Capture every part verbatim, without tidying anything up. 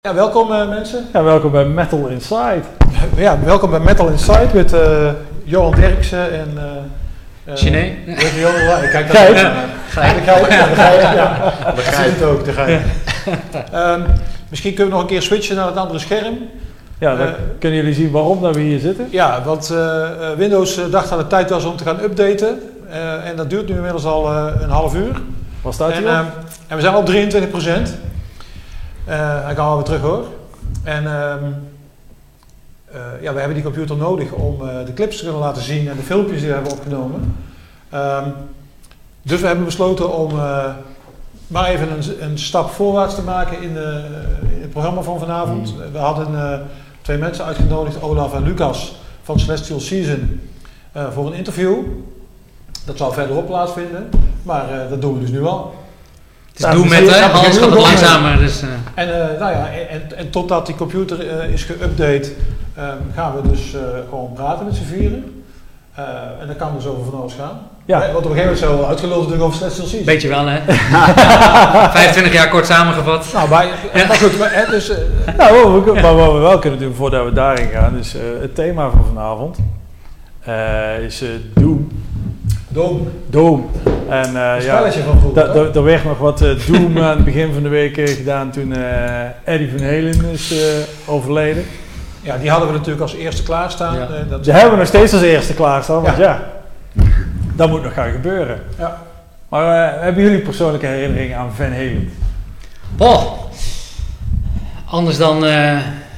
Ja, welkom uh, mensen. Ja, welkom bij Metal Inside. Ja, welkom bij Metal Inside met uh, Johan Derksen en... Uh, uh, Chiné. Kijk, dat is... Ga je? Ga je? Ja, dat ziet het ook, daar ga je. Um, misschien kunnen we nog een keer switchen naar het andere scherm. Ja, dan uh, kunnen jullie zien waarom dat we hier zitten. Ja, want uh, Windows dacht dat het tijd was om te gaan updaten. Uh, en dat duurt nu inmiddels al uh, een half uur. Wat staat hier en, op? Uh, en we zijn op drieëntwintig procent. Uh, hij kan alweer terug hoor. En um, uh, ja, we hebben die computer nodig om uh, de clips te kunnen laten zien en de filmpjes die we hebben opgenomen. Um, dus we hebben besloten om uh, maar even een, een stap voorwaarts te maken in, de, in het programma van vanavond. Mm. We hadden uh, twee mensen uitgenodigd, Olaf en Lucas van Celestial Season, uh, voor een interview. Dat zal verderop plaatsvinden, maar uh, dat doen we dus nu al. Het is ja, doen met, hè? Alles gaat het langzamer. Dus, uh. En, uh, nou ja, en, en totdat die computer uh, is geüpdate, uh, gaan we dus uh, gewoon praten met z'n vieren. Uh, en dan kan dus over van alles gaan. Ja. Want op een gegeven moment zijn we uitgeluld natuurlijk over Celestial Season. Beetje wel, hè? vijfentwintig jaar kort samengevat. Nou, maar, ja. maar goed, maar, dus, uh, nou, we, maar wat we wel kunnen doen voordat we daarin gaan, is uh, het thema van vanavond uh, is uh, Doom. Doom. Doom. En uh, ja, van vroeger, er werd nog wat uh, Doom aan het begin van de week uh, gedaan toen uh, Eddie Van Halen is uh, overleden. Ja, die hadden we natuurlijk als eerste klaarstaan. Ja. Uh, dat Ze hebben we nog steeds als eerste klaarstaan, want ja, ja dat moet nog gaan gebeuren. Ja. Maar uh, hebben jullie persoonlijke herinneringen aan Van Halen? Oh, anders dan... Uh...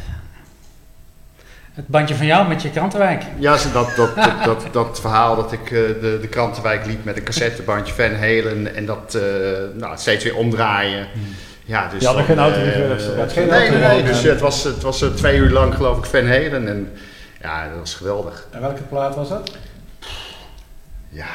Het bandje van jou met je krantenwijk. Ja, dat, dat, dat, dat, dat verhaal dat ik uh, de, de krantenwijk liep met een cassettebandje Van Halen en dat uh, nou, steeds weer omdraaien. Hmm. Ja, dus je had nog geen auto uh, Nee, nee, nee, nee. Dus uh, het was, het was uh, twee uur lang geloof ik Van Halen en ja, dat was geweldig. En welke plaat was dat? Ja...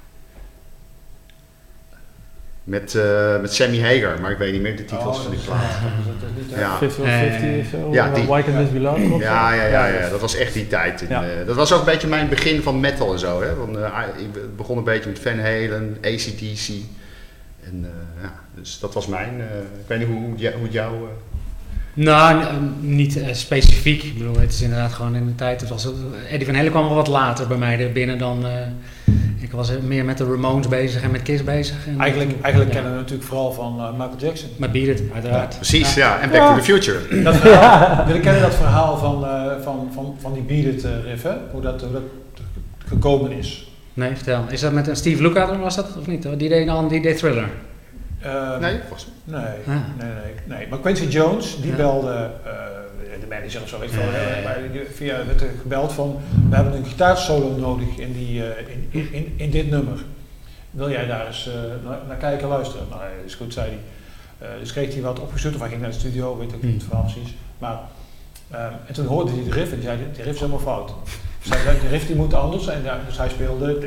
Met, uh, met Sammy Hagar, maar ik weet niet meer de titels oh, van die plaat. Ja, vijftig vijftig of zo? Ja, Why Can This Be Love? Ja, ja, ja, ja, dat was echt die tijd. En, ja. uh, dat was ook een beetje mijn begin van metal en zo. Hè? Want, uh, ik begon een beetje met Van Halen, A C D C. En, uh, ja, dus dat was mijn... Uh, ik weet niet hoe, hoe, hoe het jou... Uh... Nou, n- niet uh, specifiek. Ik bedoel, het is inderdaad gewoon in de tijd... Het was, Eddie Van Halen kwam wel wat later bij mij er binnen dan... Uh, Ik was meer met de Ramones bezig en met Kiss bezig. En eigenlijk eigenlijk ja. kennen we natuurlijk vooral van uh, Michael Jackson. Met Beat It, uiteraard. Ja, precies, ja. ja. En Back ja. to the Future. Dat verhaal, jullie kennen dat verhaal van, uh, van, van, van die Beat It uh, riff, hè? Hoe dat, hoe dat gekomen is. Nee, vertel. Is dat met een Steve Lukather, was dat of niet? Die deed dan die deed Thriller. Uh, nee, volgens mij. Nee, ah. nee, nee, nee. Maar Quincy Jones, die ja. belde... Uh, de manager of zo, weet je wel, ja. via werd er gebeld van, we hebben een gitaarsolo nodig in, die, uh, in, in, in dit nummer. Wil jij daar eens uh, naar, naar kijken en luisteren? Nou, dat is goed, zei hij. Uh, dus kreeg hij wat opgestuurd, of hij ging naar de studio, weet ik niet het verhaal precies. Maar, uh, en toen hoorde hij de riff en die zei, die riff is helemaal fout. Dus hij zei, de riff die moet anders, en ja, dus hij speelde...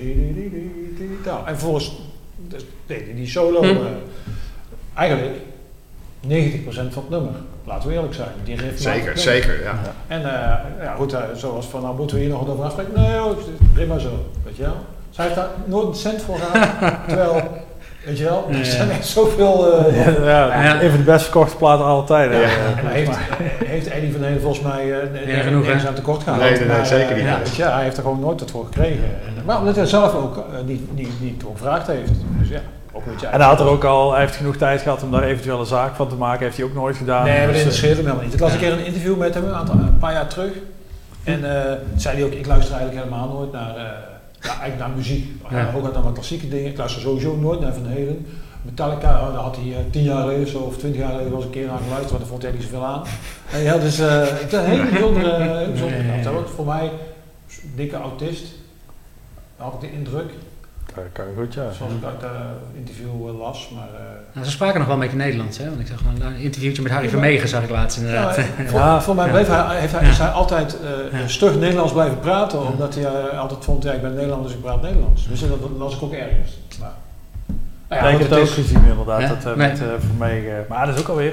En vervolgens deed hij die solo, uh, eigenlijk negentig procent van het nummer. Laten we eerlijk zijn. Die riff zeker, zeker, ja. ja. En uh, ja, goed, uh, zoals van, nou moeten we hier nog over afspreken? Nee joh, prima zo, weet je wel. Zij heeft daar nooit een cent voor gehad, terwijl, weet je wel, er zijn echt zoveel... Uh, ja, ja, ja. Een van de best verkochte platen aller tijden. Ja. Ja. Ja. Heeft, heeft Eddie Van Halen volgens mij uh, ja, genoeg nergens aan tekort gehad. Nee, nee, nee, maar, zeker niet. Uh, ja, weet je, hij heeft er gewoon nooit wat voor gekregen. En, maar omdat hij zelf ook uh, niet, niet, niet om gevraagd heeft. Dus ja. En hij had er ook al, hij heeft genoeg tijd gehad om daar eventueel een zaak van te maken, heeft hij ook nooit gedaan. Nee, maar dat interesseert hem helemaal niet. Ik las een keer een interview met hem, een, aantal, een paar jaar terug. En uh, zei hij ook, ik luister eigenlijk helemaal nooit naar, uh, ja, eigenlijk naar muziek. Ja. Ook naar wat klassieke dingen. Ik luister sowieso nooit naar Van Halen. Metallica, oh, daar had hij uh, tien jaar geleden zo, of twintig jaar geleden wel eens een keer naar geluisterd, maar daar vond hij niet zoveel aan. En ja, dus uh, het is een hele bijzondere, uh, bijzondere kant. Hij wordt voor mij een dikke autist, had ik de indruk. Dat kan goed, ja. Zoals ik uit het uh, interview uh, las, maar... Uh, nou, ze spraken nog wel een beetje Nederlands, hè? Want ik zag een, een interviewtje met Harry Vermegen, zag ik laatst inderdaad. Ja, voor, ja, voor mij bleef hij, heeft hij, ja. is hij altijd uh, ja. stug Nederlands blijven praten, ja. omdat hij uh, altijd vond, ja, ik ben Nederlander, dus ik praat Nederlands. Dus dat, dat las ik ook ergens. Maar, nou ja, ik heb het ook gezien inderdaad, ja? dat uh, nee. met uh, Vermegen. Maar dat is ook alweer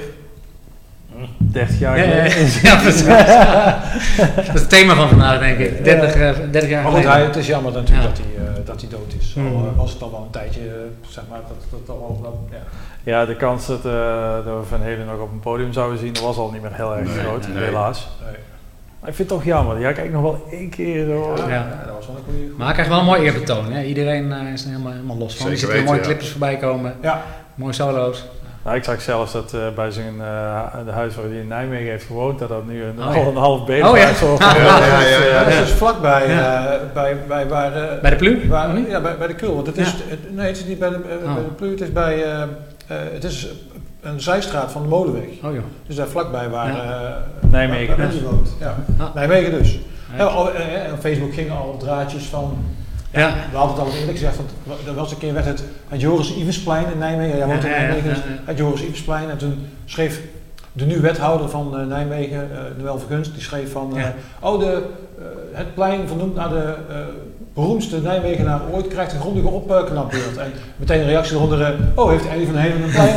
dertig jaar geleden. Ja, ja, ja, precies. Dat is het thema van vandaag, denk ik. dertig, ja. dertig jaar geleden. Maar goed, hij, het is jammer natuurlijk ja. dat hij... Uh, dat dat hij dood is. Mm. Al uh, was het al wel een tijdje, uh, zeg maar, dat dat al wel, ja. Ja, de kans dat, uh, dat we Van Helen nog op een podium zouden zien, was al niet meer heel erg Nee, groot, nee. helaas. Nee. Maar ik vind het toch jammer. Ja, kijk nog wel één keer zo. Ja, Ja. ja, dat was wel een goede. Maar hij krijgt wel een mooi eerbetoon. Hè? Iedereen uh, is er helemaal, helemaal los van. Zeker Je ziet er weten, mooie ja. clipjes voorbij komen. Ja. Mooie solo's. Nou, ik zag zelfs dat uh, bij zijn uh, de huis waar hij in Nijmegen heeft gewoond, dat dat nu een, Oh, al ja. een half beter Oh, ja. is. Of, Ja, ja, ja, ja. Ja, dat is dus vlakbij, Ja. uh, bij, bij, waar, uh, Bij de Plu? waar, Of niet? ja, bij, bij de Kul. Want het is, Ja. het, nee, het is niet bij de, uh, Oh. bij de Plu, het is bij, uh, uh, het is een zijstraat van de Molenweg. Oh joh. Dus daar vlakbij waar, Ja. uh, Nijmegen waar, waar dus. hij woont. Ja. Ah. Nijmegen dus. Ja. Ja, al, uh, op Facebook gingen al draadjes van. Ja, Ja. We hadden het al eerlijk gezegd, want er was een keer werd het, het Joris Iversplein in Nijmegen. Jij woont in Ja, ja, ja, Nijmegen, dus ja, ja. het Joris Iversplein. En toen schreef de nu wethouder van uh, Nijmegen, uh, Noël Vergunst, die schreef van, uh, Ja. oh de, uh, het plein vernoemd naar de uh, beroemdste Nijmegenaar ooit krijgt een grondige opknapbeurt. En meteen een reactie eronder, uh, oh heeft Eddie van Helen een plein?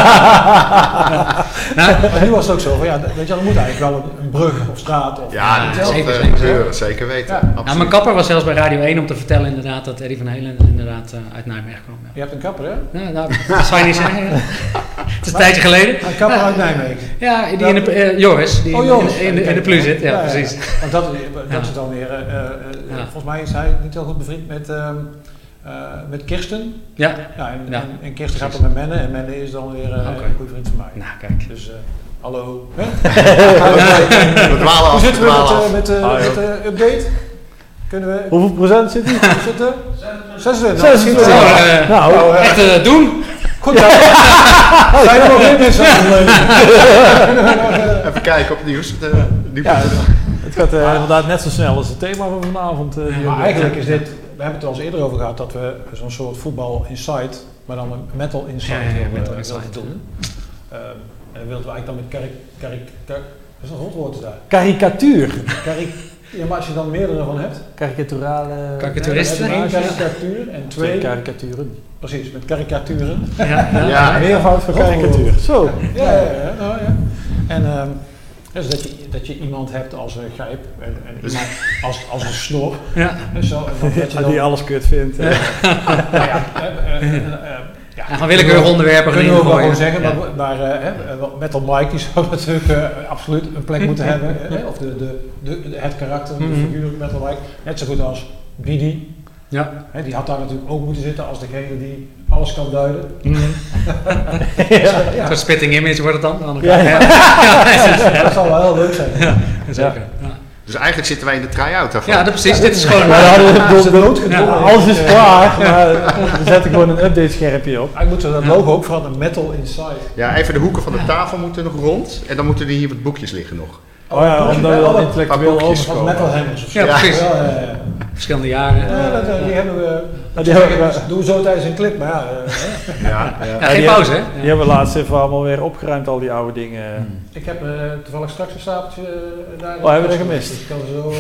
Nou, Maar nu was het ook zo van, ja, weet je, er moet eigenlijk wel een, een brug of straat of Ja, iets dat zelf. zeker, zal zeker. gebeuren, zeker weten. Ja. Absoluut. nou, mijn kapper was zelfs bij Radio één om te vertellen inderdaad dat Eddie van Helen inderdaad uh, uit Nijmegen kwam. Ja. Je hebt een kapper, hè? Nou, nou, dat zou je niet zeggen. Het is een tijdje geleden. Een kapper uit Nijmegen. Ja, die in de, uh, Joris, die Oh, in- Joris. in, in, de, in de Plu zit. Ja, precies. Want dat, dat Ja. is dan weer, uh, uh, Ja. volgens mij is hij niet heel goed bevriend met, uh, uh, met Kirsten. Ja, Ja, en, Ja. en, en Kirsten gaat dan met Menne en Menne is dan weer uh, Oké. een goede vriend van mij. nou kijk. Dus uh, hallo. Hè? We dwalen Hoe af, zitten we we dwalen af. met, uh, met, uh, Ah, met de update? Kunnen we... Hoeveel procent zit hij? Hoe zit het? zesentwintig. zesentwintig. Zo, uh, Nou, Nou, uh, echt uh, doen. goed. Ja. Zijn er nog meer mensen aan het leven? Even kijken op het nieuws. De, nu ja, het gaat uh, inderdaad net zo snel als het thema van vanavond. Uh, die Maar ook- eigenlijk is dit, we hebben het al eens eerder over gehad dat we zo'n soort voetbal insight, maar dan een metal insight Ja, ja, ja, wilden, metal wilden insight. doen. Um, en dat wilden we eigenlijk dan met karik, karik, karik, dat is een rotwoord is daar. Karikatuur. Karik, ja, maar als je dan meerdere van hebt, Karikaturale... Karikaturisten. dan heb je één karikatuur en Twee twee, karikaturen. precies, met karikaturen. Ja, ja. Ja. Meervoud van Karikatuur. Zo. Ja, ja, ja, nou, ja. En um, dus dat je, dat je iemand hebt als een grijp en, en Dus- iemand als, als een snor. Ja. En zo, en dan, dat je Ja, dan, die alles kut vindt. nou ja, eh, eh, eh, eh, ja, Ja, gewoon willekeurig onderwerpen kunnen we erin ook wel gewoon gooien. zeggen, Ja. maar, maar uh, Metal Mike die zou natuurlijk uh, absoluut een plek moeten hebben. Hè? Of de, de, de, de- het karakter, de Mhm. figuur Metal Mike. Net zo goed als Bidi. Ja. Hè? Die had daar natuurlijk ook moeten zitten als degene die alles kan duiden. Een soort spitting image wordt het dan. dan Ja, ja. Ja, dat zou wel heel leuk zijn. Ja, zeker. Ja, Dus eigenlijk zitten wij in de try-out daarvan. ja dat precies. Dit is gewoon... Maar dan hadden we- Ja, ze de- noodgedwongen. ja, alles is klaar, maar we zetten gewoon een update schermpje op. Eigenlijk moeten we dat logo ook veranderen, Metal Inside. Ja, even de hoeken van de tafel moeten nog rond. En dan moeten er hier wat boekjes liggen nog. Oh ja, omdat we dan intellectueel Paar boekjes. Van overkomen. Metal Hammers of zo. Ja, precies. Ja, ja, ja. Verschillende jaren. Ja, dat, uh, die hebben we. Ja, die hebben we- Dat doen we zo tijdens een clip, maar ja. uh, Ja, ja. Ja, Ja, geen die pauze, hè? Die hebben we laatst even allemaal weer opgeruimd, al die oude dingen. Ik heb uh, toevallig straks een stapeltje uh, daar. Oh, hebben we dat gemist? Ik kan er zo.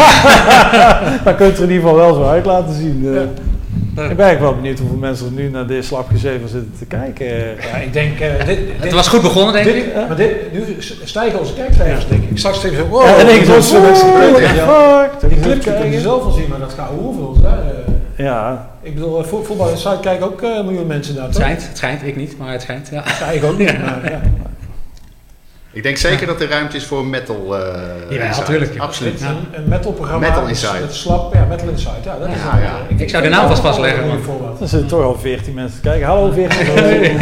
Uh, Dan kun je het er in ieder geval wel zo uit laten zien. eh. Ja. Ik ben eigenlijk wel benieuwd hoeveel mensen er nu naar deze slapgezeven zitten te kijken. ja, ik denk. Uh, dit, dit, Het was goed begonnen, denk dit, ik. Maar dit, nu stijgen onze kijkcijfers, denk ik. Straks steeds zo. Wow, Ja, en ik zo, zo mensen "Oh, kijken. what the Ja. fuck?" Die clips kun je zelf wel zien, maar dat gaat hoeveel. Hè? Uh, Ja, ik bedoel, uh, vo- voetbal Inside kijken ook uh, een miljoen mensen naar. Het toch? schijnt, het schijnt. Ik niet, maar het schijnt. Ja. Ja, ik ook niet. Ja. Maar, ja. Ik denk zeker dat er ruimte is voor metal. eh Ja, insight. natuurlijk. Absoluut. Ja. Een, een metal-programma. Metal is- Inside. Het slap, ja, Metal Inside. Ja, dat is Ja, wel, ja. uh, Ik zou de naam vast vastleggen, Een man. goede voorbeeld. er zitten toch al veertien mensen te kijken. Hallo veertien.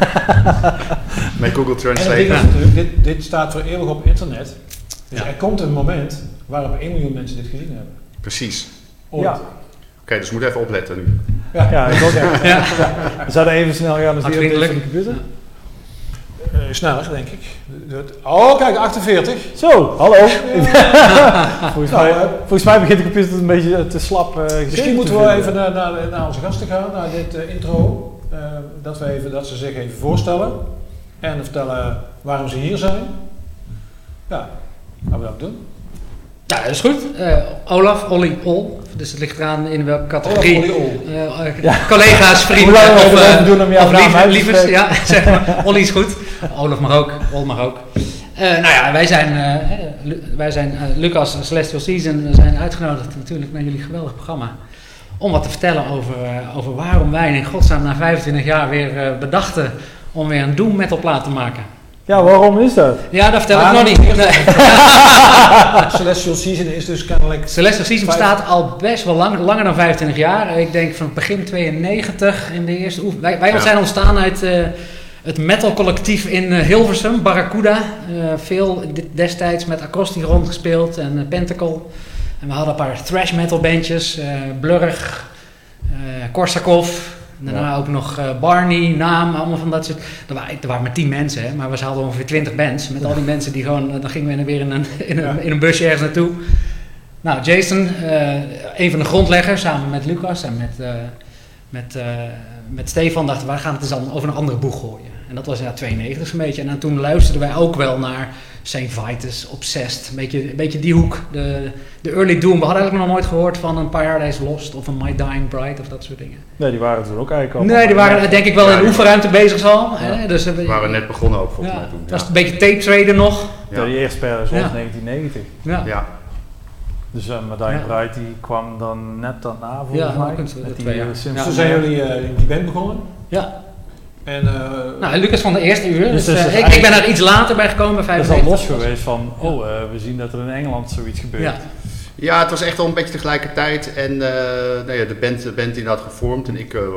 Met Google En het Translate. ding is natuurlijk, dit, dit staat voor eeuwig op internet. Dus Ja. er komt een moment waarop één miljoen mensen dit gezien hebben. Precies. Ooit. Ja. Oké, dus we moeten even opletten nu. Ja. Ja, ik ook. Ja. We zouden even snel gaan als die update van Hartvriendelijk. de computer. Uh, sneller, denk ik. Oh, kijk, achtenveertig. Zo, hallo. volgens, Nou, mij, eh, volgens mij begint de computer een beetje te slap. eh, gezeten Misschien te moeten we wel vinden. even naar, naar, naar onze gasten gaan, naar dit uh, intro. Uh, dat, we even, dat ze zich even voorstellen. En vertellen waarom ze hier zijn. Ja, gaan we dat doen. Ja, dat is goed. Uh, Olaf, Olly, Ol. Dus het ligt eraan in welke categorie. Olaf, Olly, Ol. Uh, uh, Ja. collega's, vrienden Hoe lang of, we uh, erover doen om jouw of naam lief- uit te lievers. spreken. Ja, zeg maar. Olly is goed. Olaf mag ook. Ol mag ook. Uh, nou ja, wij zijn, uh, Lu- wij zijn uh, Lucas Celestial Season. We zijn uitgenodigd natuurlijk naar jullie geweldig programma. om wat te vertellen over, uh, over waarom wij in godsnaam na vijfentwintig jaar weer uh, bedachten om weer een doom metal plaat te maken. Ja, waarom is dat? Ja, dat vertel Ah, ik nog niet. Nee. Celestial Season is dus kennelijk... Celestial Season bestaat al best wel lang, langer dan vijfentwintig jaar. Ik denk van begin tweeënnegentig in de eerste oefen. Wij, wij ja. zijn ontstaan uit uh, het metal collectief in uh, Hilversum, Barracuda. Uh, veel destijds met Acrostisch rondgespeeld en uh, Pentacle. En we hadden een paar thrash metal bandjes. Uh, Blurg, uh, Korsakov. Daarna ja. ook nog uh, Barney, Naam, allemaal van dat soort... Er waren, er waren maar tien mensen, hè, maar we hadden ongeveer twintig bands. Met al die mensen die gewoon... Dan gingen we weer in een, in een, ja. in een busje ergens naartoe. Nou, Jason, uh, een van de grondleggers, samen met Lucas en met, uh, met, uh, met Stefan, dachten we, we gaan het eens dan over een andere boeg gooien. En dat was ja tweeënnegentig een beetje. En dan toen luisterden wij ook wel naar Saint Vitus, Obsessed, een beetje, een beetje die hoek. De, de Early Doom, we hadden eigenlijk nog nooit gehoord van een Paradise Lost of een My Dying Bride of dat soort dingen. Nee, die waren toen ook eigenlijk al. Nee, die waren denk ik wel ja, in de oefenruimte bezig al. Ja. Hè? Dus, we waren net begonnen ook volgens ja, mij toen. Het was een beetje tape traden nog. Ja, die eerste Paradise Lost ja. negentien negentig. Ja. ja. Dus uh, My Dying ja. Bride die kwam dan net daarna volgens ja, mij. Met met die, ja. Ja. Zo zijn jullie uh, in die band begonnen? Ja. En, uh, nou, Lucas van de eerste uur, dus, dus, dus uh, ik, ik ben er iets later bij gekomen bij vijfennegentig. Het is al los geweest van, oh, uh, we zien dat er in Engeland zoiets gebeurt. Ja, ja het was echt al een beetje tegelijkertijd en uh, nou ja, de band, de band inderdaad gevormd en ik, uh, uh,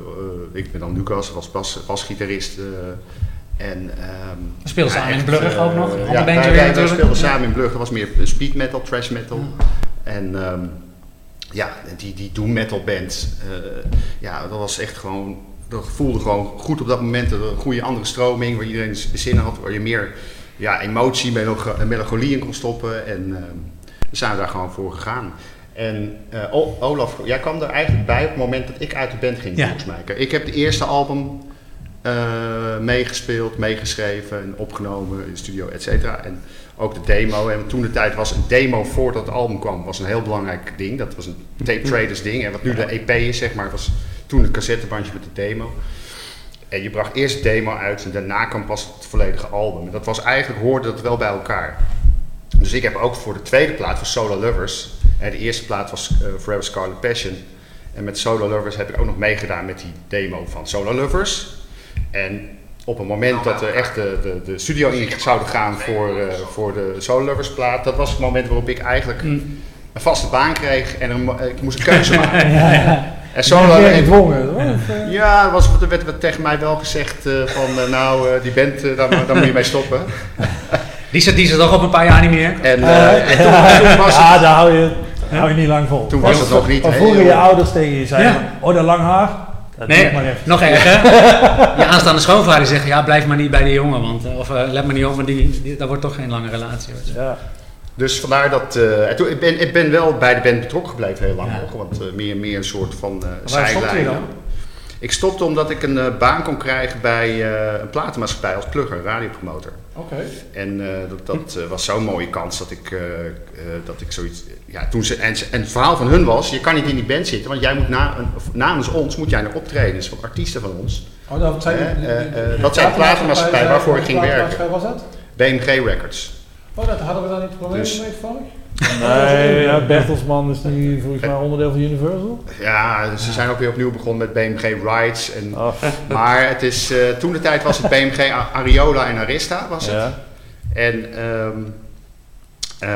ik ben dan Lucas, was bas, basgitarist. Uh, en, um, we speelden samen in Blurg uh, ook nog, uh, ja, wij, wij, wij speelden samen in Blurg, dat was meer speed metal, thrash metal. Ja. En um, ja, die, die doom metal band, uh, ja, dat was echt gewoon... Dat voelde gewoon goed op dat moment, een goede andere stroming, waar iedereen zin had, waar je meer ja, emotie, melancholie in kon stoppen. En uh, we zijn daar gewoon voor gegaan. En uh, Olaf, jij kwam er eigenlijk bij op het moment dat ik uit de band ging, ja. volgens mij. Ik heb de eerste album uh, meegespeeld, meegeschreven en opgenomen in de studio, et cetera. En ook de demo. En toen de tijd was een demo voordat het album kwam, was een heel belangrijk ding. Dat was een tape traders ding. En wat nu de E P is, zeg maar, was toen het cassettebandje met de demo. En je bracht eerst de demo uit en daarna kwam pas het volledige album. En dat was eigenlijk, hoorde dat wel bij elkaar. Dus ik heb ook voor de tweede plaat, voor Solo Lovers, hè, de eerste plaat was uh, Forever Scarlet Passion. En met Solo Lovers heb ik ook nog meegedaan met die demo van Solo Lovers. En op het moment dat we echt de, de, de studio in zouden gaan voor, uh, voor de Solo Lovers plaat, dat was het moment waarop ik eigenlijk een vaste baan kreeg en een, ik moest een keuze maken. ja, ja. En zo ben je gedwongen, hoor? Ja, was, er werd, werd tegen mij wel gezegd uh, van uh, nou, uh, die band, uh, daar, daar moet je mee stoppen. Die zit, die zit toch op een paar jaar niet meer? En, uh, uh, en toen, ja, toen was het... Ja, daar hou je, hou je niet lang vol. Toen was, was het nog niet... Of vroeger je ouders tegen je zeiden, ja. oh dat lang haar? Dat nee, maar nog erger. Je aanstaande schoonvader zegt, ja blijf maar niet bij die jongen, want, of uh, let maar niet op, want die, die, dat wordt toch geen lange relatie. Ja. Dus vandaar dat, uh, toen, ik, ben, ik ben wel bij de band betrokken gebleven heel lang ja. nog, want uh, meer, meer een soort van uh, zijlijn. Ik stopte omdat ik een uh, baan kon krijgen bij uh, een platenmaatschappij als plugger, een radiopromotor. Oké. Okay. En uh, dat, dat uh, was zo'n mooie kans dat ik, uh, uh, dat ik zoiets... Ja, toen ze, en, en het verhaal van hun was, je kan niet in die band zitten, want jij moet na, of, namens ons moet jij naar optredens van artiesten van ons. Oh, dat zijn, uh, uh, uh, dat zijn de platenmaatschappij waarvoor ik ging werken. Wat was dat? B M G Records. Oh, dat hadden we dan niet problemen dus, mee toevallig? Nee, ja, Bertelsmann is nu volgens mij onderdeel van Universal. Ja, ze zijn ook weer opnieuw begonnen met B M G Rides. En, oh. Maar het is, uh, toen de tijd was het B M G Ariola en Arista was het. Ja. En um, uh,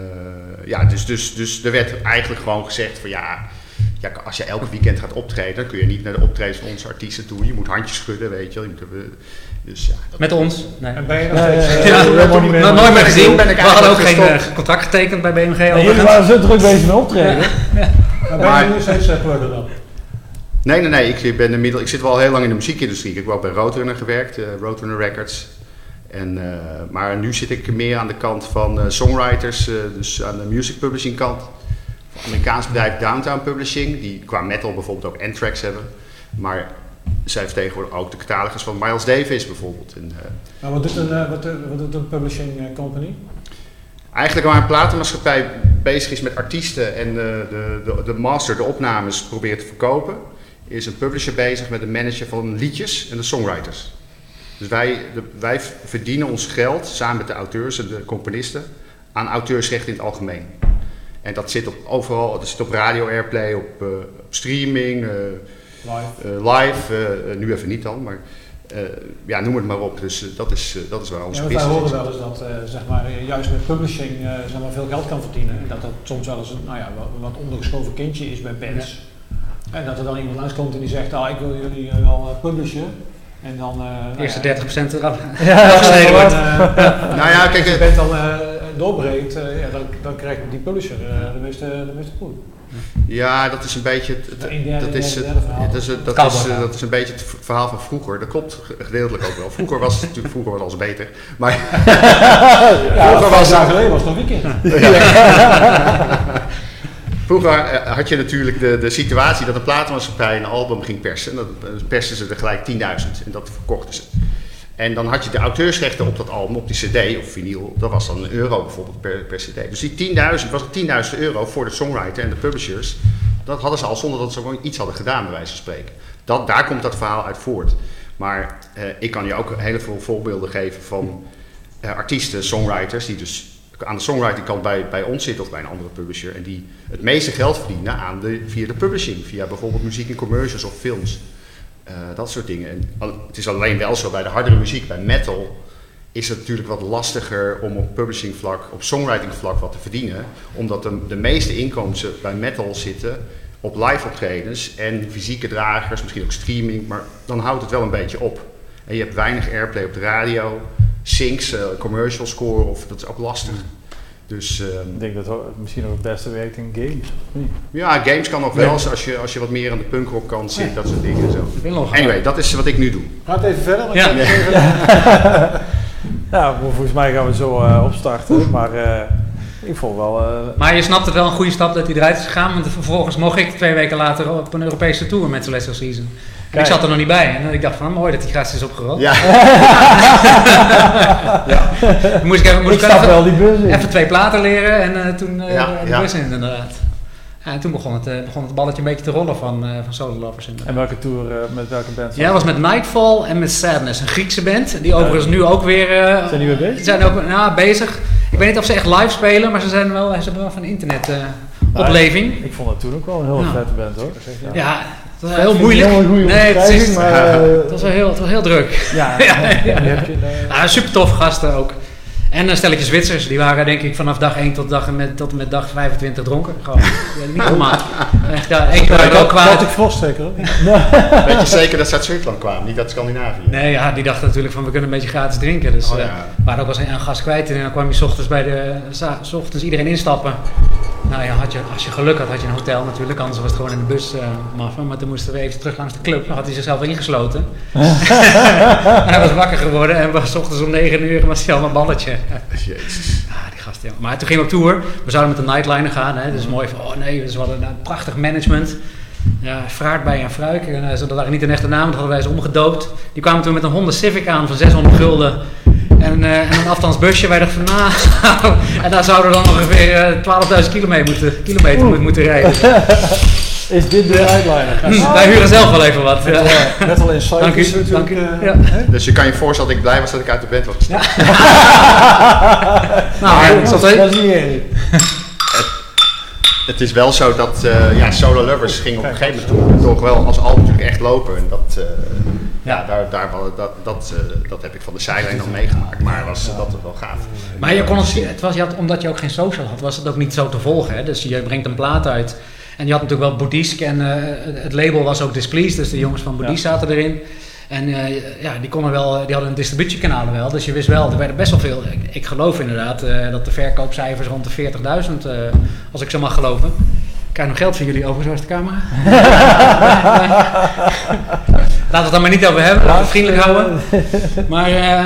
ja, dus, dus, dus er werd eigenlijk gewoon gezegd van ja, ja, als je elke weekend gaat optreden, dan kun je niet naar de optredens van onze artiesten toe. Je moet handjes schudden, weet je wel. Je moet, uh, Dus ja, met ons? Nee. En ben je nog steeds... Nee, ja, ja, nog niet meer. Nooit meer gezien. Ben ik we hadden ook geen uh, contract getekend bij B M G. Nee, jullie waren zo druk bezig met optreden. Ja. Ja. Maar ben je nu steeds plugger dan? Nee, nee, nee. Ik, ben inmiddels, ik zit wel heel lang in de muziekindustrie. Ik heb wel bij Roadrunner gewerkt, uh, Roadrunner Records. En, uh, maar nu zit ik meer aan de kant van uh, songwriters, uh, dus aan de music publishing kant. Van het Amerikaans bedrijf Downtown Publishing, die qua metal bijvoorbeeld ook Anthrax hebben. Maar zij vertegenwoordigen ook de catalogus van Miles Davis bijvoorbeeld. En, uh, maar wat doet een, uh, wat, wat doet een publishing uh, company? Eigenlijk waar een platenmaatschappij bezig is met artiesten en uh, de, de, de master, de opnames probeert te verkopen, is een publisher bezig met het managen van liedjes en de songwriters. Dus wij, de, wij verdienen ons geld samen met de auteurs en de componisten aan auteursrecht in het algemeen. En dat zit op overal, dat zit op radio airplay, op, uh, op streaming, uh, Live. Uh, live, uh, nu even niet dan, maar uh, ja, noem het maar op. Dus uh, dat, is, uh, dat is waar onze ja, business wij is. horen wel eens dat uh, zeg maar, juist met publishing uh, zeg maar, veel geld kan verdienen. En dat dat soms wel eens een nou ja, wat, wat ondergeschoven kindje is bij bands. Ja. En dat er dan iemand langskomt en die zegt, ah, ik wil jullie uh, wel uh, publishen. En dan... Uh, De eerste nou ja, dertig procent eraf. Ja, afgesneden wordt. uh, Nou ja, kijk, als je bent dan uh, doorbreekt, uh, ja, dan, dan krijgt die publisher uh, de meeste, de meeste goed. Ja, dat is een beetje het, het, Een derde, dat, is, derde, het, derde verhaal. dat, is, dat, Kan is, wel. dat is een beetje het verhaal van vroeger. Dat klopt gedeeltelijk ook wel. Vroeger was het natuurlijk vroeger was alles beter. Maar Ja, vroeger was jaar het, geleden was het nog weekend. vroeger eh, had je natuurlijk de, de situatie dat een platenmaatschappij een album ging persen. En dan persten ze er gelijk tienduizend en dat verkochten ze. En dan had je de auteursrechten op dat album, op die cd of vinyl, dat was dan een euro bijvoorbeeld per, per cd. Dus die tienduizend was tienduizend euro voor de songwriter en de publishers. Dat hadden ze al zonder dat ze gewoon iets hadden gedaan, bij wijze van spreken. Dat, daar komt dat verhaal uit voort. Maar eh, ik kan je ook heel veel voorbeelden geven van eh, artiesten, songwriters, die dus aan de songwritingkant bij, bij ons zitten of bij een andere publisher. En die het meeste geld verdienen aan de, via de publishing, via bijvoorbeeld muziek in commercials of films. Uh, dat soort dingen. En het is alleen wel zo bij de hardere muziek, bij metal, is het natuurlijk wat lastiger om op publishing vlak, op songwriting vlak wat te verdienen. Omdat de, de meeste inkomsten bij metal zitten op live optredens en fysieke dragers, misschien ook streaming, maar dan houdt het wel een beetje op. En je hebt weinig airplay op de radio, syncs, uh, commercial score, of dat is ook lastig. Dus, um, Ik denk dat het misschien ook het beste werkt in games. ja, games kan nog wel, als je, als je wat meer aan de punkrock kant zit, dat soort dingen en zo. Nog, Anyway, dat is wat ik nu doe. Gaat even verder. want Ja. ik heb even- Ja, volgens mij gaan we zo uh, opstarten. Maar uh, ik vond wel... Uh, Maar je snapt het wel een goede stap dat hij eruit is gegaan, want vervolgens mocht ik twee weken later op een Europese tour met Celestial Season. En ik Kijk. zat er nog niet bij en ik dacht van, mooi dat die gast is opgerold. Ja. ja. Moest ik even, moest ik ik snap even, wel die bus in. even twee platen leren en uh, toen uh, Ja, de ja. bus in inderdaad. Ja, en toen begon het, uh, begon het balletje een beetje te rollen van, uh, van Solar Lovers inderdaad. En welke tour, uh, met welke band? Ja, dat was met Nightfall en met Sadness, een Griekse band. Die overigens nu ook weer... Uh, Zijn die weer bezig? zijn ook nou, bezig. Ik weet niet of ze echt live spelen, maar ze, zijn wel, ze hebben wel van internet uh, Nou, opleving. Ik vond dat toen ook wel een heel Ja. vette band hoor. Ja, het was heel moeilijk. Een goede Nee, het, is, maar... Uh, het, was wel heel, het was heel druk. ja, Ja, ja. die heb je, uh, Ja, super tof gasten ook. En een stelletje Zwitsers, die waren denk ik vanaf dag één tot, dag, met, tot met dag vijfentwintig dronken. Gewoon, ja, niet normaal. Echt, ja, één keer waren we ook Dat kwaad. ik Frost zeker. hoor. Weet je zeker dat ze uit Zwitserland kwamen, niet uit Scandinavië? Nee, ja, die dachten natuurlijk van we kunnen een beetje gratis drinken. Dus Oh, eh, ja. we waren ook wel eens een gast kwijt en dan kwam je 's ochtends bij de, 's ochtends iedereen instappen. Nou ja, had je, als je geluk had, had je een hotel natuurlijk, anders was het gewoon in de bus uh, maffen. Maar toen moesten we even terug langs de club, dan had hij zichzelf ingesloten. en hij was wakker geworden en was 's ochtends om negen uur was hij al een balletje. Jezus. Ah, die gast, ja. Maar toen gingen we op tour. We zouden met de Nightliner gaan. Hè. Dus mooi van, oh nee, dus we hadden een prachtig management. Ja, Fraart bij en Fruik. En, uh, dat waren niet een echte naam, dat hadden wij ze omgedoopt. Die kwamen toen met een Honda Civic aan van zeshonderd gulden. En, uh, en een afstandsbusje. Wij dachten van, nou... en daar zouden we dan ongeveer uh, twaalfduizend kilometer, moeten, kilometer moeten, moeten rijden. is dit de nightliner? Hm, wij huren zelf wel even wat. Ja. Ja, net al in Cyprus Dank u, natuurlijk. dank u. eh, Ja. hè? Dus je kan je voorstellen dat ik blij was dat ik uit de band was gestapt. Nou, ja, ik zat er- dat is niet erg. Het is wel zo dat uh, ja, Solar Lovers ging op een gegeven moment toch wel als album natuurlijk echt lopen. En dat, uh, ja. ja, daar, daar, wel- dat, dat, uh, dat heb ik van de zijlijn dan meegemaakt. Maar was, uh, dat was wel gaaf. Maar je kon het, het was, je had, omdat je ook geen social had, was het ook niet zo te volgen. Hè? Dus je brengt een plaat uit. En je had natuurlijk wel Boudisque en uh, het label was ook Displeased. Dus de jongens van Boudisque Ja. zaten erin. En uh, ja, die, konden wel, die hadden een distributiekanalen wel. Dus je wist wel, er werden best wel veel. Ik, ik geloof inderdaad uh, dat de verkoopcijfers rond de veertigduizend, uh, als ik ze mag geloven. Ik krijg nog geld van jullie over, zoals de camera. Laten we het dan maar niet over hebben, laten we het vriendelijk houden. Maar uh,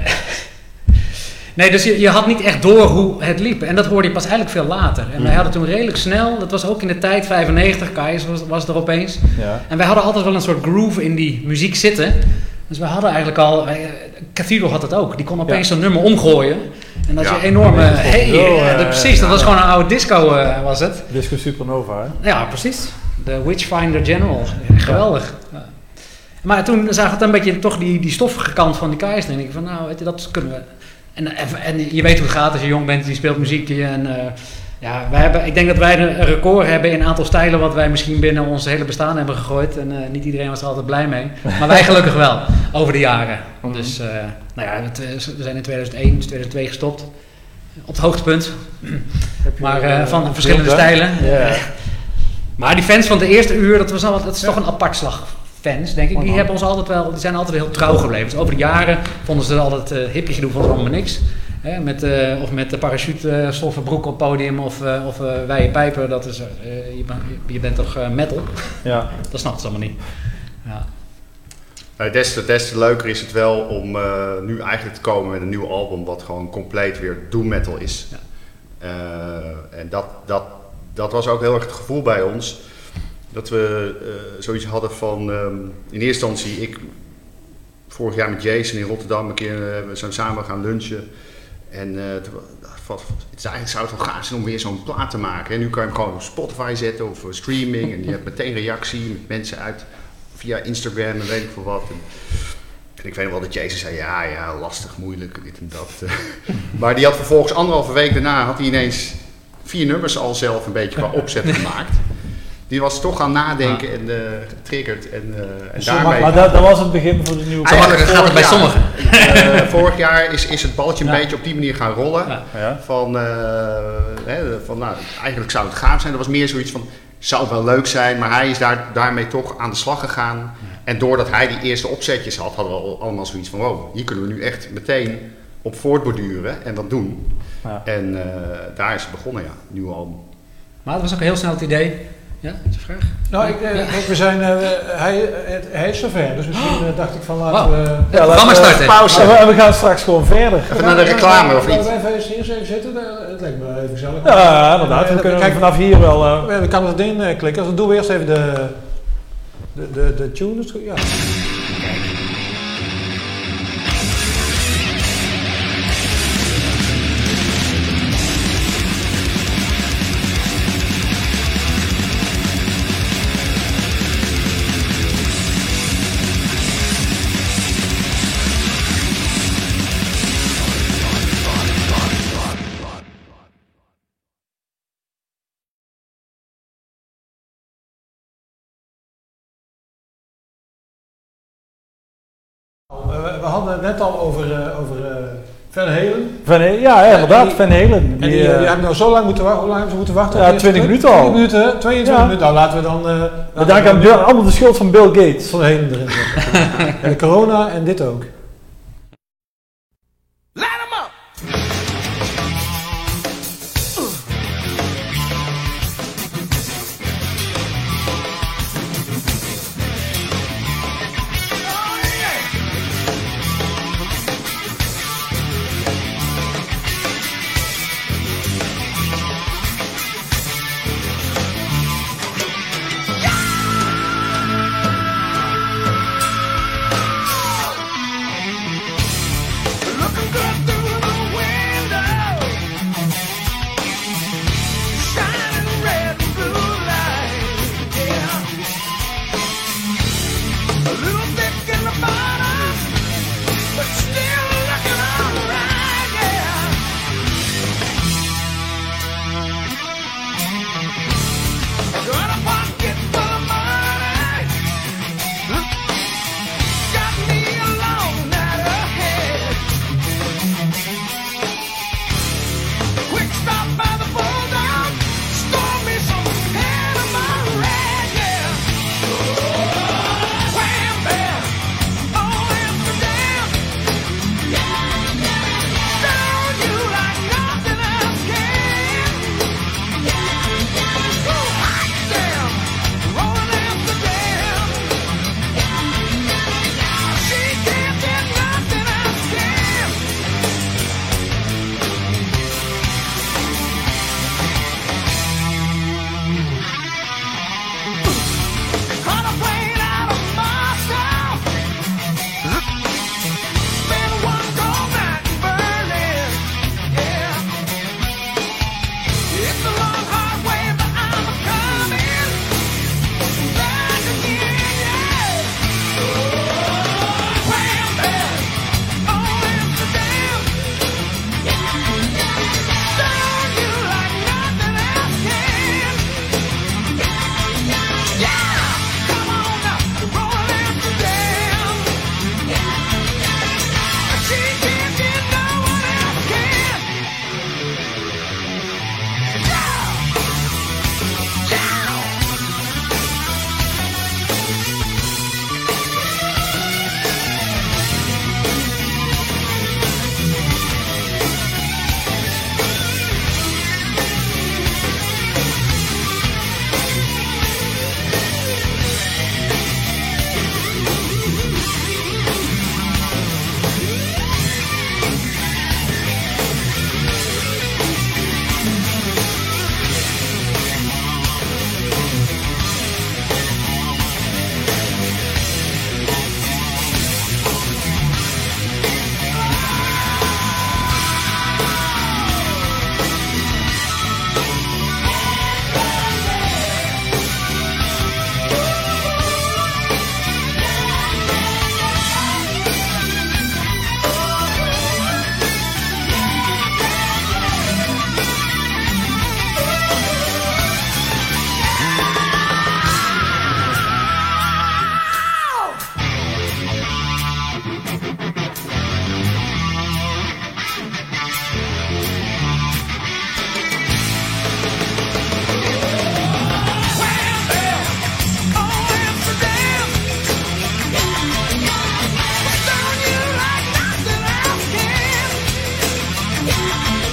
nee, dus je, je had niet echt door hoe het liep. En dat hoorde je pas eigenlijk veel later. En wij hadden toen redelijk snel, dat was ook in de tijd, vijfennegentig, Kais was, was er opeens. Ja. En wij hadden altijd wel een soort groove in die muziek zitten. Dus we hadden eigenlijk al, wij, Cathedral had het ook. Die kon opeens Ja. zo'n nummer omgooien. En dat Ja. je enorme, Ja, hey, zo, ja, uh, de- precies, dat ja. was gewoon een oude disco uh, was het. Disco Supernova, hè? Ja, precies. De Witchfinder General. Geweldig. Ja. Maar toen zagen we het een beetje toch die, die stoffige kant van die Kais. En denk ik van, nou, weet je, dat kunnen we. En, en, en je weet hoe het gaat als je jong bent, je speelt muziek en uh, Ja, wij hebben, ik denk dat wij een record hebben in een aantal stijlen wat wij misschien binnen ons hele bestaan hebben gegooid. En uh, niet iedereen was er altijd blij mee. Maar wij gelukkig wel, over de jaren. Mm-hmm. Dus uh, nou ja, we zijn in tweeduizend één, tweeduizend twee gestopt. Op het hoogtepunt. Maar uh, van verschillende stijlen. Yeah. Maar die fans van de eerste uur, dat, was al, dat is ja. toch een apart slag. Fans, denk ik, die, hebben ons altijd wel, die zijn altijd heel trouw gebleven. Dus over de jaren vonden ze altijd uh, hippie gedoe, vonden ze allemaal niks. Hè, met, uh, of met de parachute uh, stoffen broek op het podium of, uh, of uh, wijde pijpen, dat is, uh, je, je bent toch uh, metal? Ja. Dat snapt ze allemaal niet. Ja. Uh, des, te, des te leuker is het wel om uh, nu eigenlijk te komen met een nieuw album wat gewoon compleet weer doom metal is. Ja. Uh, en dat, dat, dat was ook heel erg het gevoel bij ons. Dat we uh, zoiets hadden van, um, in eerste instantie, ik vorig jaar met Jason in Rotterdam een keer, uh, we zijn samen gaan lunchen. En uh, wat, het eigenlijk zou het wel gaaf zijn om weer zo'n plaat te maken. En nu kan je hem gewoon op Spotify zetten of uh, streaming. En je hebt meteen reactie met mensen uit via Instagram en weet ik veel wat. En, en ik weet nog wel dat Jason zei, ja, ja, lastig, moeilijk, dit en dat. Maar die had vervolgens anderhalve week daarna, had hij ineens vier nummers al zelf een beetje qua opzet gemaakt. Die was toch gaan nadenken en uh, getriggerd. En, uh, en daarmee... Maar dat, dat was het begin voor de nieuwe... Zo makkelijk gaat het bij sommigen. Uh, vorig jaar is, is het balletje een ja. beetje op die manier gaan rollen. Ja. Ja. Van, uh, hè, van nou, eigenlijk zou het gaaf zijn. Er was meer zoiets van, zou het wel leuk zijn. Maar hij is daar, daarmee toch aan de slag gegaan. Ja. En doordat hij die eerste opzetjes had, hadden we allemaal zoiets van... wow, hier kunnen we nu echt meteen op voortborduren en dat doen. Ja. En uh, daar is het begonnen, ja, nieuwe album. Maar het was ook heel snel het idee... Ja, is een vraag? Nou, ik, ja. kijk, we zijn, uh, hij, hij is zover, dus misschien uh, dacht ik van laten wow. we... Het ja, programma starten. Pauze. En we, we gaan straks gewoon verder. Even naar de reclame of niet? Laten we even hier even zitten, dat lijkt me even gezellig. Ja, inderdaad, we kunnen kijk, vanaf hier wel... Uh... We kunnen het ding uh, klikken, dus dan doen we eerst even de, de, de, de tune. Dus, ja. We hadden het net al over, uh, over uh, Van Halen. Van Halen. Ja, ja, inderdaad, die, Van Halen. Die, en die, uh, die hebben nou zo lang moeten wachten. Hoe lang hebben ze moeten wachten? Ja, twintig minuten al. twintig minuten, tweeëntwintig ja. minuten. Nou, laten we dan... Uh, we danken aan Bill, allemaal de schuld van Bill Gates. Van Halen erin zetten. En de corona en dit ook. Line them up!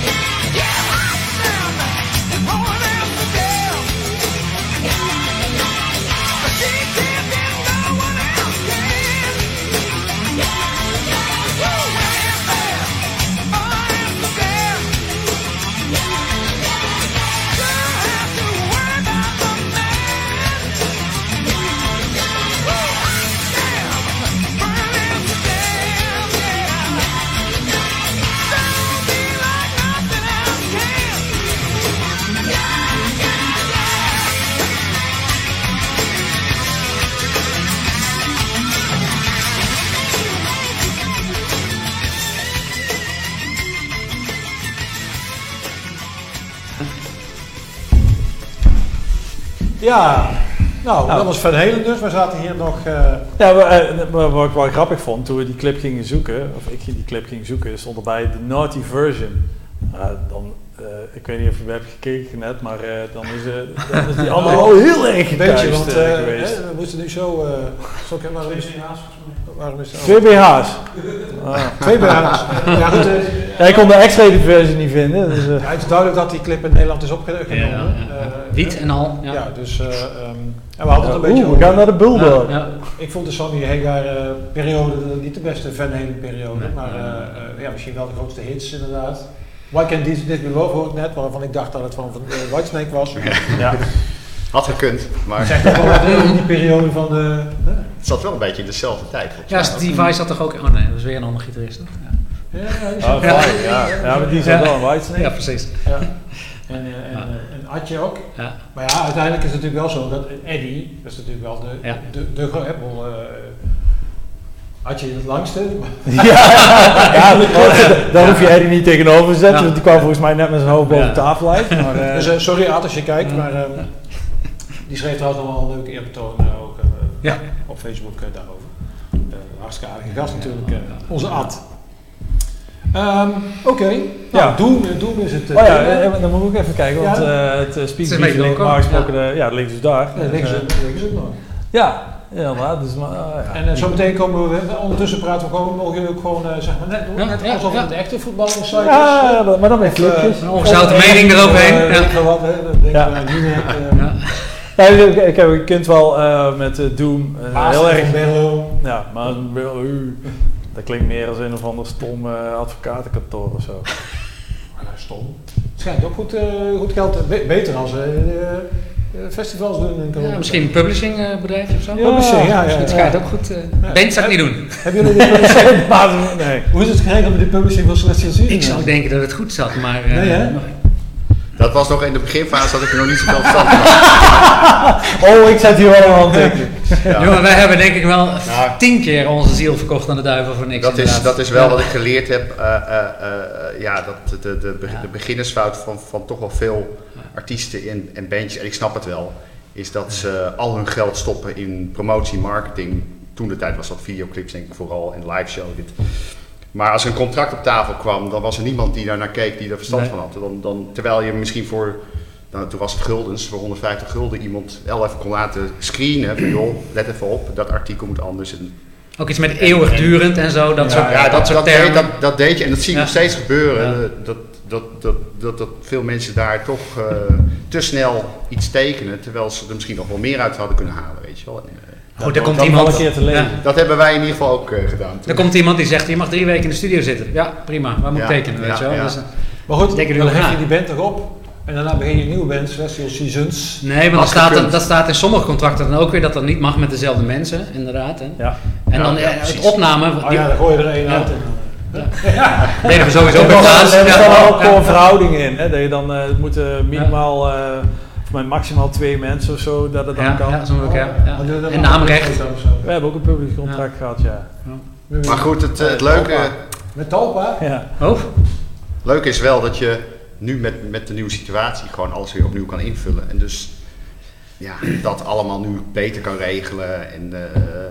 Ja, nou, Nou. dat was Van Halen dus. We zaten hier nog... Uh... Ja, wat, uh, wat ik wel grappig vond, toen we die clip gingen zoeken, of ik die clip ging zoeken, stond erbij de naughty version. Uh, dan, uh, ik weet niet of je hebt gekeken net, maar uh, dan, is, uh, dan is die andere al heel erg Een beetje, gekuist, want uh, uh, geweest. hè, we moeten nu zo... Uh, zo waarom is, waarom is Twee B H's. Ah. Twee B H's. Ja, goed, uh, ja, ik kon de X-rated versie niet vinden. Dus, uh. ja, het is duidelijk dat die clip in Nederland is opgenomen. Ja, ja, ja. Wiet en al. Ja, ja dus... Uh, um, en we hadden het Ja, een beetje oeh, we gaan naar de Bulldog. Ja, ja. Ik vond de Sammy Hagar uh, periode niet de beste Van Halen periode, Nee. maar uh, uh, ja, misschien wel de grootste hits inderdaad. Why Can't This, This Be Love hoor ik net, waarvan ik dacht dat het van, van uh, Whitesnake was. Ja. Had gekund, maar Zeg toch wel wat in die periode van de... Uh, het zat wel een beetje in dezelfde tijd. volgens Ja, mij. Steve Vai zat toch ook... Oh nee, dat was weer een andere gitarist, toch? Ja, ja, ja, die Oh, zat- fijn, ja. Ja, maar die zat wel een Whitesnake. ja precies. ja. En, uh, en, uh, en Adje ook. Ja. Maar ja, uiteindelijk is het natuurlijk wel zo dat Eddie, dat is natuurlijk wel de, Ja. de, de, de, de uh, Adje het langste. Ja, ja, dat- daar hoef je Eddie niet tegenover te zetten. Ja. want Die kwam volgens mij net met zijn hoofd boven Ja. de tafel uit. Maar, uh, Dus uh, sorry Ad als je kijkt, Ja. maar um, die schreef trouwens nog wel een leuke eerbetoon uh, ook uh, Ja. op Facebook uh, daarover. Uh, hartstikke aardige gast natuurlijk, uh, onze Ad. Um, Oké, okay. nou, Ja. Doom, Doom is het. Uh, oh ja, thema. eh, dan moet ik ook even kijken, want Ja. uh, het uh, Het is een speakbriefje beetje ligt loco. normaal gesproken, Ja. de- ja, dat ligt dus daar. Ja, liggen ze, Uh, liggen ze ook nog. ja, inderdaad. Dus, maar, uh, ja. En uh, zo meteen komen we, ondertussen praten we gewoon, mogen jullie ook gewoon uh, zeg maar net doen, Ja, net ja, alsof ja. het echte voetballers zijn. Ja, ja, maar dan met clipjes. Een ongezouten mening eroverheen. Uh, Ja. weet je wat, hè, dat denken Ja. we aan Gina, uh, Ja. Ja, ik, ik, je kunt wel uh, met uh, Doom uh, Maas heel en erg... Bello. Ja, maar wel, uh, dat klinkt meer als een of ander stom uh, advocatenkantoor of zo. Ja, stom. Het schijnt ook goed, uh, goed geld, be- beter dan ze uh, uh, festivals doen. In Ja, misschien een publishingbedrijf of zo. Ja. Publishing, ja, ja. Het ja. schijnt ook goed. Uh, Ja. Band zou ik niet doen. Hebben jullie de publishing? Maar, nee. Hoe is het geregeld met de publishing van Celestial Season? Ik zou denken dat het goed zat, maar... Uh, Nee, hè? Dat was nog in de beginfase dat ik er nog niet zoveel verstand van had. Oh, ik zet hier wel een handtekening. Ja. Jongen, wij hebben denk ik wel Ja. tien keer onze ziel verkocht aan de duivel voor niks. Dat is, inderdaad. dat is wel Ja. wat ik geleerd heb. uh, uh, uh, ja, dat de, de, de, Ja. de beginnersfout van, van toch wel veel artiesten en, en bandjes, en ik snap het wel, is dat ze al hun geld stoppen in promotie, marketing. Toen de tijd was dat videoclips denk ik vooral en live show. Dit. Maar als er een contract op tafel kwam, dan was er niemand die daar naar keek die er verstand Nee. van had. Dan, dan, terwijl je misschien voor, nou, toen was het guldens, voor honderdvijftig gulden iemand wel even kon laten screenen. Van joh, let even op, dat artikel moet anders. En, Ook iets met eeuwigdurend en zo, dat Ja, soort, ja, dat, dat, soort dat, termen. deed, dat, dat deed je en dat zie je Ja. nog steeds gebeuren. Ja. Dat, dat, dat, dat, dat veel mensen daar toch uh, te snel iets tekenen, terwijl ze er misschien nog wel meer uit hadden kunnen halen, weet je wel. En, uh, Goed, er komt Dat wel iemand... een keer te lezen. Ja. dat hebben wij in ieder geval ook uh, gedaan. Er komt iemand die zegt, je mag drie weken in de studio zitten. Ja, prima, waar moet ik Ja, tekenen, weet ja, je wel. ja. Dus, uh, Maar goed, Denk er dan over hef na. je die band erop en daarna begin je een nieuwe band, Celestial Seasons. nee, maar dat Had staat, gekund. dat staat in sommige contracten dan ook weer dat dat niet mag met dezelfde mensen, inderdaad. Hè. Ja. En dan Ja, ja, eh, het precies. opname, Oh die ja, dan gooi je er één Ja. uit. En, deden we sowieso Er bij Klaas. staan Ja. ook gewoon verhoudingen in. Hè? Dat je dan, uh, het moeten minimaal, uh, voor mij maximaal twee mensen of zo, dat het dan Ja, kan. ja, soms ook, ja. ja. Maar doe dat En maar naamrecht. met foto of zo. We hebben ook een publiek contract gehad, ja. Maar goed, het, uh, het leuke, Met Talpa? ja. Oh, leuke is wel dat je nu met, met de nieuwe situatie gewoon alles weer opnieuw kan invullen. En dus ja, dat allemaal nu beter kan regelen. En, uh,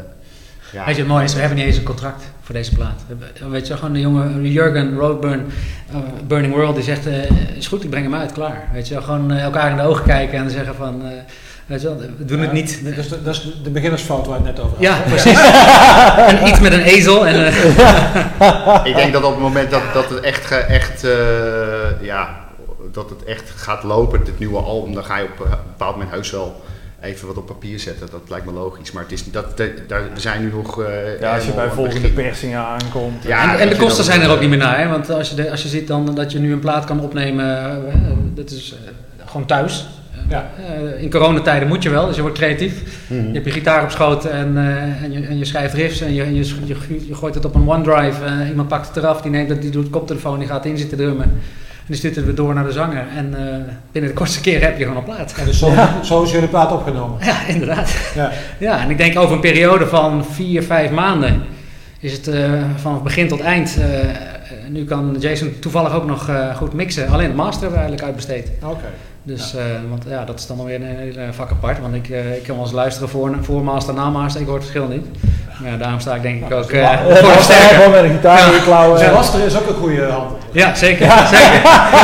ja. weet je wat mooi is? We hebben niet eens een contract voor deze plaat. We hebben- Weet je, gewoon de jonge Jurgen Roadburn, uh, Burning World, die zegt, uh, is goed, ik breng hem uit, klaar. Weet je, gewoon uh, elkaar in de ogen kijken en zeggen van, uh, Weet je wel, we doen het Ja, niet. Dat is, de, dat is de beginnersfout waar je het net over had. Ja, precies. En iets met een ezel. En, uh, Ik denk dat op het moment dat, dat het echt, ge- echt, uh, ja, dat het echt gaat lopen, dit nieuwe album, dan ga je op een bepaald moment heus wel even wat op papier zetten. Dat lijkt me logisch. Maar het is, dat, de, daar, we zijn nu nog... Uh, Ja, als je bij volgende begin. persingen aankomt. Ja, en, en dat de je kosten dan- zijn er ook niet meer naar. Hè? Want als je, de, als je ziet dan dat je nu een plaat kan opnemen, uh, dat is uh, gewoon thuis. Ja. Uh, in coronatijden moet je wel, dus je wordt creatief. Mhm. Je hebt je gitaar op schoot en, uh, en, je, en je schrijft riffs en je, je, je, je gooit het op een OneDrive. Uh, iemand pakt het eraf, die neemt het, die doet koptelefoon, die gaat in zitten drummen. En die stuurt het weer door naar de zanger. En uh, binnen de kortste keer heb je gewoon een plaat. Ja, dus zo, zo is jullie plaat opgenomen. Ja, inderdaad. Ja. Ja, en ik denk over een periode van vier, vijf maanden is het uh, van begin tot eind. Uh, nu kan Jason toevallig ook nog uh, goed mixen. Alleen de master hebben we eigenlijk uitbesteed. Oké. Dus, ja. Uh, want ja, dat is dan alweer een hele vak apart. Want ik, uh, ik kan wel eens luisteren voor, voor master, na master. Ik hoor het verschil niet. Maar ja, daarom sta ik denk ik Ja, ook dus uh, de voor de sterker. Gewoon met een gitaar in je klauwen. Zijn master is ook een goede hand. Ja, zeker. zeker.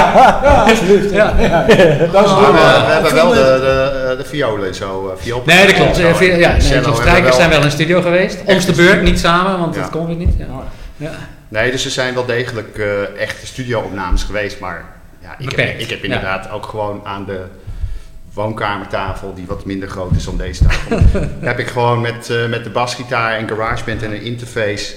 Ja, alsjeblieft. Ja. Ja. Dat is Maar goed. we, Ja. we hebben Ik wel vind de, het- de, de violen zo. Uh, viool Nee, dat klopt. Zo, Ja, ja, ja, nee, cello de hebben strijkers we zijn wel in de studio geweest. Om de beurt, niet samen, want Ja. dat kon weer niet. Ja. Ja. Nee, dus er zijn wel degelijk uh, echte studio-opnames geweest, maar ja, ik, heb, Beperkt. ik heb Ja. inderdaad ook gewoon aan de woonkamertafel, die wat minder groot is dan deze tafel, heb ik gewoon met, uh, met de basgitaar en GarageBand en een interface.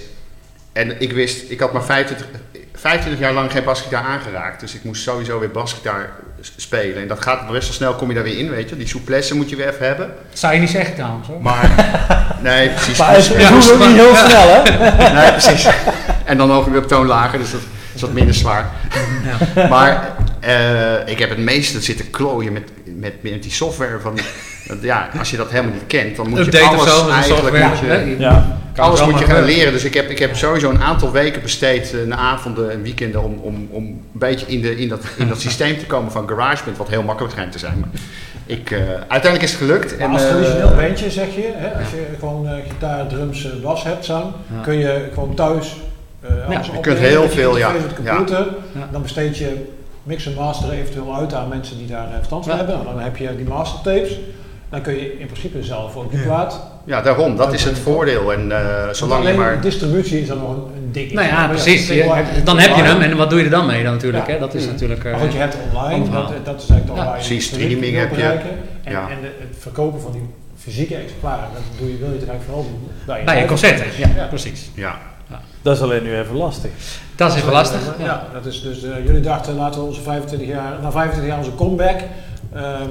En ik wist, ik had maar vijfentwintig, vijfentwintig jaar lang geen basgitaar aangeraakt, dus ik moest sowieso weer basgitaar spelen. En dat gaat best wel snel, kom je daar weer in, weet je. Die souplesse moet je weer even hebben. Dat zou je niet zeggen trouwens hoor. Maar, nee, precies. Maar het Ja, doet ook maar- niet heel ja. snel, hè? Nee, precies. En dan ook weer op toon lager, dus dat is wat minder zwaar. Ja. Maar uh, ik heb het meeste zitten klooien met, met, met die software van... Ja, als je dat helemaal niet kent, dan moet je Update of alles zo, met een eigenlijk... software. Moet je, hè? Ja. Kan alles wel moet je maar gaan gebeuren. leren. Dus ik heb, ik heb sowieso een aantal weken besteed, uh, avonden en weekenden, om, om, om een beetje in, de, in, dat, in dat systeem te komen van GarageBand, wat heel makkelijk schijnt te zijn. Maar ik, uh, uiteindelijk is het gelukt. Maar En, als uh, traditioneel bandje zeg je, hè, als je gewoon uh, gitaar, drums, uh, bas hebt zang, Ja. kun je gewoon thuis uh, alles je opnemen kunt heel met je veel, ja. interface met de computer. Ja. Dan besteed je mix en master eventueel uit aan mensen die daar uh, verstand van Ja. hebben. Dan heb je die mastertapes. Dan kun je in principe zelf ook die Ja. plaat. ja, daarom. Dat is het voordeel. En uh, zolang je Alleen maar... distributie is dan nog een, een ding. Nou ja, Maar precies. single Je- heb dan heb je online. hem en wat doe je er dan mee dan natuurlijk? Ja. Hè? Dat is Mm. natuurlijk... uh, Maar goed, je hebt online, ander dat, verhaal. dat is eigenlijk Ja, al waar je precies, het publiek streaming wil heb je. bereiken. En, Ja. en de, het verkopen van die fysieke exemplaren, dat doe je, wil je het eigenlijk vooral doen bij je, bij je concerten. Ja, Ja. precies. Ja. Dat is alleen nu even lastig. Dat is even lastig. Ja, Ja. dat is dus, uh, jullie dachten laten we onze vijfentwintig jaar, na vijfentwintig jaar onze comeback, um,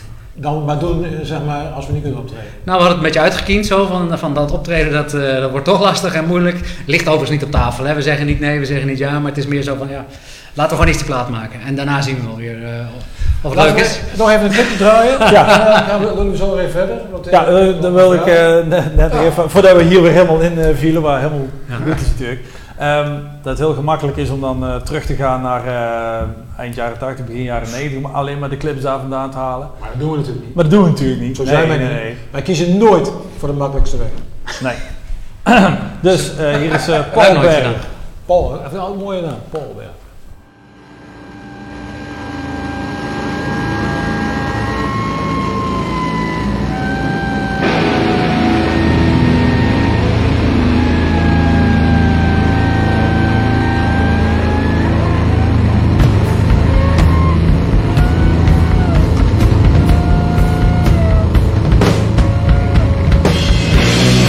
dan maar doen uh, zeg maar als we niet kunnen optreden. Nou, we hadden het een beetje uitgekiend zo van, van dat optreden, dat, uh, dat wordt toch lastig en moeilijk. Ligt overigens niet op tafel, hè. We zeggen niet nee, we zeggen niet ja, maar het is meer zo van ja, laten we gewoon eens die plaat maken. En daarna zien we wel weer uh, of het Laten leuk we is. nog even een clipje draaien. Ja. Ja. Dan willen we zo weer verder. Want, uh, Ja, eh, dan wil ik eh, net, net Ja. even, voordat we hier weer helemaal in eh, vielen, waar helemaal Ja. goed is natuurlijk. Ehm, dat het heel gemakkelijk is om dan uh, terug te gaan naar uh, eind jaren tachtig, begin jaren negentig, maar alleen maar de clips daar vandaan te halen. Maar dat doen we natuurlijk niet. Maar dat doen we natuurlijk niet. Zo zijn wij nee, niet. nee, Wij kiezen nooit voor de makkelijkste weg. nee. nee. Dus uh, hier is uh, Wij Paul nooit Berg. gedaan. Paul, hè? Even een mooie naam. Paul, ja.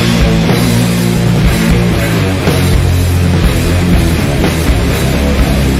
Thank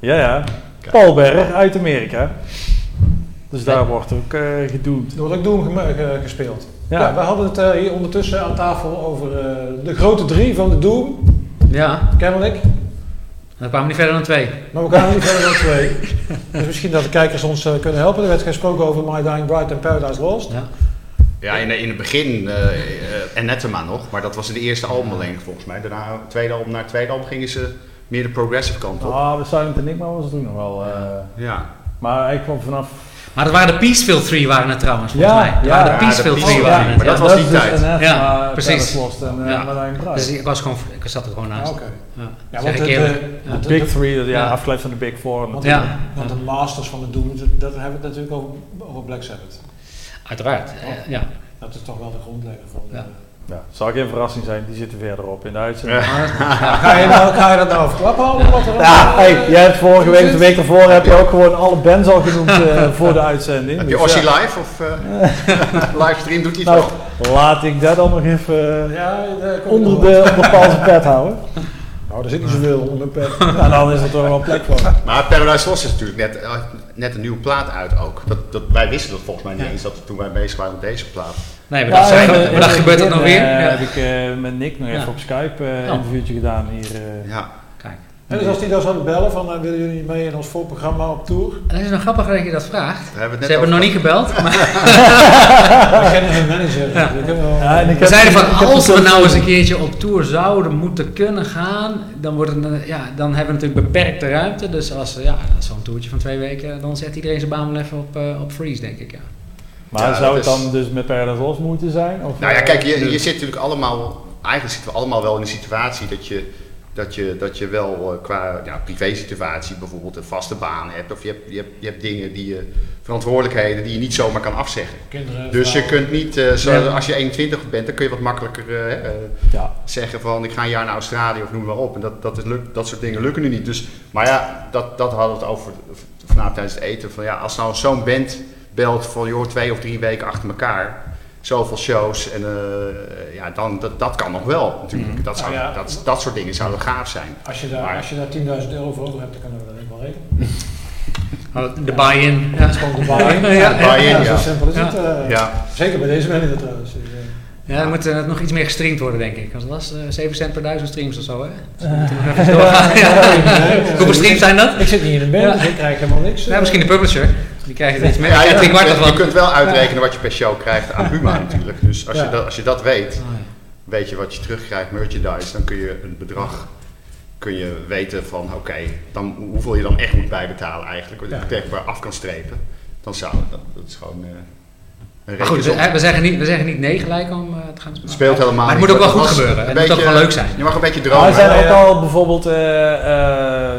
Ja, ja. Paul Berg uit Amerika. Dus daar wordt ook uh, gedoemd. Er wordt ook Doom ge- ge- gespeeld. Ja. Ja, we hadden het uh, hier ondertussen aan tafel over uh, de grote drie van de Doom. Ja, Kennelijk. dan kwamen we niet verder dan twee. Maar we gaan niet verder dan twee. Dus misschien dat de kijkers ons uh, kunnen helpen. Er werd gesproken over My Dying Bride en Paradise Lost. Ja. Ja, in, in het begin, uh, uh, Anathema nog, maar dat was in de eerste album alleen volgens mij. Daarna, het tweede album, naar het tweede album gingen ze meer de progressive kant op. Ah, bij Silent Enigma was het toen nog wel. Uh, Ja. Maar ik kwam vanaf... Maar dat waren de Peaceville Three waren het trouwens, volgens Ja, mij. Dat ja, waren de ja, Peaceville de Three Peaceville waren Three, het. maar dat ja. was die is dus tijd. Anathema, Ja, precies. Paradise Lost en uh, Ja. My Dying Bride. Dus ik was gewoon, ik zat er gewoon naast. Ah, oké. Ja. Ja, Zeg want ik het, eerlijk. uh, Ja. De Big Three, dat, ja, Ja. afgeleid van de Big Four. Want, Ja. de, want de masters van de Doom, dat, dat hebben we het natuurlijk over, over Black Sabbath. Uiteraard, eh, ja. Dat is toch wel de grondlegger van de... Ja. Ja, zou geen verrassing zijn, die zitten verderop in de uitzending. Ja. Maar- Ga, je nou, ga je dat nou verklappen? Ja. Wat er Ja, uh, hey, jij hebt vorige week, de week ervoor, heb je ook gewoon alle bands al genoemd uh, voor de uitzending. Heb je Dus Ossie ja. live of uh, livestream doet hij Nou, toch? laat ik dat dan nog even uh, Ja, daar kom onder ik de, nog onder Paul's pet houden. wel. Nou, er zit niet zoveel onder mijn pet. Nou, dan is er toch wel plek voor. Maar Paradise Lost is natuurlijk net, uh, net een nieuwe plaat uit ook. Dat, dat, wij wisten dat volgens mij niet Ja. eens dat toen wij bezig waren met deze plaat. Nee, maar Ja, dat, zijn, in- maar in- dat in- gebeurt dat nog in, weer. uh, Ja. heb ik uh, met Nick nog Ja. even op Skype uh, een Oh. interviewtje gedaan hier. Uh, Ja. Kijk. En dus als die dan zouden bellen van, uh, willen jullie mee in ons voorprogramma op tour? Het is nog grappig dat je dat vraagt. Daar hebben we Ze het net hebben nog over niet gebeld. Maar We kennen hun manager. Ja. Die kunnen wel- Ja, en ik we heb- zeiden ik van, heb als we het- nou eens een keertje op tour zouden moeten kunnen gaan, dan, wordt het, een- ja, dan hebben we natuurlijk beperkte ruimte. Dus als ja, zo'n toertje van twee weken, dan zet iedereen zijn baan wel even op, uh, op freeze, denk ik. Ja. Maar Ja, zou dat het is- dan dus met Paradise Lost moeten zijn? Of, Nou ja, uh, kijk, je, dus- je zit natuurlijk allemaal, eigenlijk zitten we allemaal wel in een situatie dat je, dat je, dat je wel uh, qua ja, privé-situatie bijvoorbeeld een vaste baan hebt. Of je hebt, je hebt, je hebt dingen die je, verantwoordelijkheden die je niet zomaar kan afzeggen. Kinderen, Dus je vrouwen. kunt niet, uh, zo, Ja. als je eenentwintig bent, dan kun je wat makkelijker uh, uh, Ja. zeggen van ik ga een jaar naar Australië of noem maar op. En dat, dat, is lukt, dat soort dingen lukken nu niet. Dus, maar ja, dat, dat hadden we het over vanavond tijdens het eten. Van, ja, als nou zo'n band belt van joh, twee of drie weken achter elkaar, zoveel shows, en, uh, ja, dan, dat, dat kan nog wel natuurlijk. Mhm. Dat, zou, Nou ja. dat, dat soort dingen zouden gaaf zijn. Als je daar, Maar- als je daar tienduizend euro voor over hebt, dan kunnen we dat denk ik wel regelen. De buy-in. Ja. Dat is gewoon de buy-in. Ja, Ja, ja, buy-in, ja, zo ja. simpel is Ja. het. uh, Ja, Zeker bij deze manager trouwens. Dus, uh, Ja, dan moet uh, nog iets meer gestreamd worden, denk ik. Als dat was uh, zeven cent per duizend streams of zo, hè? Dus we moeten nog even doorgaan. Ja. Hoeveel streams zijn dat? ik zit niet in een band, Ja. dus ik krijg helemaal niks. Ja, misschien de publisher. Die krijgen er iets meer. ja, Ja, ja, drie kwart je, ervan. je kunt wel uitrekenen wat je per show krijgt aan Buma natuurlijk. Dus als, Ja. je dat, als je dat weet, Oh, ja. weet je wat je terugkrijgt, merchandise, dan kun je een bedrag kun je weten van oké, okay, dan hoeveel je dan echt moet bijbetalen eigenlijk, wat je Ja. tegenwoordig af kan strepen. Dan zou dat, dat is gewoon uh, een Maar goed, rekensom. we, we, zeggen niet, we zeggen niet nee gelijk om uh, te gaan Het speelt helemaal Maar het niet. moet ook wel Dat goed was gebeuren. een Het moet ook beetje- wel leuk zijn. Je mag een beetje Maar dromen. er zijn hè? ook al bijvoorbeeld uh, uh,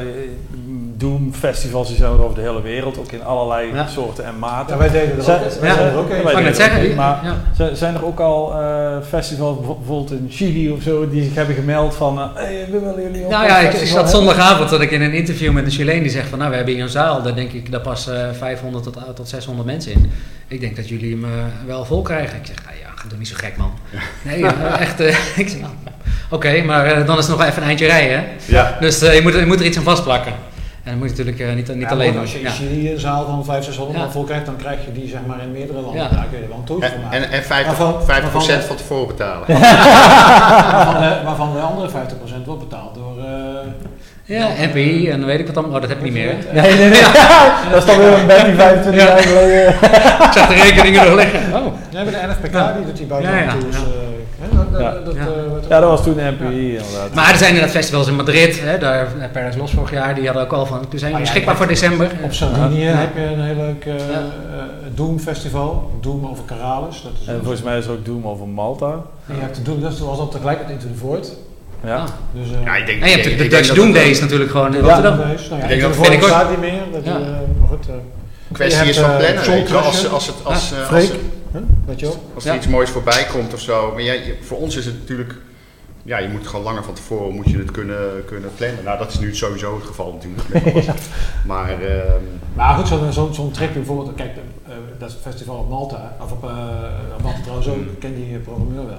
Doom festivals die zijn er over de hele wereld, ook in allerlei Ja. soorten en maten. Ja, wij deden er Zijn- ook. ja, Wij zijn er ook ja, een. wij Ik wou net deden zeggen, ook, maar ja. zijn- zijn er ook al uh, festivals, bijvoorbeeld in Chili of zo, die zich hebben gemeld van, uh, hey, we willen jullie ook Nou een ja, ik, ik festival zat hebben? zondagavond dat ik in een interview met een Chileen die zegt van nou we hebben hier een zaal, daar denk ik daar passen vijfhonderd tot, tot zeshonderd mensen in. Ik denk dat jullie hem uh, wel vol krijgen. Ik zeg ah, ja, doe niet zo gek man. Nee, uh, echt. Uh, ik zeg nou, oké, okay, maar uh, dan is het nog even een eindje rijden. Hè? Ja. Dus uh, je, moet, je moet er iets aan vastplakken. En dan moet je natuurlijk uh, niet, niet Ja, alleen maar doen. als je in Ja. Chili een zaal van vijfhonderd, zeshonderd Ja. man vol krijgt, dan krijg je die zeg maar in meerdere landen. Ja. Daar kun je er wel een tour van En, maken. en, en vijftig Waarvan- procent waarvan- van tevoren betalen. waarvan, de, waarvan de andere vijftig procent wordt betaald door... uh, Ja, N P I en weet ik wat allemaal. Oh, dat heb ik niet meer. Hè? Nee, nee, nee. Dat is dan weer een band die vijfentwintig jaar geleden. Ik zag de rekeningen nog liggen. Oh. Ja, bij de N F P K Ja. die doet die Ja, buitenlandse ja, tours. ja. uh, hè, dat, dat, Ja. dat, Ja. uh, wordt- Ja, dat was toen de N P I inderdaad. Maar er zijn inderdaad festivals in Madrid, hè, daar Paradise Lost vorig jaar, die hadden ook al van, die zijn Ah, ja, beschikbaar ja. voor december. Op Sardinië Ja. heb je een heel leuk uh, Ja. uh, Doom festival, Doom over Caralis. Dat is En volgens mij is er ook Doom over Malta. En je hebt de Doom, dat was dan tegelijkertijd Into the Void. Ja. Ah. Dus, uh, Ja, ik denk, En je hebt ik denk- de ik Dutch denk Doom dat het Days natuurlijk gewoon in Ja. Rotterdam. Nou ja, Ik denk Into dat the vind Void ik ook- bestaat niet meer. Dat, Ja. uh, maar goed, uh, een kwestie je is hebt, van uh, plannen. Soul Weet je wel, als, Crusher. als, het, als, uh, als, Freek, er- huh? Weet je wel? als er Ja. iets moois voorbij komt of zo. Maar ja, je- voor ons is het natuurlijk... Ja, je moet gewoon langer van tevoren moet je het kunnen, kunnen plannen. Nou, dat is nu sowieso het geval natuurlijk. Met alles. Maar... ehm, Maar goed, zo'n zo'n zo'n tripje bijvoorbeeld, kijk, uh, dat festival op Malta, of op uh, Malta trouwens ook, ik ken die uh, programmeur wel.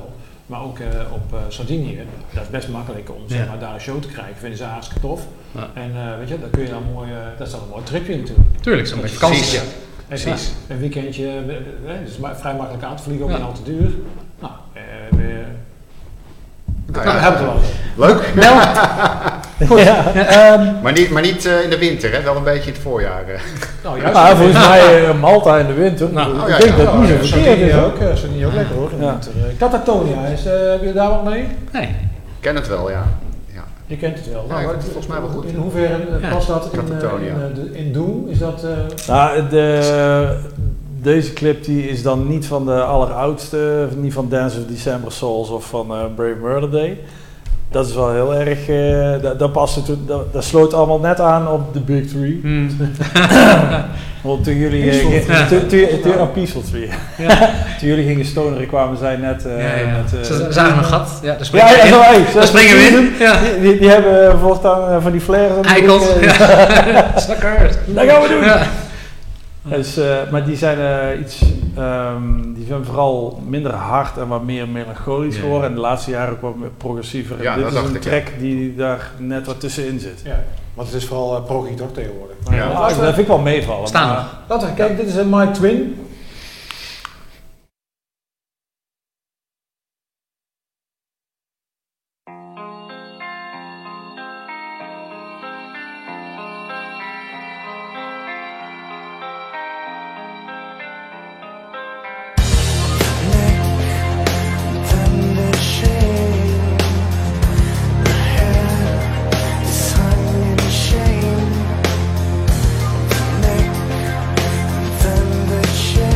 maar ook uh, op uh, Sardinië. Dat is best makkelijk om zeg maar, daar een show te krijgen. Vinden ze hartstikke tof. Ja. En uh, weet je, dan kun je dan mooi, uh, dat is dan een mooi tripje natuurlijk. Tuurlijk, zo'n beetje vakantie. Ja. Precies. Ja, een weekendje, uh, dus ma- vrij makkelijk aan te vliegen, ook niet ja. al te duur. Nou, uh, we, nou, ja, we hebben het wel. Leuk. Goed. Ja. Um, maar niet, maar niet uh, in de winter, hè? Wel een beetje in het voorjaar. Uh. Nou, juist ah, volgens mij uh, Malta in de winter. Nou, oh, ik ja, denk ja, dat ja, niet zo ja, verkeerd is. Ook, uh, Sardinië ook lekker hoor. In ja. winter. Uh, Catatonia, is, uh, heb je daar wat mee? Nee. Ik ken het wel, ja. ja. Je kent het wel. Ja, nou, het volgens mij wel goed. In hoeverre uh, past ja. dat in, uh, in, uh, in Doom? Is dat... Uh... Nou, de... Deze clip die is dan niet van de alleroudste, niet van Dance of December Souls of van uh, Brave Murder Day. Dat is wel heel erg, uh, dat, dat past het, dat, dat sloot allemaal net aan op de Big Three. Mm. Want toen jullie Peaceful uh, Three. Toen, toen, toen, oh, Peaceful Three. Ja. Toen jullie gingen stoneren kwamen zij net uh, ja, ja. met... Uh, Ze zagen een gat, ja, daar springen ja, we ja, in. Zo, daar springen we in. Ja. Die, die, die hebben voortaan uh, van die flares. Eikels. Ja. Snakkers. Dat gaan we doen. Ja. Dus, uh, maar die zijn uh, iets, um, die zijn vooral minder hard en wat meer melancholisch ja. geworden. En de laatste jaren ook wat meer progressiever. Ja, en dit is een ik, track ja. die daar net wat tussenin zit. Ja, want het is vooral uh, proggy toch tegenwoordig. Ja, ja. Nou, dat vind ik wel meevallen. Staan maar, laten we kijken, dit is een My Twin. Shame.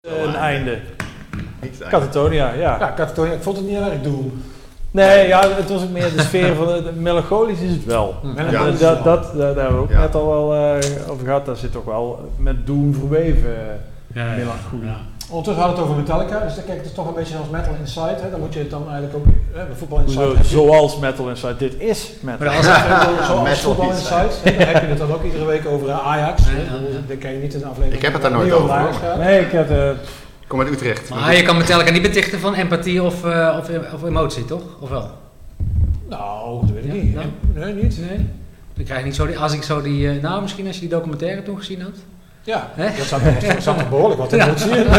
een einde. Niet het Catatonia, ja. Ja, Catatonia, ik vond het niet heel erg doen. Nee, ja, het was ook meer de sfeer van de, de melancholisch is het wel. Ja. Ja. Dat, dat, dat, daar hebben we ook Ja. net al wel uh, over gehad. Daar zit toch wel met doen verweven uh, Ja, ja, melancholie. ja. Ondertussen hadden we het over Metallica, dus dan kijk, het is toch een beetje als Metal Inside. Hè? Dan moet je het dan eigenlijk ook, hè, bij Voetbal Inside. Zo, heb je- zoals Metal Inside. Dit is Metal. Maar als Zoals Metal Voetbal Inside. Inside, hè, dan heb je het dan ook iedere week over uh, Ajax. Ja, hè. ja, ja. Dan kan je niet in de aflevering. Ik heb het daar nooit niet over, Ajax hoor. gaat. Nee, ik heb uh, Ik kom uit Utrecht. Maar je kan Metallica niet betichten van empathie of, uh, of, of emotie, toch? Of wel? Nou, dat weet ik Ja, niet. nou. Nee, niet. Nee. Ik krijg niet zo die, als ik zo die, uh, nou misschien als je die documentaire toen gezien had. Ja, Hè? dat zat, dat zat er behoorlijk wat Ja. emotie in.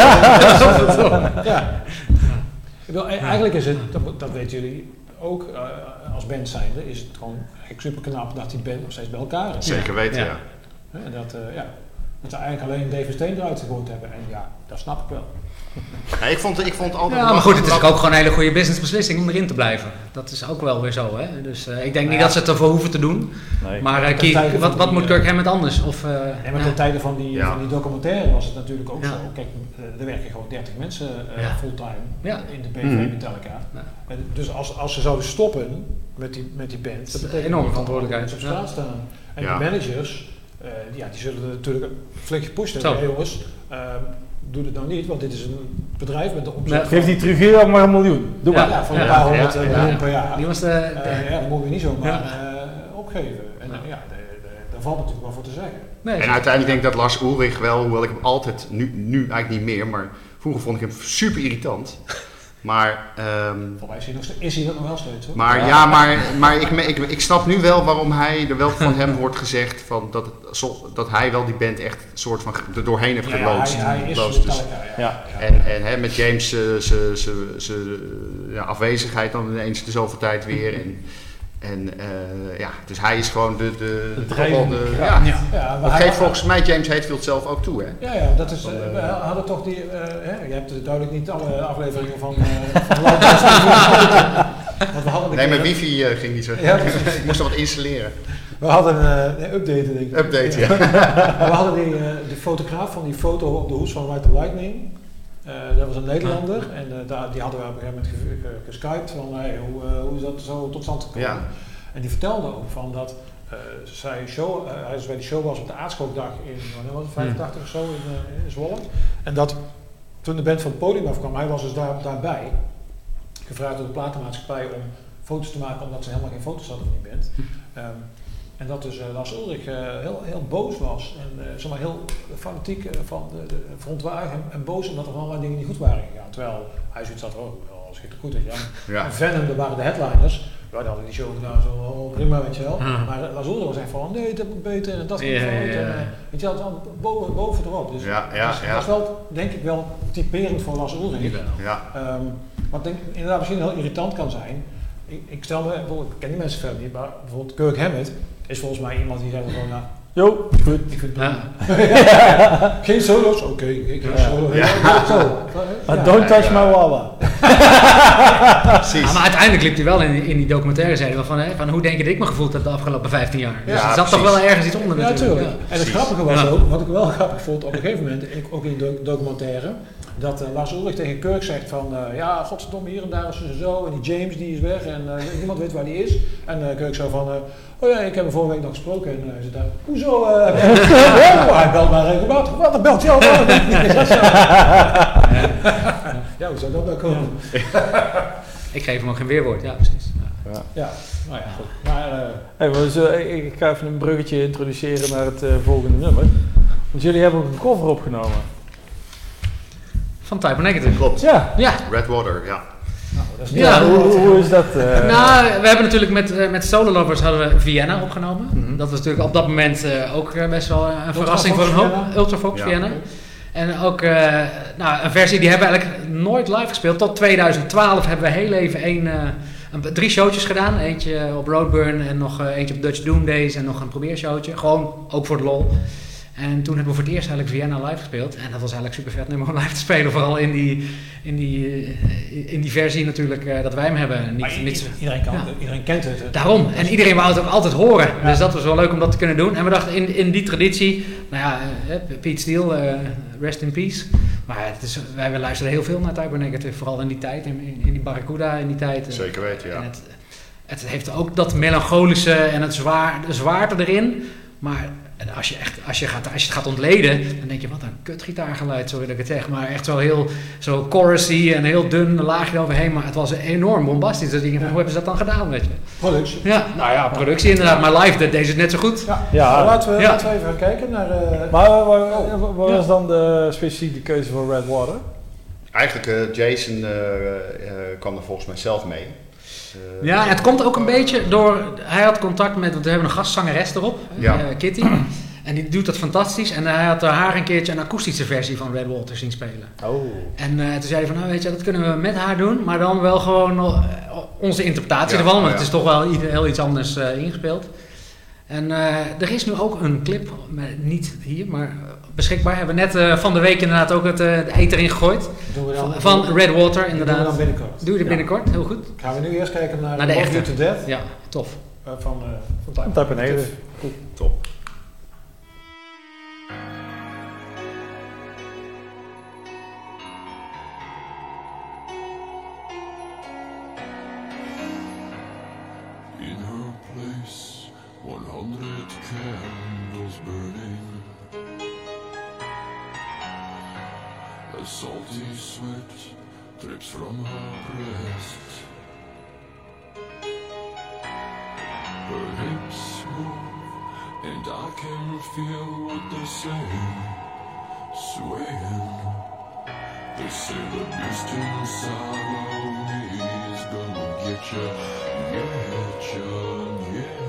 Ja. Ik bedoel, e- eigenlijk is het, dat, dat weten jullie ook uh, als band zijnde, is het gewoon echt super knap dat die band nog steeds bij elkaar is. Zeker weten, Ja. ja. Hè, En dat, uh, ja, dat ze eigenlijk alleen Dave Steen eruit gegooid hebben. En ja, dat snap ik wel. Ja, ik, vond, ik vond altijd... Ja, maar goed, het is ook gewoon een hele goede businessbeslissing om erin te blijven. Dat is ook wel weer zo, hè. Dus uh, ik denk niet Ja. dat ze het ervoor hoeven te doen. nee. Maar uh, Ten Keith, tijde wat, van wat die, moet uh, Kirk Hammett anders? Of, uh, En met ja. de tijden van die, Ja. van die documentaire was het natuurlijk ook Ja. zo. Kijk, uh, er werken gewoon dertig mensen uh, Ja. fulltime Ja. in de P V Mhm. Metallica. Ja. En dus als, als ze zouden stoppen met die, met die band, dat is betekent een enorme dat verantwoordelijkheid. mensen op straat staan. En Ja. de managers, uh, ja, die zullen er natuurlijk flink gepusht Zo. hebben. Hey, jongens, uh, doe het nou niet, want dit is een bedrijf met een omzet Nee, Geef die Trujillo maar een miljoen. Doe ja, maar. ja, van Ja. een paar honderd Ja. uh, Ja. miljoen per jaar. Die was de, de- Uh, ja, dat moeten we niet zomaar Ja. uh, opgeven. En Ja. uh, ja, de, de, daar valt natuurlijk wel voor te zeggen. nee, En uiteindelijk denk ik dat Lars Ulrich wel, hoewel ik hem altijd, nu, nu eigenlijk niet meer, maar vroeger vond ik hem super irritant. Maar, ehm, Volgens mij is hij, nog steeds, is hij dat nog wel steeds, hoor. maar ja, maar, maar ik, ik, ik snap nu wel waarom hij er wel van hem wordt gezegd van dat, het, zo- dat hij wel die band echt een soort van er doorheen heeft Ja, geloodst. hij, hij is Geloodst. Dus- Metallica, ja. Ja. ja. En, en hè, met James zijn ja, afwezigheid dan ineens de zoveel tijd weer. En, en uh, ja, dus hij is gewoon de... de, De toch wel de drijvende ja. Ja, ja, maar Dat hij- geeft volgens mij James Hetfield zelf ook toe, hè? Ja, ja, dat is, uh, we hadden toch die, uh, hè, je hebt duidelijk niet alle afleveringen van, uh, van Lighthouse Want we hadden een Nee, keer- mijn wifi uh, ging niet zo. Ja, Ik moest er wat installeren. We hadden uh, een update, denk ik. Update, ja. Maar we hadden die, uh, die fotograaf van die foto op de hoes van Ride the Lightning. Uh, dat was een Nederlander en uh, daar, die hadden we op een gegeven moment ge- ge- geskyped van hey, hoe, uh, hoe is dat zo tot stand gekomen. Ja. En die vertelde ook van dat uh, zij show, uh, hij dus bij die show was op de Aardschokdag in wanneer was het, vijfentachtig of zo in, uh, in Zwolle. En dat toen de band van het podium afkwam, hij was dus daar, daarbij, gevraagd door de platenmaatschappij om foto's te maken omdat ze helemaal geen foto's hadden van die band. Um, En dat dus uh, Lars Ulrich uh, heel, heel boos was en uh, zeg maar heel fanatiek uh, van de, de verontwaardigd en, en boos omdat er allerlei dingen niet goed waren gegaan. Terwijl hij zoiets had, oh, wel schiet er goed in. Ja. Ja. En Venom, dat waren de headliners. Ja, die hadden die show gedaan, zo oh, prima, weet je wel. Hmm. Maar uh, Lars Ulrich was echt van, nee, dat moet beter en dat moet Ja, fout. ja, En, ja. uh, weet je, dat dan boven, boven erop. Dus Ja, ja, dus ja. dat is wel, denk ik wel, typerend voor Lars Ulrich. Ja. Um, wat denk, inderdaad misschien heel irritant kan zijn. Ik, ik stel me, bijvoorbeeld, ik ken die mensen verder niet, maar bijvoorbeeld Kirk Hammett is volgens mij iemand die zegt van, nou, Jo, goed. ik vind Ja. geen solo's, oké, okay, geen Ja. solo. Ja. Ja. Zo. Maar Ja. don't touch ja. my wawa. Precies. Ja, maar uiteindelijk liep hij wel in, in die documentaire zeiden we van, hè, van hoe denk je dat ik me gevoeld heb de afgelopen vijftien jaar. Dus Ja, er zat toch precies. wel ergens iets onder Ja, natuurlijk. natuurlijk. En het precies. grappige was Ja. ook, wat ik wel grappig vond op een gegeven moment, ik, ook in de doc- documentaire, dat uh, Lars Ulrich tegen Kirk zegt van, uh, ja, godverdomme, hier en daar is ze zo, en die James die is weg, en uh, niemand weet waar die is. En uh, Kirk zo van, uh, oh ja, ik heb hem vorige week nog gesproken, en uh, hij zit daar, hoezo? Uh, heb je- oh, hij belt mij regelmatig, wat, dan belt hij al wel. Ja, hoe zou dat nou komen? Ik geef hem ook geen weerwoord, ja precies. Ja. Ja, nou ja, goed. Maar, uh, Hey, maar zo, ik, ik ga even een bruggetje introduceren naar het uh, volgende nummer. Want jullie hebben ook een cover opgenomen. Van Type O Negative. Klopt. Ja. Ja. Redwater, ja. nou, dat is niet Ja, Ja, hoe, hoe is dat? Uh, Nou, we hebben natuurlijk met, uh, met Solo Lovers hadden we Vienna opgenomen. Mhm. Dat was natuurlijk op dat moment uh, ook uh, best wel een verrassing voor een hoop. Vienna? Ultravox Ja. Vienna. En ook uh, nou, een versie die hebben we eigenlijk nooit live gespeeld. Tot twintig twaalf hebben we heel even een, uh, een, drie showtjes gedaan. Eentje op Roadburn en nog uh, eentje op Dutch Doom Days en nog een probeershowtje. Gewoon ook voor de lol. En toen hebben we voor het eerst eigenlijk Vienna live gespeeld. En dat was eigenlijk super vet nummer om live te spelen. Vooral in die, in die, uh, in die versie natuurlijk uh, dat wij hem hebben. Maar Niet, i- niet zo- iedereen, kan, Ja. iedereen kent het. het. Daarom. En iedereen wou het ook altijd horen. Ja. Dus dat was wel leuk om dat te kunnen doen. En we dachten in, in die traditie, nou ja, uh, Pete Steele, uh, rest in peace. Maar het is, wij luisteren heel veel naar Type O Negative, vooral in die tijd, in, in, in die Barracuda in die tijd. Zeker weten, ja. En het, het heeft ook dat melancholische en het zwaar, de zwaarte erin. Maar als je, echt, als, je gaat, als je het gaat ontleden, dan denk je, wat een kut gitaargeluid, sorry dat ik het zeg. Maar echt zo heel zo chorusy en heel dun laagje overheen. Maar het was enorm bombastisch. Dus ik denk, hoe hebben ze dat dan gedaan, weet je? Productie. Ja, nou ja, productie inderdaad. Maar live deed deze het net zo goed. Ja, Ja. Nou, laten, we, Ja. laten we even gaan kijken naar... Uh, Maar uh, wat Oh, wat ja. was dan de specifieke keuze voor Red Water? Eigenlijk, uh, Jason uh, uh, kwam er volgens mij zelf mee. Uh, Ja, het komt ook een beetje door... Hij had contact met... Want we hebben een gastzangeres erop, Ja. uh, Kitty. En die doet dat fantastisch. En hij had haar een keertje een akoestische versie van Red Water zien spelen. Oh. En uh, toen zei hij van, nou weet je, dat kunnen we met haar doen. Maar dan wel gewoon uh, onze interpretatie Ja, ervan. Want ja. het is toch wel ieder- heel iets anders uh, ingespeeld. En uh, er is nu ook een clip, maar niet hier, maar beschikbaar. Hebben we net uh, van de week inderdaad ook het, uh, de eter in gegooid. doen we dan, Van, van Red Water, Doen we inderdaad. dan binnenkort. Doe je er Ja. binnenkort, heel goed. Gaan we nu eerst kijken naar, Naar de Love echte. You to Death Ja, tof. uh, van, uh, van Type O Type O Negative. Top. In her place, one hundred candles burning. A salty sweat drips from her breast. Her hips move, and I can feel what they're saying, swaying. They say the beast inside of me is gonna get ya, get ya, yeah.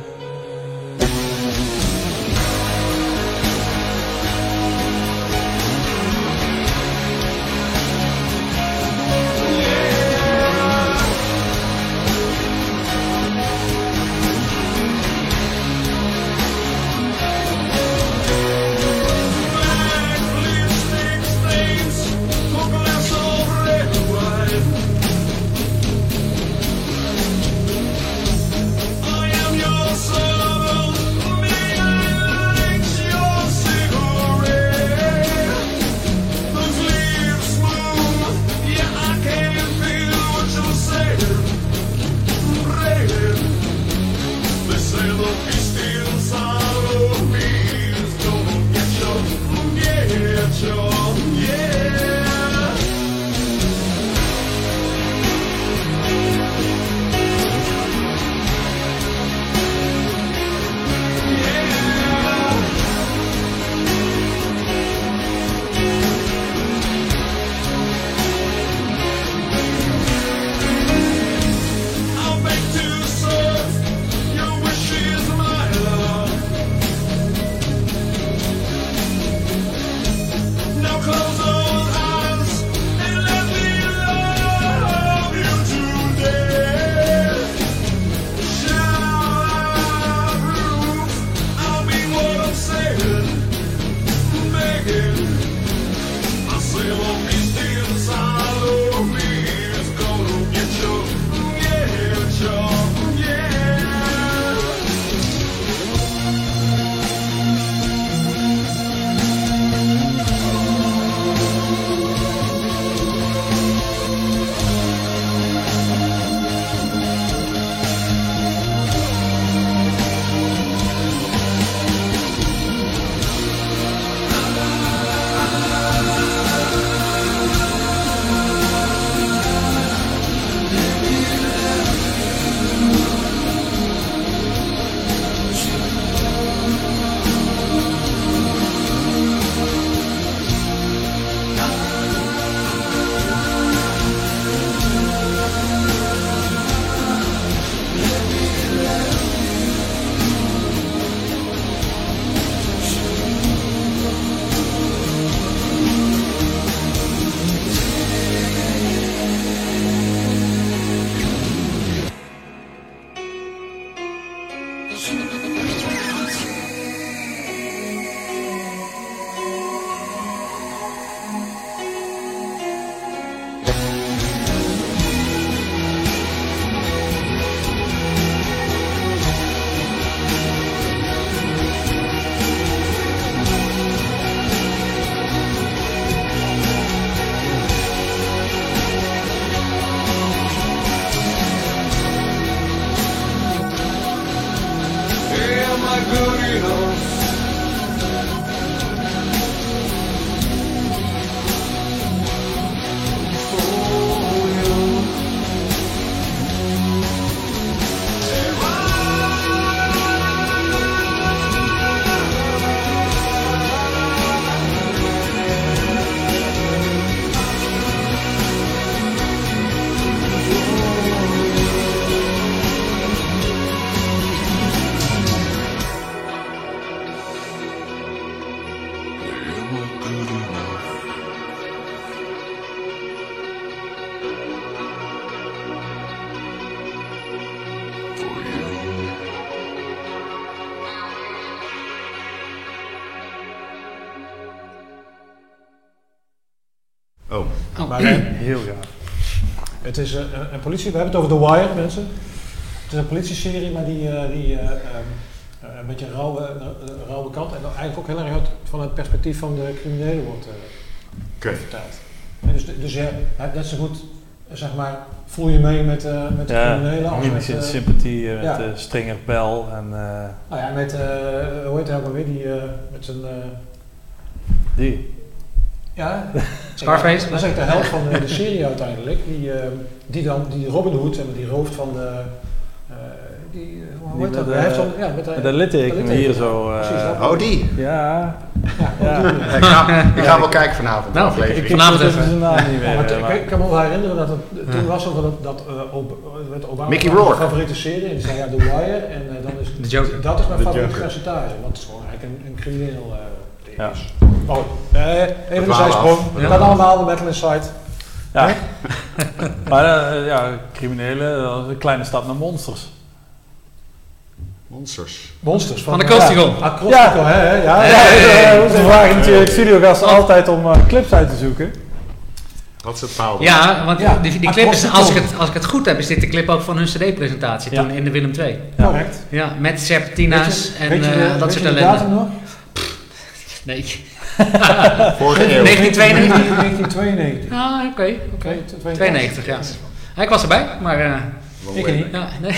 Oh. Oh. Maar, uh, Heel gaaf. het is uh, een politie, we hebben het over The Wire, mensen. Het is een politieserie, maar die, uh, die uh, um, uh, een beetje een rauwe, uh, rauwe kant. En eigenlijk ook heel erg uit, van het perspectief van de criminelen wordt uh, Okay. verteld. En dus, dus ja, net zo goed, zeg maar, voel je mee met, uh, met de Ja, criminelen als met... enigszins Uh, sympathie met ja. uh, Stringer Bell en uh, nou ja, met, uh, hoe heet hij ook alweer, die uh, met zijn... Uh, die. ja, Scarface? dat is eigenlijk de helft van de, de serie uiteindelijk. Die, uh, die dan, die Robin Hood, en die rooft van de... Uh, die, hoe Die heet dat? met Hij heeft de- zo'n- ja, met de, Met dat litteken de hier zo. Uh, Precies, dat. Oh, die. Ja. Ja, Ja. die. Ja, ik ga, ik ga wel kijken vanavond. Nou, de aflevering. ik- Vanavond weet even. zijn naam niet Ja, meer. maar t- maar- ik, ik kan me wel herinneren dat het toen Ja. was over dat, dat uh, Ob- met Obama Mickey mijn Rourke. favoriete serie. En die zei ja, The Wire. En uh, dan is The Joker. dat is mijn The favoriete Joker. percentage. Want het is gewoon eigenlijk een, een crimineel uh, ding Ja. is. Maar goed, uh, even een dwalen zijsprong. af. We Ja. gaan allemaal de Metal Inside. Ja. Maar uh, ja, criminelen, dat is een kleine stap naar monsters. Monsters. Monsters Van de Acrostical. Ja, Acrostical, hè? hè, Ja, Ja, ja. ja, we vragen natuurlijk studiogasten altijd om uh, clips uit te zoeken. Wat is het paal? Ja, want Ja, die, die clip is, Acrostical. als ik, het, als ik het goed heb, is dit de clip ook van hun cd-presentatie Ja. toen in de Willem twee. Ja. Correct. Ja, met Serpentina's en weet je, eh, de- dat weet soort je de ellende. datum nog? Nee. Vorige eeuw. negentien tweeënnegentig. negentien tweeënnegentig. Ah, oké. oké. Oké, tweeënnegentig, ja. Ja, ik was erbij, maar... eh, Ik niet. ja, nee.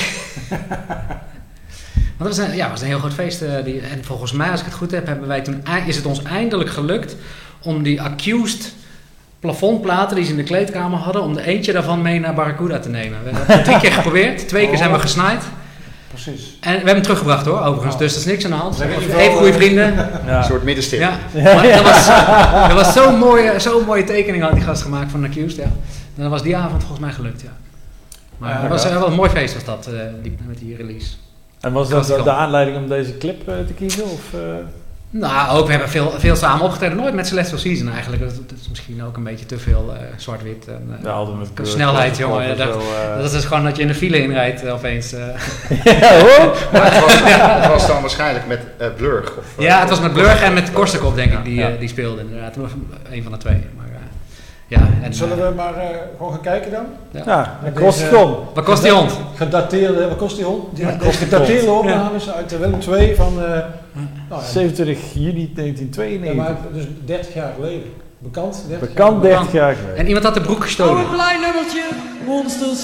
Want dat was een, ja, was een heel groot feest. eh, die, en volgens mij, als ik het goed heb, hebben wij toen, ei- is het ons eindelijk gelukt om die accused plafondplaten die ze in de kleedkamer hadden, om er eentje daarvan mee naar Barracuda te nemen. We hebben het drie keer geprobeerd, twee keer zijn we gesnaaid. Precies. En we hebben hem teruggebracht hoor, overigens, Oh. dus dat is niks aan de hand. Dat is in ieder Even geval, goede eh, vrienden. Ja. Een soort middenstip. Ja, maar dat was, dat was zo'n mooie, zo'n mooie tekening had die gast gemaakt van Accused, ja. En dat was die avond volgens mij gelukt, ja. Maar Ja, dat was ja. wel een mooi feest was dat, eh, die, met die release. En was dat de, de aanleiding om deze clip uh, te kiezen? Of, uh? Nou, ook, we hebben veel, veel samen opgetreden, nooit met Celestial Season eigenlijk. Dat, dat is misschien ook een beetje te veel uh, zwart-wit. En, uh, Ja, altijd met kleur, snelheid, kleur, jongen. kleur, Dat, zo, uh. dat is gewoon dat je in de file inrijdt uh, opeens. Uh. Ja hoor! Maar het was, het was dan waarschijnlijk met uh, Blurg. Of, uh, Ja, het was met Blurg en met Korsakov, denk ik, die, Ja. uh, die speelde inderdaad. Een van de twee. Maar, uh, ja, en, Zullen uh, we maar uh, gewoon gaan kijken dan? Ja, Met dat kost deze- gewoon. wat kost die hond? Gedateerde, wat kost die hond? Die Ja, deze kost die gedateerde hond. opnames uit de Willem twee van, uh, nou ja, zevenentwintig juni negentien ja, tweeënnegentig. maar dus dertig jaar geleden. Bekend? dertig Bekend jaar dertig jaar geleden. En iemand had de broek gestolen. Een klein nummertje, monsters.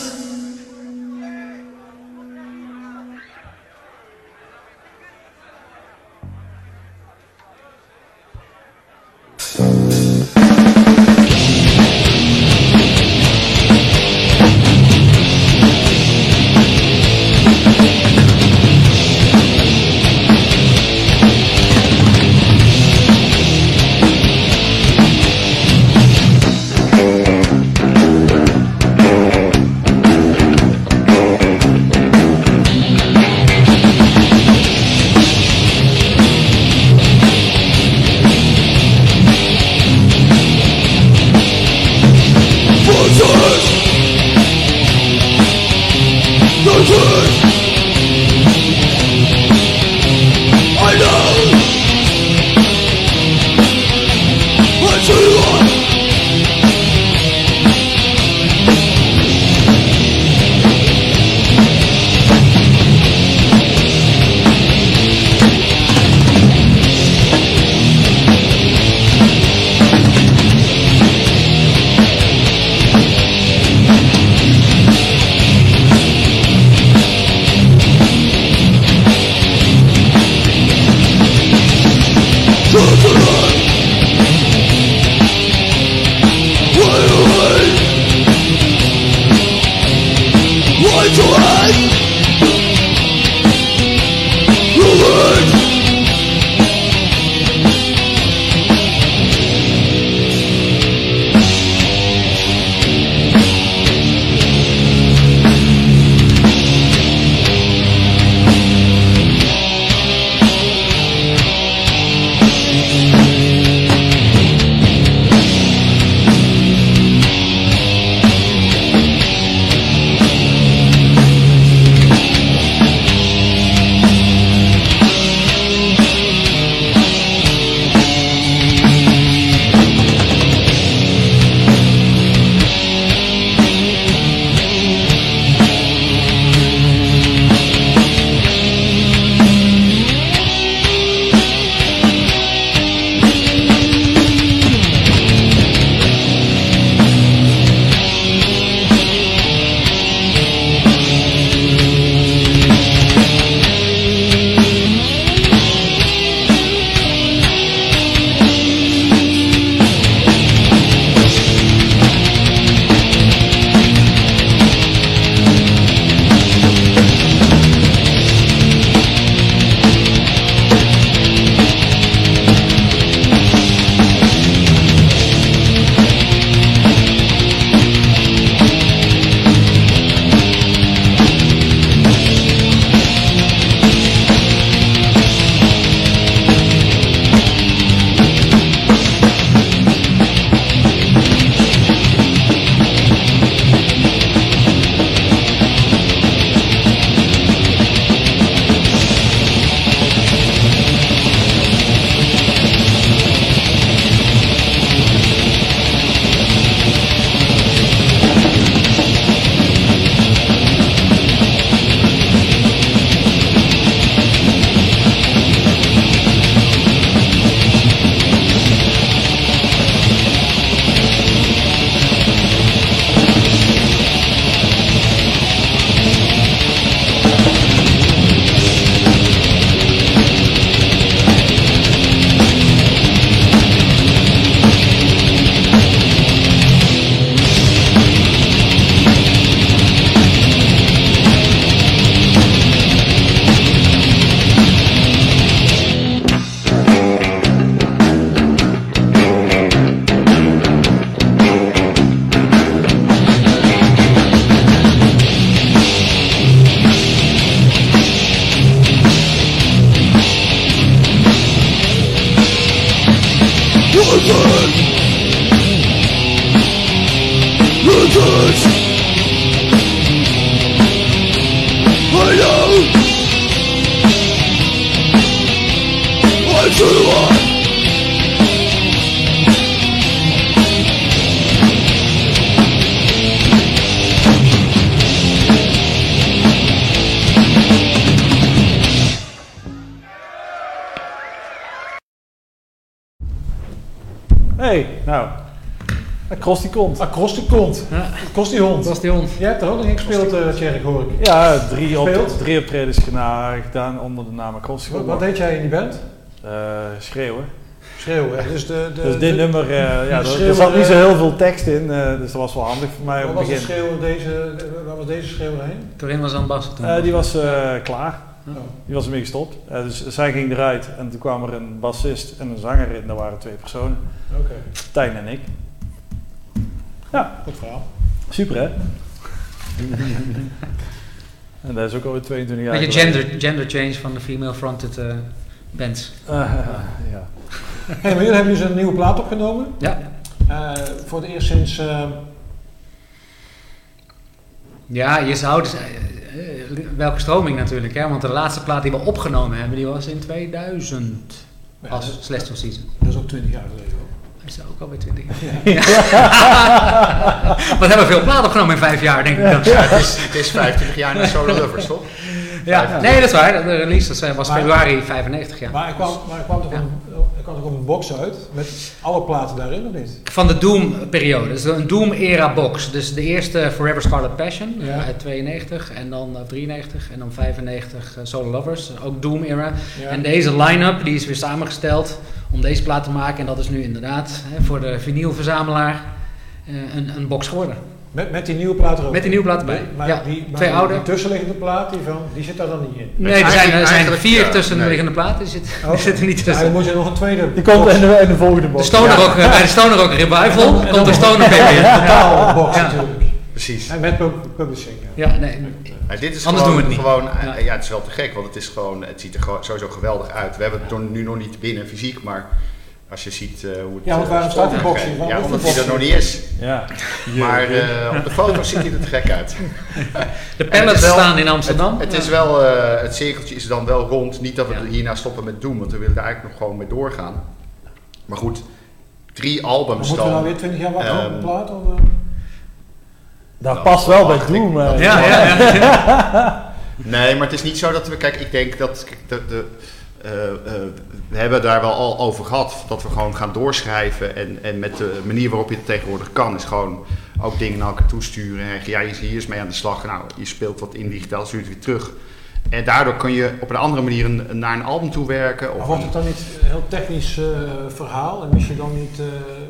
Hey, nou, Across die kont. Across die kont. Ja. Across die hond. Dat is die hond. Jij hebt er ook nog in gespeeld, uh, Tjerk, hoor ik. Ja, drie, op, Gespeeld? drie optredens gena- gedaan onder de naam Across die Wat, kont. wat deed jij in die band? Uh, schreeuwen. Schreeuwen. Dus de, de, Dus dit de, nummer, uh, ja, er, er schreeuwen, zat niet zo uh, heel veel tekst in, uh, dus dat was wel handig voor mij Waar op was het de begin. schreeuw deze, waar was deze schreeuw heen? Torin was aan bas toen. Uh, die was uh, klaar. Oh. Die was ermee gestopt. Uh, dus zij ging eruit en toen kwam er een bassist en een zanger in. Dat waren twee personen. Oké, Tijn en ik. Ja, goed verhaal. super hè? En dat is ook alweer tweeëntwintig jaar Beetje geleden. gender, gender change van de female-fronted uh, bands. Uh, ja. Hey, maar jullie hebben dus een nieuwe plaat opgenomen. Ja. Uh, voor het eerst sinds... Uh, Ja, je zou dus, uh, uh, welke stroming natuurlijk, hè? Want de laatste plaat die we opgenomen hebben, die was in tweeduizend ja, als dat, Celestial Season. dat is ook twintig jaar geleden hoor. Is dat ook alweer twintig jaar? Ja. Wat hebben we veel platen opgenomen in vijf jaar, denk ik dan. Ja, het, is, het is vijfentwintig jaar na Solar Lovers, toch? Ja, nee, dat is waar. De release dat was Maar- februari vijfennegentig, ja. Maar er kwam, maar er kwam toch Ja. een, er kwam toch een box uit met alle platen daarin, of niet? Van de Doom-periode. Dus een Doom-era box. Dus de eerste Forever Scarlet Passion Ja. uit tweeënnegentig en dan uh, drieënnegentig en dan vijfennegentig uh, Solar Lovers, ook Doom-era. Ja. En deze line-up die is weer samengesteld om deze plaat te maken. En dat is nu inderdaad hè, voor de vinylverzamelaar uh, een, een box geworden. Met, met die nieuwe plaat erop? Met die nieuwe plaat erbij. Maar, Ja, die, maar twee die, oude. die tussenliggende plaat, die, van, die zit daar dan niet in? Nee, er zijn, er zijn eigenlijk, vier ja, tussenliggende platen. Die zit, Oh. die zitten niet Ja, tussen. dan moet je nog een tweede Die komt box. in de, in de volgende De box. Stoner Ja. ook, uh, bij de Stoner ook Revival En dan- en komt dan de nog- Stoner en dan weer in. een totaal box Ja. natuurlijk. Precies. En met pub- publishing. Ja. Ja, nee. Maar dit is Anders gewoon, doen we het niet. gewoon Ja. ja. ja, het is wel te gek, want het is gewoon, het ziet er gewoon sowieso geweldig uit. We hebben het nog- nu nog niet binnen fysiek, maar als je ziet uh, hoe het... Ja, want waarom uh, staat die box gegeven- hier? Waarom Ja, is omdat die hij er box nog hier? niet is. Ja. Maar uh, op de foto ziet hij er te gek uit. De En pallets het is wel- staan in Amsterdam. Het, het is wel, uh, het cirkeltje is dan wel rond. Niet dat we Ja. hierna stoppen met doen, want we willen er eigenlijk nog gewoon mee doorgaan. Maar goed, drie albums Moeten we nou dan. weer twintig jaar wachten op Ehm, een plaat? Of, uh? Dat Nou, past wel bij eigenlijk- Doom. dat- uh, Ja, ja, ja. Nee, maar het is niet zo dat we... Kijk, ik denk dat... kijk, de, de, uh, uh, we hebben daar wel al over gehad. Dat we gewoon gaan doorschrijven. En, en met de manier waarop je het tegenwoordig kan... is gewoon ook dingen naar elkaar toesturen. En ja, je hier is mee aan de slag. Nou, je speelt wat in digitaal, stuurt het weer terug. En daardoor kun je op een andere manier een, een- naar een album toe werken. Maar Of wordt een- het dan niet een heel technisch uh, verhaal? En mis je dan niet, uh,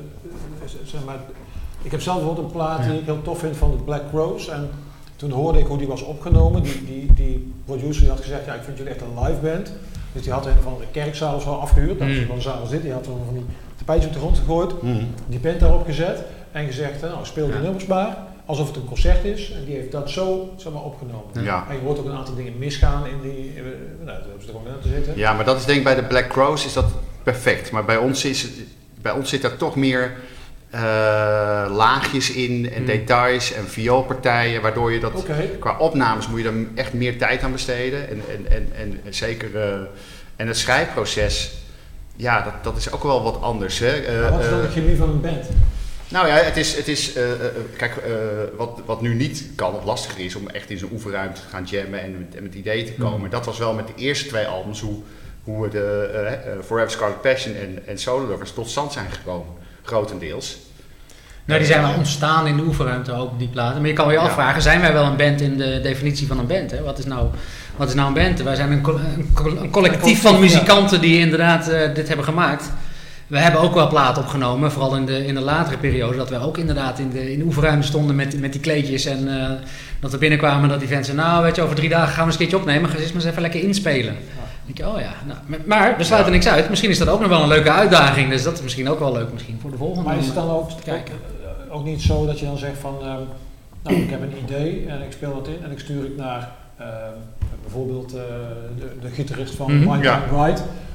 zeg maar... Ik heb zelf bijvoorbeeld een plaat die ik heel tof vind van de Black Crowes. En toen hoorde ik hoe die was opgenomen. Die, die, die producer die had gezegd, ja, ik vind jullie echt een live band. Dus die had een van de kerkzaal of zo afgehuurd. Dat was Mm. van een zaal als dit. Die had dan van die tapijtjes op de grond gegooid. Mhm. Die band daarop gezet. En gezegd, nou, speel die Ja. nummers maar. Alsof het een concert is. En die heeft dat zo, zeg maar, opgenomen. Ja. En je hoort ook een aantal dingen misgaan in die... Uh, nou, daar hebben ze er gewoon in te zitten. Ja, maar dat is denk ik bij de Black Crowes is dat perfect. Maar bij ons, is het, bij ons zit daar toch meer uh, laagjes in en Mm. details en vioolpartijen, waardoor je dat Oké. qua opnames moet je er echt meer tijd aan besteden. En, en, en, en, en zeker uh, en het schrijfproces, ja, dat, dat is ook wel wat anders. Hè. Uh, Maar wat is dan uh, de chemie van een band? nou ja, het is, het is uh, uh, kijk, uh, wat, wat nu niet kan of lastiger is om echt in zo'n oefenruimte te gaan jammen en met, en met ideeën te komen. Mm. Dat was wel met de eerste twee albums hoe, hoe de uh, uh, Forever Scarlet Passion en, en Solar Lovers tot stand zijn gekomen, grotendeels. Nou, die zijn wel ontstaan in de oefenruimte ook, die platen. Maar je kan je Ja. afvragen, zijn wij wel een band in de definitie van een band? Hè? Wat, is nou, wat is nou een band? Wij zijn een, co- een, co- een collectief van muzikanten die inderdaad uh, dit hebben gemaakt. We hebben ook wel platen opgenomen, vooral in de, in de latere periode, dat we ook inderdaad in de, in de oefenruimte stonden met, met die kleedjes. En uh, dat we binnenkwamen dat die fans zeiden, nou weet je, over drie dagen gaan we eens een keertje opnemen, ga eens maar eens even lekker inspelen. Dan denk je, oh ja, nou, maar- maar we sluiten Ja. niks uit. Misschien is dat ook nog wel een leuke uitdaging, dus dat is misschien ook wel leuk misschien voor de volgende. Maar is het dan ook, te kijken. ook, ook niet zo dat je dan zegt van, ehm, nou ik heb een idee en ik speel dat in en ik stuur het naar ehm, bijvoorbeeld eh, de, de gitarist van Mhm. My Ja. Time Right.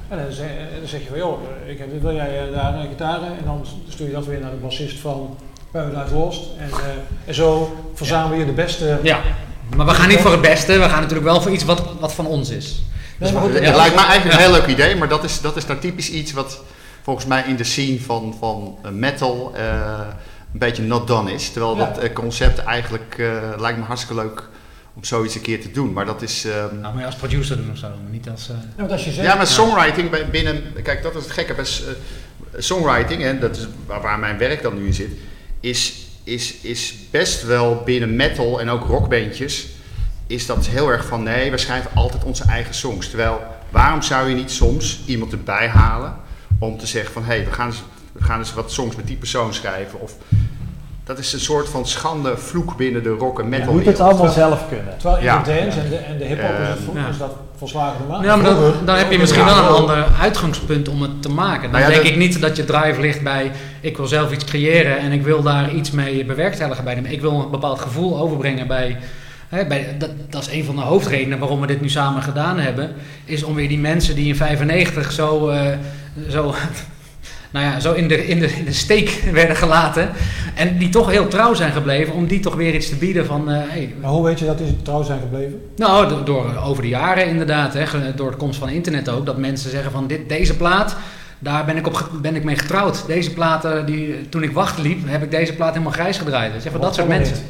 En dan zeg, dan zeg je van, joh, ik heb, wil jij daar een gitaar? En dan stuur je dat weer naar de bassist van Paradise Lost. En, uh, en zo verzamel je de beste... Ja, maar we gaan niet voor het beste, we gaan natuurlijk wel voor iets wat, wat van ons is. Dus ja, het ja. lijkt me eigenlijk een heel leuk idee, maar dat is, dat is nou typisch iets wat volgens mij in de scene van, van metal uh, een beetje not done is. Terwijl ja. dat uh, concept eigenlijk uh, lijkt me hartstikke leuk om zoiets een keer te doen. Maar dat is... Um, nou, maar als producer doen of zo, niet als... Uh... Ja, als je zegt, ja, maar songwriting ja. binnen... Kijk, dat is het gekke bij uh, songwriting, en dat is waar, waar mijn werk dan nu in zit, is, is, is best wel binnen metal en ook rockbandjes, is dat heel erg van nee, we schrijven altijd onze eigen songs. Terwijl, waarom zou je niet soms iemand erbij halen om te zeggen van hé, hey, we, gaan eens, we gaan eens wat songs met die persoon schrijven. Of, dat is een soort van schande vloek binnen de rock en metal. Je moet het allemaal zelf kunnen. Terwijl in ja. de dance en de, en de hip-hop uh, is, het, ja. is dat volslagen normaal. Ja, maar dan, dan heb je misschien wel een ander uitgangspunt om het te maken. Dan nou ja, denk dat, ik niet dat je drive ligt bij ik wil zelf iets creëren en ik wil daar iets mee bewerkstelligen bij hem. Ik wil een bepaald gevoel overbrengen bij... He, bij, dat, dat is een van de hoofdredenen waarom we dit nu samen gedaan hebben. Is om weer die mensen die in vijfennegentig zo, uh, zo, nou ja, zo in, de, in, de, in de steek werden gelaten. En die toch heel trouw zijn gebleven. Om die toch weer iets te bieden van... Uh, hey. Maar hoe weet je dat die trouw zijn gebleven? Nou, door, door over de jaren inderdaad. Hè, door de komst van internet ook. Dat mensen zeggen van dit, deze plaat... Daar ben ik, op, ben ik mee getrouwd. Deze platen, die, toen ik wachten liep, heb ik deze plaat helemaal grijs gedraaid. Dus van dat soort mensen. Niet.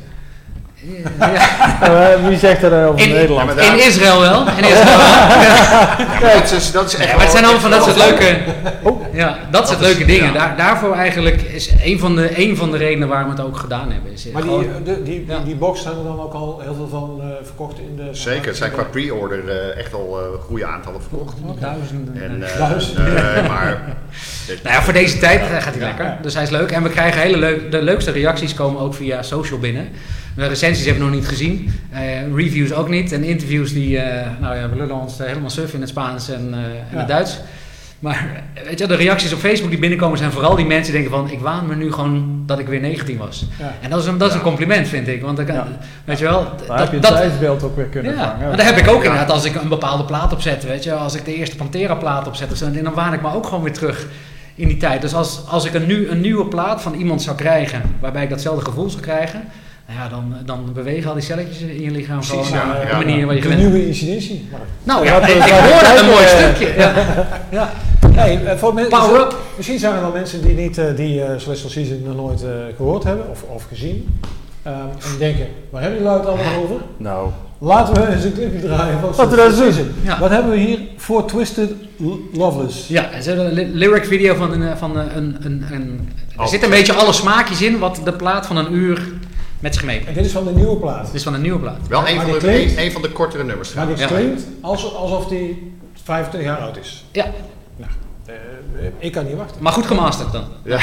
Ja. Wie zegt er over in, Nederland? Ja, daar... In Israël wel. In Israël wel. Ja, dat is, dat is echt ja, maar het zijn allemaal van dat soort leuke, ja, dat soort leuke dingen. Ja. Daar, daarvoor eigenlijk is een van, de, een van de redenen waarom we het ook gedaan hebben. Is maar die, de, die, ja. die, die box zijn er dan ook al heel veel van uh, verkocht in de... Zeker, het zijn qua pre-order uh, echt al uh, goede aantallen verkocht. Okay. Duizenden. En, uh, Duizenden. Uh, maar, nou ja, voor deze tijd uh, gaat hij lekker. Ja. Dus hij is leuk. En we krijgen hele leuk, de leukste reacties komen ook via social binnen. De recensies hebben we nog niet gezien, uh, reviews ook niet en interviews die, uh, nou ja, we lullen ons uh, helemaal suf in het Spaans en, uh, en ja. het Duits. Maar weet je, de reacties op Facebook die binnenkomen zijn vooral die mensen die denken van, ik waan me nu gewoon dat ik weer negentien was. Ja. En dat is een, dat is een compliment, vind ik, want dan, ja. weet je wel. Dan dat, heb je het dat, tijdsbeeld ook weer kunnen ja, vangen. Maar dat heb ik ook ja. inderdaad als ik een bepaalde plaat opzet, weet je, als ik de eerste Pantera plaat opzet, dan waan ik me ook gewoon weer terug in die tijd. Dus als, als ik een, nu, een nieuwe plaat van iemand zou krijgen, waarbij ik datzelfde gevoel zou krijgen, nou ja, dan, dan bewegen al die celletjes in je lichaam gewoon ja, op ja, de manier ja. waar je de gewend bent. nieuwe incidentie. Nou ja, ja ik, ik hoor dat een mooi stukje. Ja. Ja. Hey, voor men, Power up. Misschien zijn er wel mensen die, niet, uh, die uh, Celestial Season nog nooit uh, gehoord hebben of, of gezien. Um, en die denken, waar hebben jullie het allemaal over? Nou. Laten we eens een clipje draaien van Celestial Season. Ja. Wat hebben we hier voor Twisted Loveless? Ja, het is een li- lyric video van een... Van een, een, een, een er oh. zit een beetje alle smaakjes in wat de plaat van een uur met zich meebrengt. En dit is van de nieuwe plaat? Dit is van de nieuwe plaat. Wel een van, de, klinkt, een, een van de kortere nummers. Maar dit ja. klinkt alsof, alsof die vijfentwintig jaar oud is. Ja. Nou, uh, ik kan niet wachten. Maar goed gemasterd dan. Ja,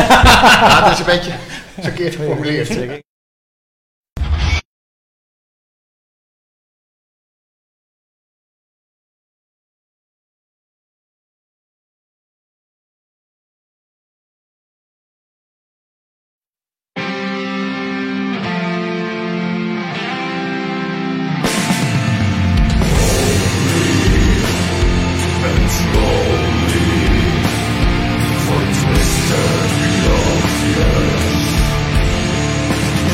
ja dat is een beetje verkeerd geformuleerd. For twisted love, yes.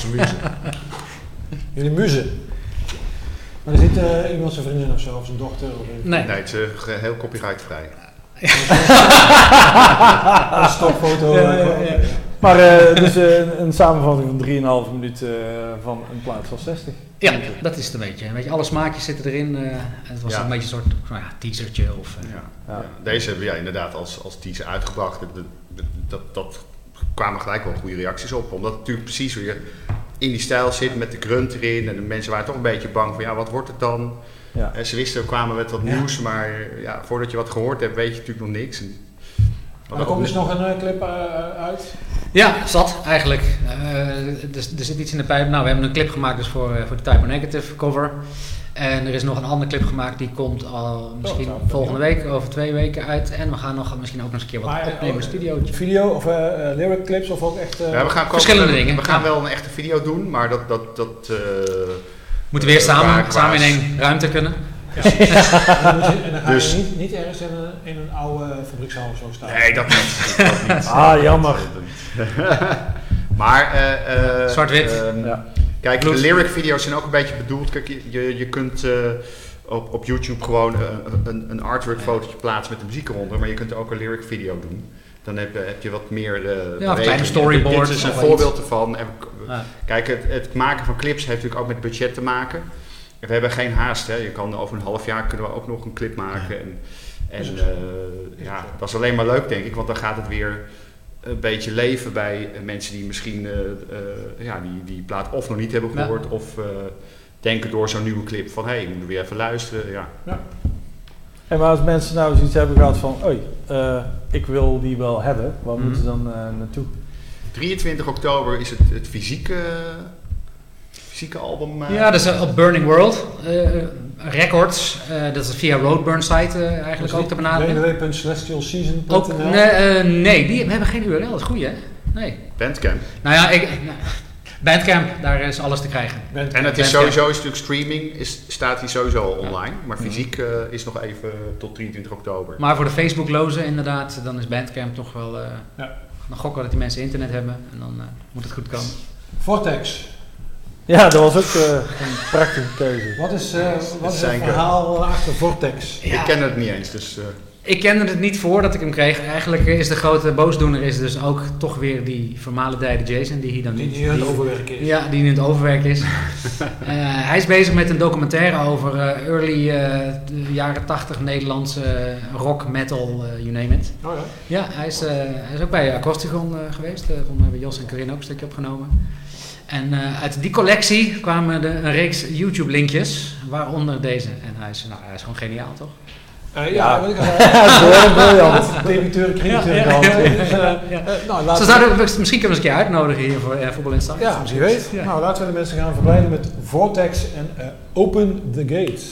Onze muze. Jullie muze. Maar er zit uh, iemand zijn vriendin of zo, of zijn dochter? Of nee. Nee, het is uh, heel copyrightvrij. Een stokfoto. Ja, ja, ja, ja. Maar uh, dus uh, een, een samenvatting van drieënhalve minuut uh, van een plaat van zestig. Ja, dat is het een beetje. Weet je, alle smaakjes zitten erin. Uh, het was Ja. een beetje een soort nou ja, teasertje. Of, uh, Ja. Ja. Ja. Deze hebben we ja, inderdaad als, als teaser uitgebracht. Dat, dat, dat kwamen gelijk wel goede reacties op. Omdat het natuurlijk precies weer in die stijl zit met de grunt erin. En de mensen waren toch een beetje bang van ja, wat wordt het dan? Ja. En ze wisten, we kwamen met wat Ja. nieuws. Maar ja, voordat je wat gehoord hebt, weet je natuurlijk nog niks. En, Maar er komt dus nog een uh, clip uh, uit. Ja, zat eigenlijk. Uh, er, er zit iets in de pijp. Nou, we hebben een clip gemaakt dus voor, uh, voor de Typo Negative cover. En er is nog een andere clip gemaakt, die komt al misschien Oh, volgende week, over twee weken uit. En we gaan nog misschien ook nog eens een keer wat Maar, opnemen in een uh, studiootje. Video of uh, uh, lyric clips of ook echt... Uh, ja, we gaan verschillende we, dingen. We gaan Ja. wel een echte video doen, maar dat... dat, dat uh, Moeten we weer uh, samen, qua- qua- samen in één ruimte kunnen. en dan, moet je, en dan ga Dus- je niet, niet ergens in een, in een oude fabriekshal of zo staan. Nee, dat niet. Dat niet. Ah, jammer. Maar... Uh, uh, Zwart-wit. um, Ja. Kijk, Bloed. de lyric video's zijn ook een beetje bedoeld. Kijk, je, je, je kunt uh, op, op YouTube gewoon uh, een, een artwork fotootje plaatsen met de muziek eronder, maar je kunt ook een lyric video doen. Dan heb, heb je wat meer uh, Ja, of kleine storyboards Dit is een of voorbeeld ervan. En we- Ja. Kijk, het, het maken van clips heeft natuurlijk ook met budget te maken. We hebben geen haast. Hè. Je kan over een half jaar kunnen we ook nog een clip maken. En, en uh, ja, dat is alleen maar leuk, denk ik, want dan gaat het weer een beetje leven bij mensen die misschien uh, uh, ja, die, die plaat of nog niet hebben gehoord, ja. of uh, denken door zo'n nieuwe clip van hé, hey, moeten we weer even luisteren. Ja. Ja. En maar als mensen nou zoiets hebben gehad van, oei, uh, ik wil die wel hebben, waar Mm-hmm. moeten ze dan uh, naartoe? drieëntwintig oktober is het, het fysieke, fysieke album. Uh, Ja, dat is uh, op Burning World uh, Records. Uh, dat is via Roadburn site uh, eigenlijk ook te benaderen. w w w punt celestial season punt n l Ook, nee, uh, nee, die we hebben geen U R L. Dat is goed, hè? Nee. Bandcamp. Nou ja, ik, nou, Bandcamp, daar is alles te krijgen. Bandcamp. En het is Bandcamp. sowieso, is natuurlijk streaming, is, staat die sowieso online. Maar fysiek uh, is nog even tot drieëntwintig oktober. Maar voor de Facebook-lozen inderdaad, dan is Bandcamp toch wel... Uh, Ja. Dan gokken we dat die mensen internet hebben en dan uh, moet het goed komen. Vortex. Ja, dat was ook uh, een prachtige keuze. Wat is, uh, wat is zijn het ke- verhaal achter Vortex? Ja. Ik ken het niet eens, dus... Uh, Ik kende het niet voordat ik hem kreeg. Eigenlijk is de grote boosdoener is dus ook toch weer die vermalendijde Jason die hier dan Die niet... nu aan het overwerken is. Ja, die nu in het overwerk is. uh, hij is bezig met een documentaire over uh, early uh, de jaren tachtig Nederlandse uh, rock, metal, uh, you name it. Oh ja. Ja, hij is, uh, hij is ook bij Acosticon uh, geweest. Uh, Volgens mij hebben Jos en Corinne ook een stukje opgenomen. En uh, uit die collectie kwamen de, een reeks YouTube linkjes, waaronder deze. En hij is, nou, hij is gewoon geniaal, toch? Uh, ja, Ja. wat ik al zei. Briljant. Directeur, crediteur Ja, ja, kant. ja, ja, Dus, uh, ja. uh, nou, Zo laten zouden we, misschien kunnen we eens een keer uitnodigen hier voor uh, Voetbal Insight. Ja, wie weet. Ja. Nou, laten we de mensen gaan verblijden met Vortex en uh, Open the Gates.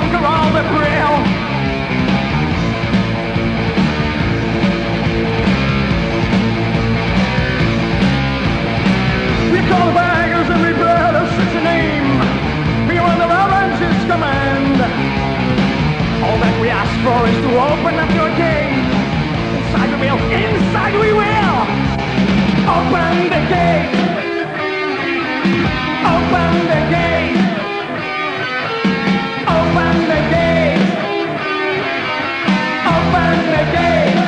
conquer all the frail. We call the beggars and we better such a name. We are under our righteous command. All that we ask for is to open up your gate. Inside we will, inside we will. Open the gate. Open the gate. Open the gate. Open the gate.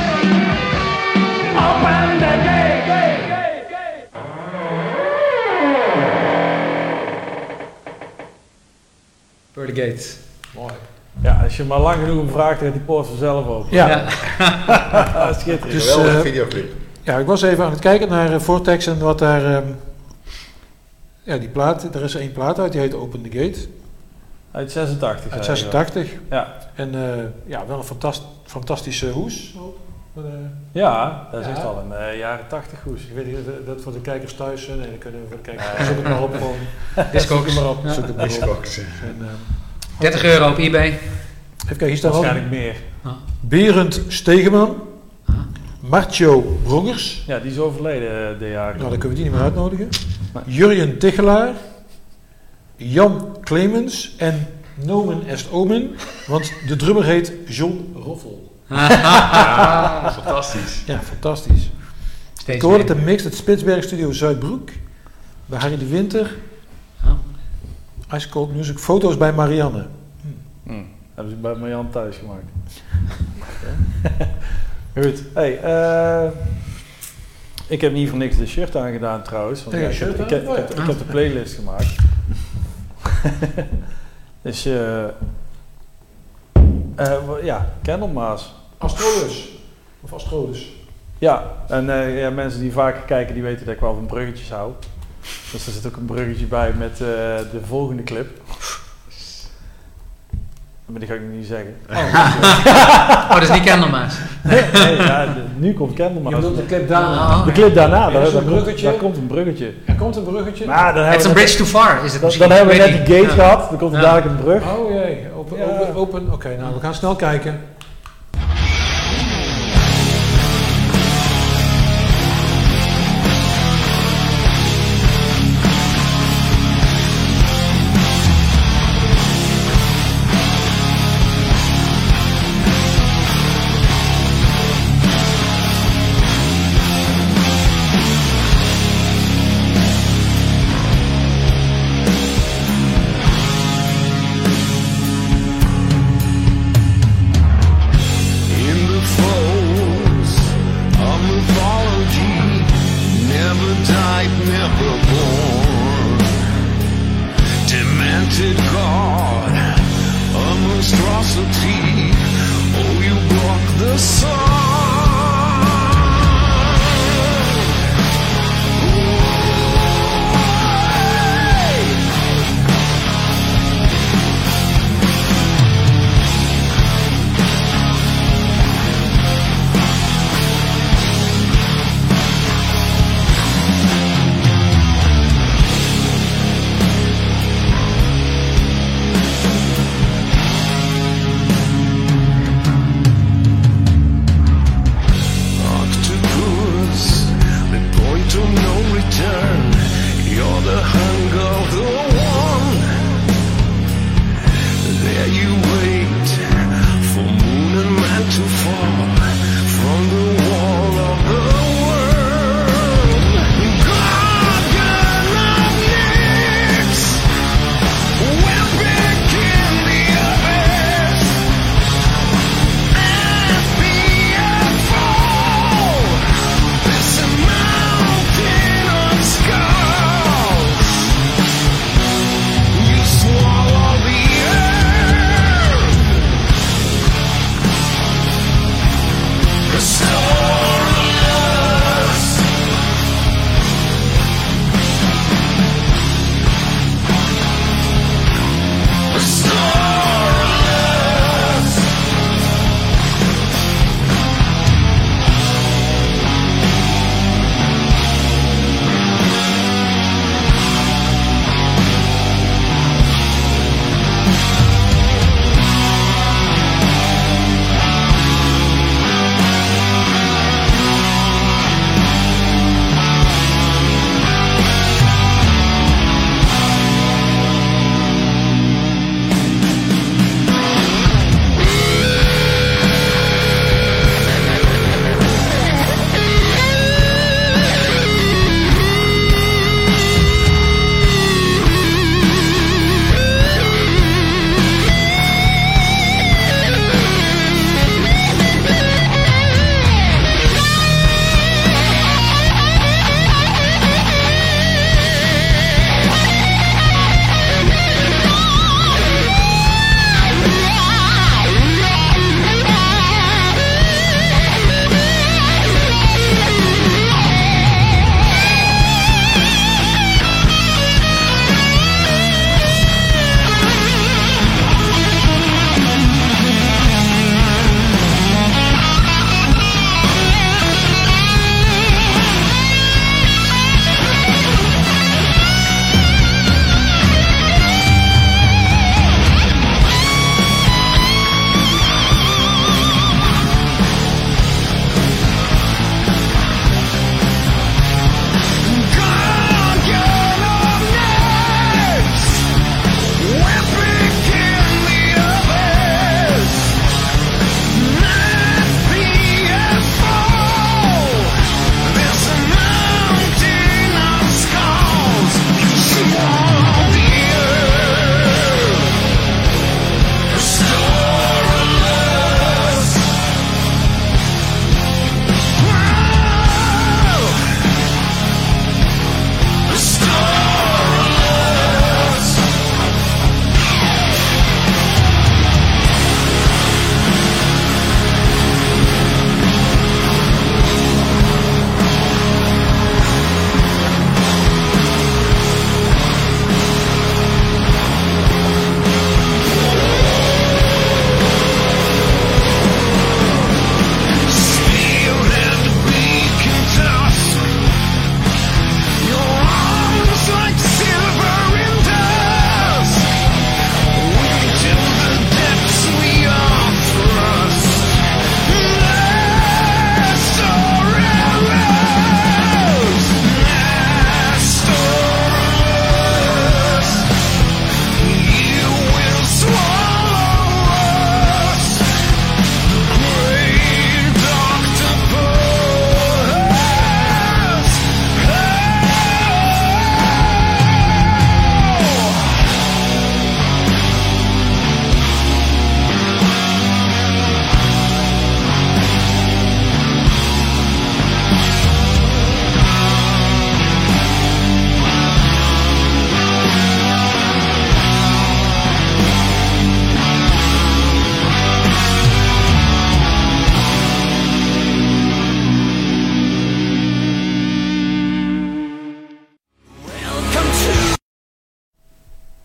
Open the gate. Pearly Gates. Mooi. Ja, als je maar lang genoeg om vraagt, gaat die poort vanzelf open. Ja. Ja. Schitterend. Dus, Geweldige eh, videoclip. Ja, ik was even aan het kijken naar uh, Vortex en wat daar... ehm, ja, die plaat, er is één plaat uit, die heet Open the Gate. Uit zesentachtig. Uit zei je zesentachtig. Ja. En uh, ja, wel een fantast, fantastische hoes. Uh, Ja, dat is Ja. echt al een uh, jaren tachtig hoes. ik weet niet, dat- dat voor de kijkers thuis, uh, nee, dan kunnen we voor de kijkers. Ja. Zoek het maar op gewoon. Discogs. Zoek het maar op. Ja. Zoek het maar op. Discogs. En, uh, dertig euro op eBay. even kijken, hier staat wel Waarschijnlijk meer. Berend Stegeman, Martjo Brongers. Ja, die is overleden uh, dit jaar. Nou, dan kunnen we die niet meer uitnodigen. Nee. Jurjen Tichelaar, Jan Clemens en Nomen Est Omen, want de drummer heet John Roffel. Ja, fantastisch. Ja, fantastisch. Steeds Ik hoorde meer. het mix het Spitsberg Studio Zuidbroek, bij Harry de Winter. Ja. Ice Cold Music, foto's bij Marianne. Hm. Hebben ze bij Marjan thuis gemaakt. Goed. Hey, uh, ik heb niet voor niks de shirt aangedaan trouwens. Want Heb je ja, een ik, shirt heb, ik, aan? heb, Oh, ik, ja. heb, ik heb de playlist gemaakt. dus uh, uh, ja, Candlemass. Astrodus. Of Astrodus. Ja, en uh, ja, mensen die vaker kijken, die weten dat ik wel van bruggetjes hou. Dus er zit ook een bruggetje bij met uh, de volgende clip. Maar die ga ik nog niet zeggen. Oh, dat is niet Candlemass. Nee, nee, ja, de- nu komt Candlemass. Je bedoelt de clip daarna. Oh. De clip daarna, Er daar, is daar, een komt, bruggetje. daar komt een bruggetje. Er komt een bruggetje. Maar dan It's hebben a we bridge too far, is het dan, misschien. dan hebben we Weet net die niet. gate Ja. gehad, dan komt er Ja. dadelijk een brug. Oh jee, open, Ja. open, open. Oké, nou we gaan snel kijken. In the folds of mythology, never died, never born. Demented God, a monstrosity. Oh, you block the sun.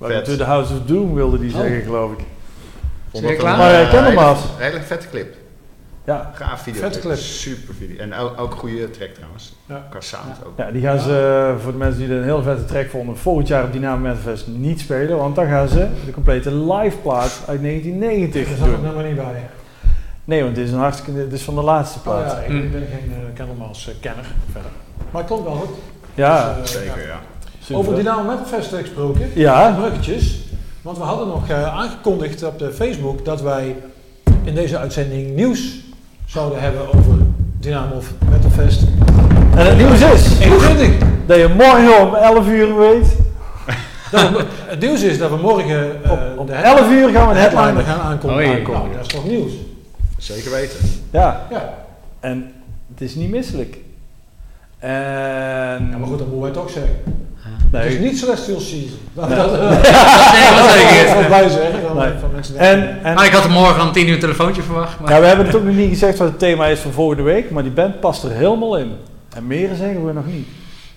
Welcome Vet. to the House of Doom wilde die Oh. zeggen, geloof ik. Vond Is dat hij een, klaar? Maar, eh, eh, ken hem hele- maar. Hele vette clip. Ja. Gaaf video. Vette clip. Super video. En ook, ook goede track trouwens. Ja. Qua sound ook. Ja, die gaan ze, eh, voor de mensen die dit een heel vette track vonden, volgend jaar op Dynamo Metalfest niet spelen. Want dan gaan ze de complete live plaat uit negentien negentig Daar zat het doen. nummer niet bij. Nee, want dit is, een hartstikke, dit is van de laatste Oh, plaat. ja, ik Mm. ben geen uh, Candlemass uh, kenner verder. Maar het klonk wel goed. Ja, Dus, uh, Zeker, ja. ja. super. Over Dynamo Metalfest gesproken. Ja. Bruggetjes. Want we hadden nog uh, aangekondigd op de Facebook dat wij in deze uitzending nieuws zouden hebben over Dynamo Metalfest. En het nieuws is eenentwintig. dat je morgen om elf uur weet. Dat we- het nieuws is dat we morgen uh, Op, op de elf uur gaan we de een headliner headliner. gaan aankondigen. Oei. Nou, dat is toch nieuws? Zeker weten. Ja, Ja. en het is niet misselijk. En... Ja, maar goed, dat moeten wij toch zeggen. Nee. Het is niet Celestial Season. Dat Nee. dat Nee, dat zeker. dat wij zeggen. Dan Nee. van mensen denken, En, en Maar ik had er morgen om tien uur een telefoontje verwacht. Maar... ja, we hebben het ook nog niet gezegd wat het thema is voor volgende week, maar die band past er helemaal in. En meer zeggen we nog niet.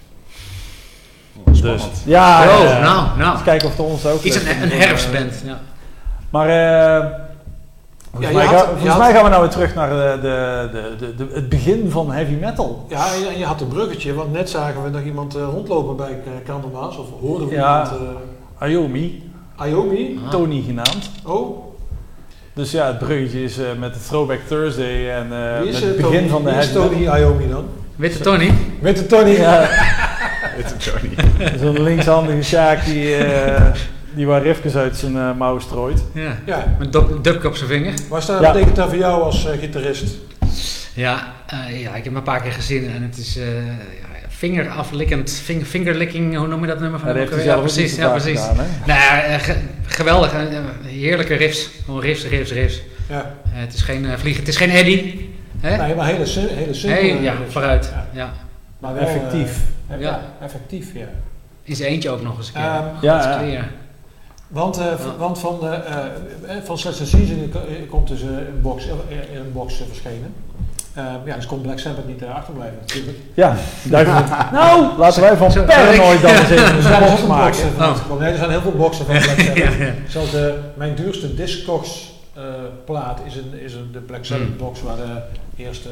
Spannend. Dus, ja, oh, eh, nou, nou. eens kijken of het ons ook Iets lukt. een, een herfstband. Ja. Maar eh, volgens, je mij, had- ga- je volgens had- mij gaan we nou weer terug naar de, de, de, de, de- het begin van heavy metal. Ja, en en je had een bruggetje, want net zagen we nog iemand uh, rondlopen bij uh, Candlemass, of hoorden we Ja. iemand, uh, Ayomi, Ayomi. Ah. Tony genaamd. Oh, Dus ja, het bruggetje is eh, met de Throwback Thursday en eh, wie met is, het uh, begin Tony, van de wie is heavy Tony metal. Ayomi dan? Witte Tony? Met de Tony. Ja, Weet het zo niet. zo'n linkshandige Sjaak die, eh, die waar rifkes uit zijn uh, mouw strooit. Ja. Ja, Met dop- dubk op zijn vinger. waar staat, Ja. betekent dat voor jou als uh, gitarist? Ja, eh, ja, ik heb hem een paar keer gezien en het is uh, ja, vingeraflikkend, ving, fingerlicking, hoe noem je dat nummer van Ja, dat hem heeft hij ook zelf weer? ook Ja, niet precies. zo Ja, vaak precies. gedaan, hè? Nou, ja, eh, ge- geweldig, eh, heerlijke riffs, gewoon riffs, riffs, riffs. Ja. Uh, het is geen uh, vliegen, het is geen Eddie. Hè? Nee, maar hele, sim- hele simpele. Hey, ja, riffs. vooruit. Ja. Ja. Maar wel, Effectief. uh, Ja. ja, effectief, ja. In zijn eentje ook nog eens een keer. Ehm, Ja, Dat is ja. clear. Want, uh, v- Ja. want van, de, uh, van Celestial Season ko- komt dus uh, een box, uh, in een box uh, verschenen. Uh, ja, dus kon Black Sabbath niet uh, achterblijven natuurlijk. Ja, duidelijk. Nou, laten wij van Zo- Paranoid dan eens even een Er zijn heel box veel maken. boxen van Oh. uitgekomen. Nee, er zijn heel veel boxen van Black Sabbath. Ja, ja. Zelfs de, mijn duurste Discogs uh, plaat is een, is een de Black Sabbath Hmm. box waar de eerste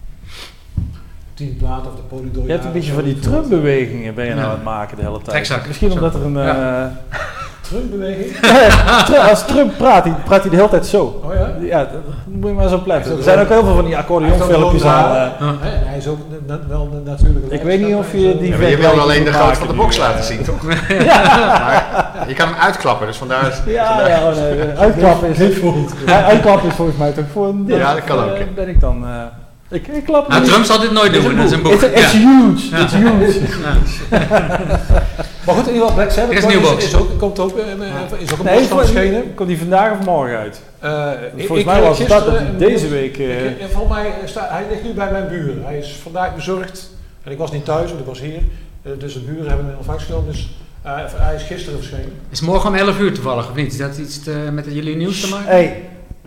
tien platen of de Polydor. Je hebt een beetje van die trumbewegingen ben je nou Ja. aan het maken de hele tijd. Trekzak. Misschien Zo. omdat er een... Ja. eh, Trumbeweging? Tru- als Trump praat, hij, praat hij de hele tijd zo. Oh ja? Ja, dat moet je maar zo Hij pletten. heeft Er zijn ook ook heel veel van die accordeonfilmpjes aan. eh. Ja. Hè, en hij is ook na- na- wel na- natuurlijk... een Ik weet niet of je leiderschap en die zo. Ja, maar je wil alleen de maken grootte van de nu, box eh. laten zien, toch? Maar je kan hem uitklappen, dus vandaar... Ja, ja, oh nee, de uitklappen is niet goed. Uitklappen is volgens mij toch voor een dit. Ja, dat kan ook, Eh, hè. Ben ik dan... eh, ik, ik klap Nou, niet. Trump zal dit nooit doen, dat is een boek. It's, it's Ja. huge, Ja. it's huge. Maar goed, in ieder geval, Black Sabbath Er is een nieuwe is, box. is ook, komt ook, eh, eh, is ook een Nee, box van voor- verschenen. komt die vandaag of morgen uit? Uh, Volgens mij was het dat dat hij deze week... eh, Ik, volgens mij staat hij ligt nu bij mijn buren. Hij is vandaag bezorgd. En ik was niet thuis, want ik was hier. Uh, dus de buren hebben hem in ontvangst genomen. Dus uh, hij is gisteren verschenen. Is morgen om elf uur toevallig, of niet? Is dat iets te, met jullie nieuws te maken? Hey,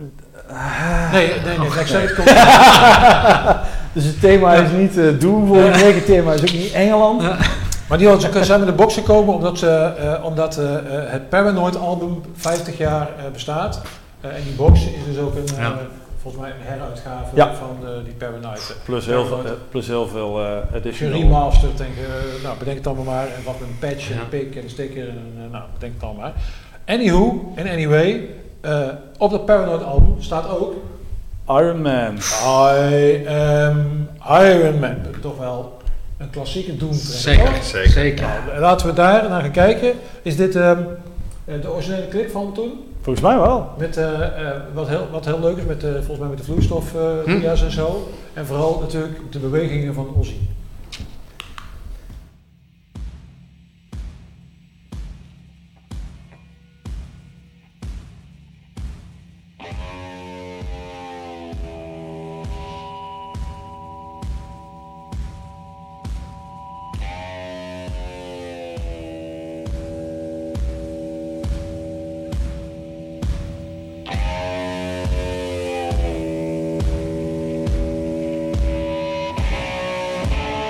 Nee, nee, nee. Black Sabbath komt. dus het thema is niet uh, Doom volgende week, het thema is ook niet Engeland. Ja. Maar die ze zijn met de box gekomen omdat, ze, uh, omdat uh, uh, het Paranoid album vijftig jaar uh, bestaat. Uh, en die box is dus ook een, uh, Ja. volgens mij een heruitgave Ja. van de, die Paranoid. Plus heel veel, eh, plus heel veel uh, additional. Geremasterd, denk, uh, nou bedenk het allemaal maar. En wat een patch en Ja. een pik en een sticker en een, uh, nou bedenk het allemaal maar. Anywho, en anyway, uh, op dat Paranoid album staat ook Iron Man. I am Iron Man. Toch wel een klassieke Doom track. Zeker, toch? Zeker. zeker. Nou, laten we daar naar gaan kijken. Is dit um, de originele clip van toen? Volgens mij wel. Met, uh, uh, wat, heel, wat heel leuk is, met, uh, volgens mij met de vloeistof uh, Hm? dia's en zo. En vooral natuurlijk de bewegingen van Ozzy. Thank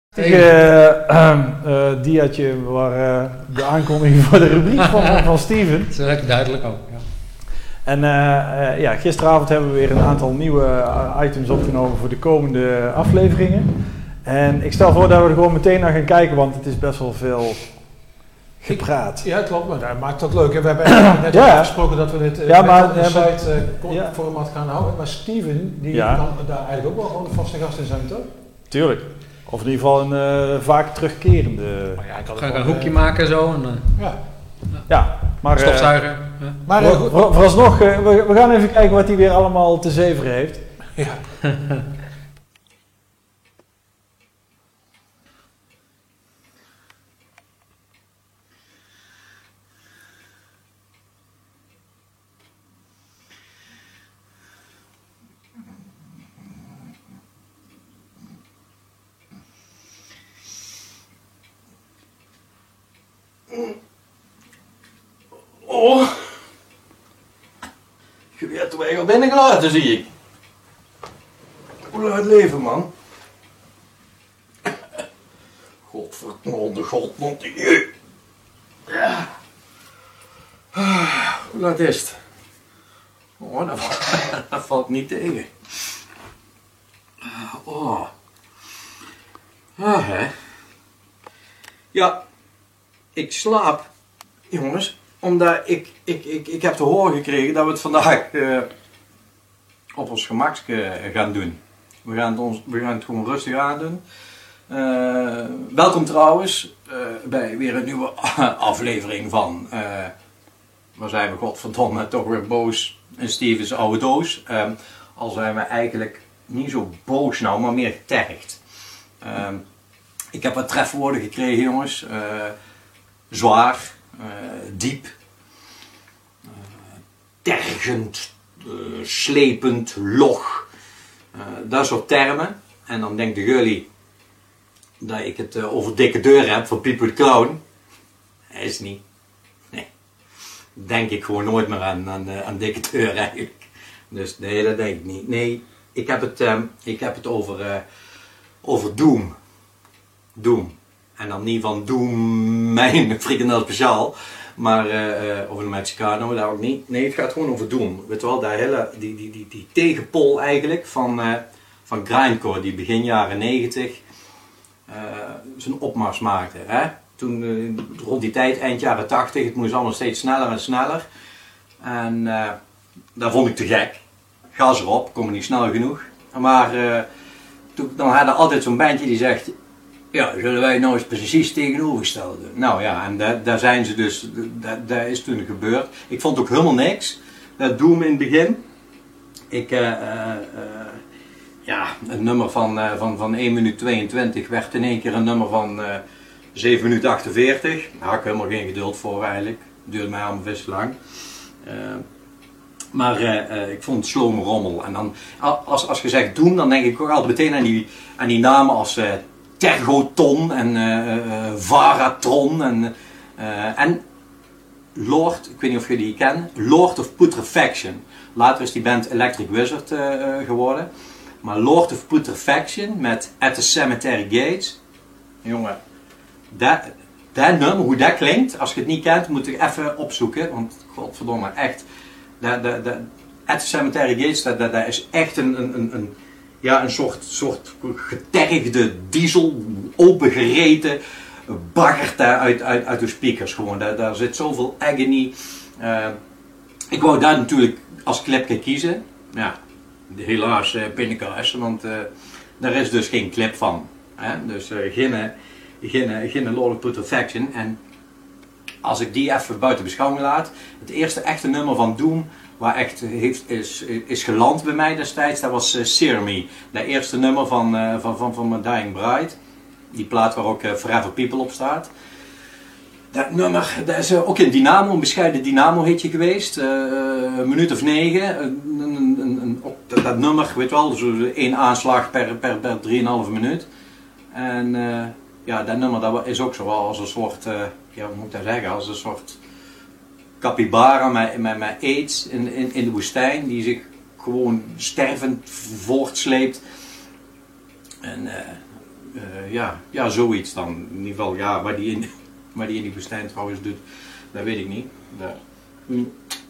Een uh, uh, diaatje waar uh, de aankondiging voor de rubriek van, van Steven. Dat is lekker duidelijk ook. Ja. En uh, uh, ja, gisteravond hebben we weer een aantal nieuwe uh, items opgenomen voor de komende afleveringen. En ik stel voor dat we er gewoon meteen naar gaan kijken, want het is best wel veel gepraat. Ja, klopt, maar dat maakt het leuk. En we hebben net ja. afgesproken dat we dit uh, ja, maar, op de ja, site uh, ja. format gaan houden. Maar Steven, die ja. kan daar eigenlijk ook wel gewoon een vaste gast in zijn, toch? Tuurlijk. Of in ieder geval een uh, vaak terugkerende... Maar ja, ik kan Ga ik een hoekje uh, maken zo. En, uh, ja. ja, maar... Stofzuiger. Uh, ja. Maar uh, voor, vooralsnog, uh, we, we gaan even kijken wat hij weer allemaal te zeveren heeft. Ja. Oh, je weet toch wel binnengelaten, zie ik. Hoe laat leven, man? Godverdomme, god, want je. Ja. Hoe laat is het? Oh, dat valt, dat valt niet tegen. Oh. Ah, hè. Ja, ik slaap, jongens. Omdat ik, ik, ik, ik heb te horen gekregen dat we het vandaag uh, op ons gemak uh, gaan doen. We gaan, het ons, we gaan het gewoon rustig aandoen. Uh, welkom trouwens uh, bij weer een nieuwe aflevering van... Uh, waar zijn we godverdomme toch weer boos in Stevens oude doos. Uh, al zijn we eigenlijk niet zo boos nou, maar meer getergd. Uh, ik heb wat trefwoorden gekregen, jongens. Uh, zwaar. Uh, diep, uh, tergend, uh, slepend, log, uh, dat soort termen. En dan denken jullie dat ik het uh, over dikke deur heb van Pipo de Clown. Dat is niet. Nee. Denk ik gewoon nooit meer aan, aan, uh, aan dikke deur eigenlijk. Dus nee, dat denk ik niet. Nee, ik heb het, um, ik heb het over, uh, over Doom. Doom. En dan niet van Doom, mijn frikandel speciaal, maar uh, uh, over de Mexicano, daar ook niet. Nee, het gaat gewoon over Doom. Weet je wel, dat hele, die, die, die, die tegenpol eigenlijk van, uh, van grindcore, die begin jaren negentig uh, zijn opmars maakte. Hè? Toen, uh, rond die tijd, eind jaren tachtig, het moest allemaal steeds sneller en sneller. En uh, dat vond ik te gek. Gas erop, kom niet snel genoeg. Maar uh, toen, dan hadden altijd zo'n bandje die zegt... Ja, zullen wij nou eens precies tegenovergesteld doen? Nou ja, en daar, daar zijn ze dus, dat, dat is toen gebeurd. Ik vond ook helemaal niks, dat Doom in het begin. Ik, uh, uh, uh, ja, een nummer van, uh, van, van één minuut tweeëntwintig werd in één keer een nummer van uh, zeven minuten achtenveertig. Daar had ik helemaal geen geduld voor eigenlijk, het duurde mij allemaal best lang. Uh, Maar uh, uh, ik vond het slome rommel. En dan, als, als je zegt Doom, dan denk ik ook altijd meteen aan die, aan die namen als... Uh, Tergoton en uh, uh, Varatron en, uh, en Lord, ik weet niet of jullie die kennen, Lord of Putrefaction. Later is die band Electric Wizard uh, uh, geworden. Maar Lord of Putrefaction met At the Cemetery Gates. Jongen, dat, dat nummer, hoe dat klinkt, als je het niet kent, moet je even opzoeken. Want godverdomme, echt, dat, dat, dat, At the Cemetery Gates, dat, dat, dat is echt een... een, een, een Ja, een soort, soort getergde diesel, opengereten, baggert daar uit, uit, uit de speakers gewoon. Daar, daar zit zoveel agony. Uh, ik wou daar natuurlijk als clipje kiezen. Ja, helaas uh, pindakaas, want uh, daar is dus geen clip van. Hè? Dus uh, geen, geen, geen Lord of Putrefaction. En als ik die even buiten beschouwing laat, het eerste echte nummer van Doom... waar echt heeft, is, is geland bij mij destijds, dat was uh, Sear Me. Dat eerste nummer van, uh, van, van, van My Dying Bride. Die plaat waar ook uh, Forever People op staat. Dat nummer, dat is uh, ook een dynamo, een bescheiden dynamo hitje geweest. Uh, een minuut of negen. Een, een, een, een, dat, dat nummer, weet wel, zo één aanslag per, per, per drieënhalve minuut. En uh, ja, dat nummer dat is ook zo als een soort, uh, ja, hoe moet ik dat zeggen, als een soort... capybara met, met, met aids in, in, in de woestijn, die zich gewoon stervend voortsleept. En uh, uh, ja, ja, zoiets dan. In ieder geval, ja, waar die in, waar die in die woestijn trouwens doet, dat weet ik niet. Dat, hm.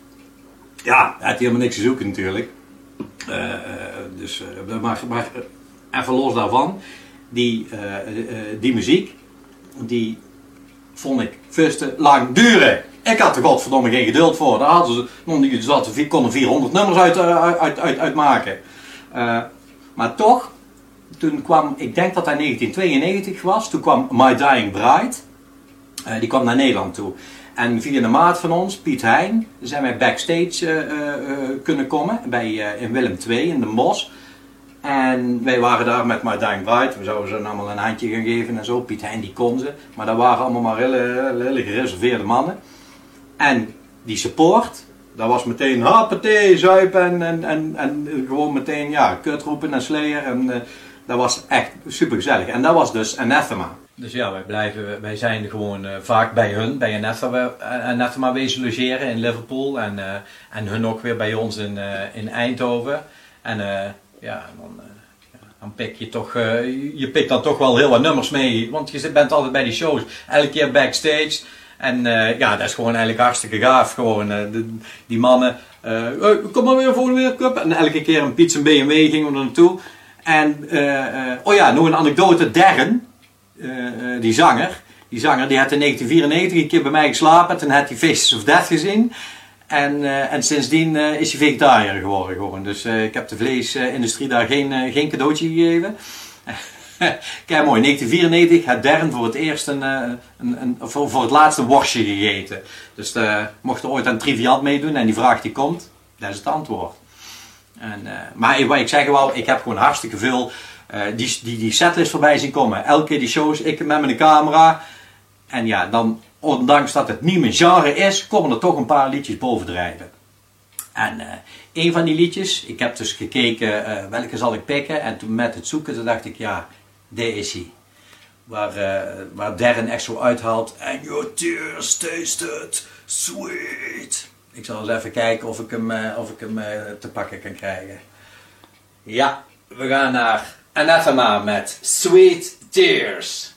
Ja, hij heeft helemaal niks te zoeken natuurlijk. Uh, uh, dus, uh, maar, maar even los daarvan, die, uh, uh, die muziek, die vond ik veel te lang duren. Ik had er godverdomme geen geduld voor. Daar hadden ze, nog ze konden vierhonderd nummers uit, uit, uit, uit maken. Uh, maar toch, toen kwam, ik denk dat hij negentien tweeënnegentig was, toen kwam My Dying Bride. Uh, die kwam naar Nederland toe. En via een maat van ons, Piet Hein, zijn wij backstage uh, uh, kunnen komen bij, uh, in Willem twee in Den Bosch. En wij waren daar met My Dying Bride. We zouden ze allemaal een handje gaan geven en zo. Piet Hein die kon ze. Maar dat waren allemaal maar hele, hele gereserveerde mannen. En die support, dat was meteen hoppatee, zuipen en, en, en, en gewoon meteen ja, kutroepen en slayer. En uh, dat was echt super gezellig. En dat was dus Anathema. Dus ja, wij, blijven, wij zijn gewoon uh, vaak bij hun, bij Anathema, Anathema wezen logeren in Liverpool. En, uh, en hun ook weer bij ons in, uh, in Eindhoven. En uh, ja, dan, uh, ja, dan pik je toch, uh, je pikt dan toch wel heel wat nummers mee. Want je bent altijd bij die shows, elke keer backstage. En uh, ja, dat is gewoon eigenlijk hartstikke gaaf. Gewoon, uh, de, die mannen, uh, kom maar weer voor de Wereldcup. En elke keer een Piet en B M W gingen we er naartoe. En, uh, uh, oh ja, nog een anekdote. Darren, uh, uh, die zanger, die zanger, die had in negentien vierennegentig een keer bij mij geslapen. Toen had hij Faces of Death gezien. En, uh, en sindsdien uh, is hij vegetariër geworden. Gewoon. Dus uh, ik heb de vleesindustrie daar geen, uh, geen cadeautje gegeven. Kijk mooi, in negentien vierennegentig had Darren voor het eerst een, een, een, voor, voor het laatste worstje gegeten. Dus uh, mocht er ooit aan Triviant meedoen en die vraag die komt, dat is het antwoord. En, uh, maar wat ik zeg wel, ik heb gewoon hartstikke veel uh, die, die, die setlist voorbij zien komen. Elke keer die shows, ik met mijn camera. En ja, dan, ondanks dat het niet mijn genre is, komen er toch een paar liedjes bovendrijven. En uh, een van die liedjes, ik heb dus gekeken uh, welke zal ik pikken. En toen met het zoeken, toen dacht ik, ja, dit is hij. Waar, uh, waar Darren echt zo uithaalt. And your tears tasted sweet. Ik zal eens even kijken of ik hem, uh, of ik hem uh, te pakken kan krijgen. Ja, we gaan naar Anathema met Sweet Tears.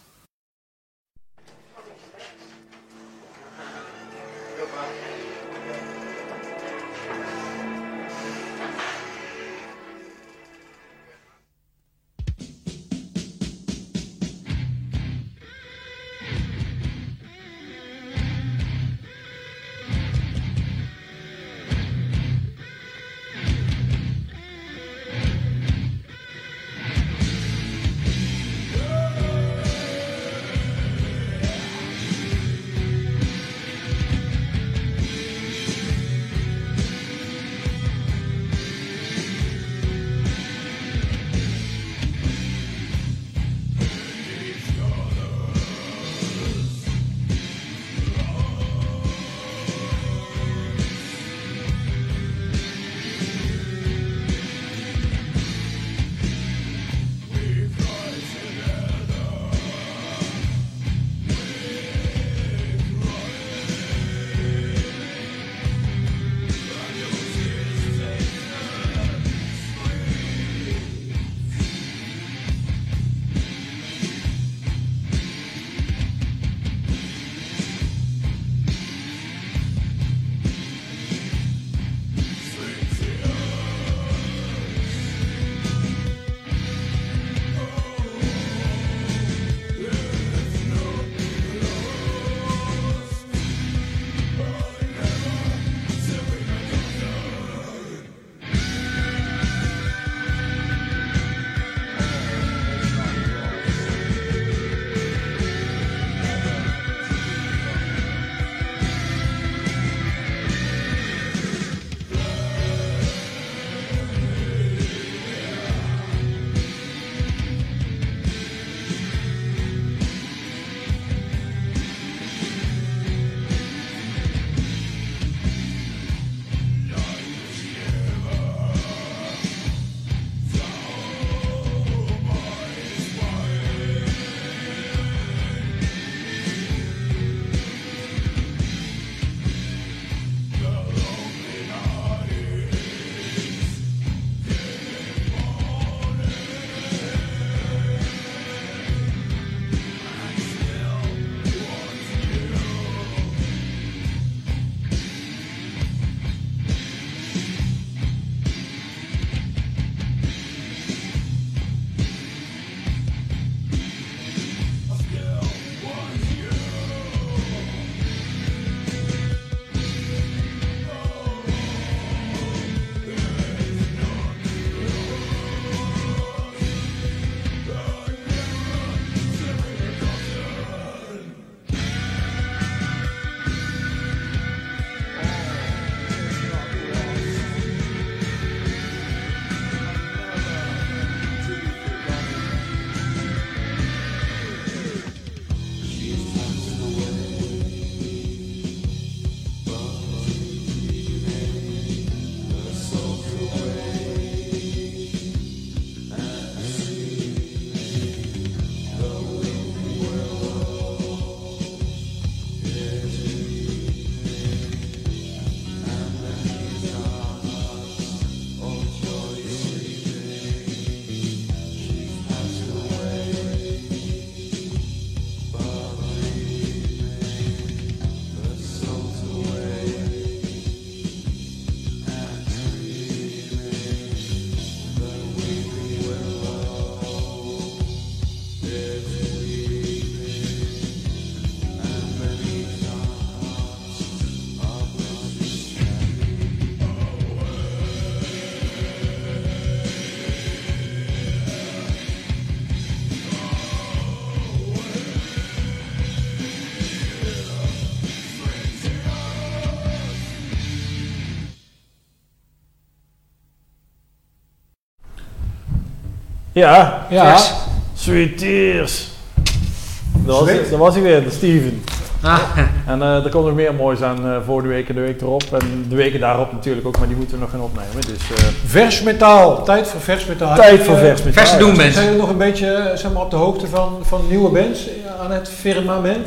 Ja, Ja. Sweet Tears. Dat was, Sweet. dat was hij weer, de Steven. Ah, En uh, er komt nog meer moois aan uh, voor de week en de week erop. En de weken daarop natuurlijk ook, maar die moeten we nog gaan opnemen. Dus, uh, Vers metaal. Tijd voor vers metaal. tijd Heb je, voor eh, vers metaal. verse doen bent. Zijn jullie nog een beetje eh, zeg maar, op de hoogte van, van nieuwe bands aan het firmament?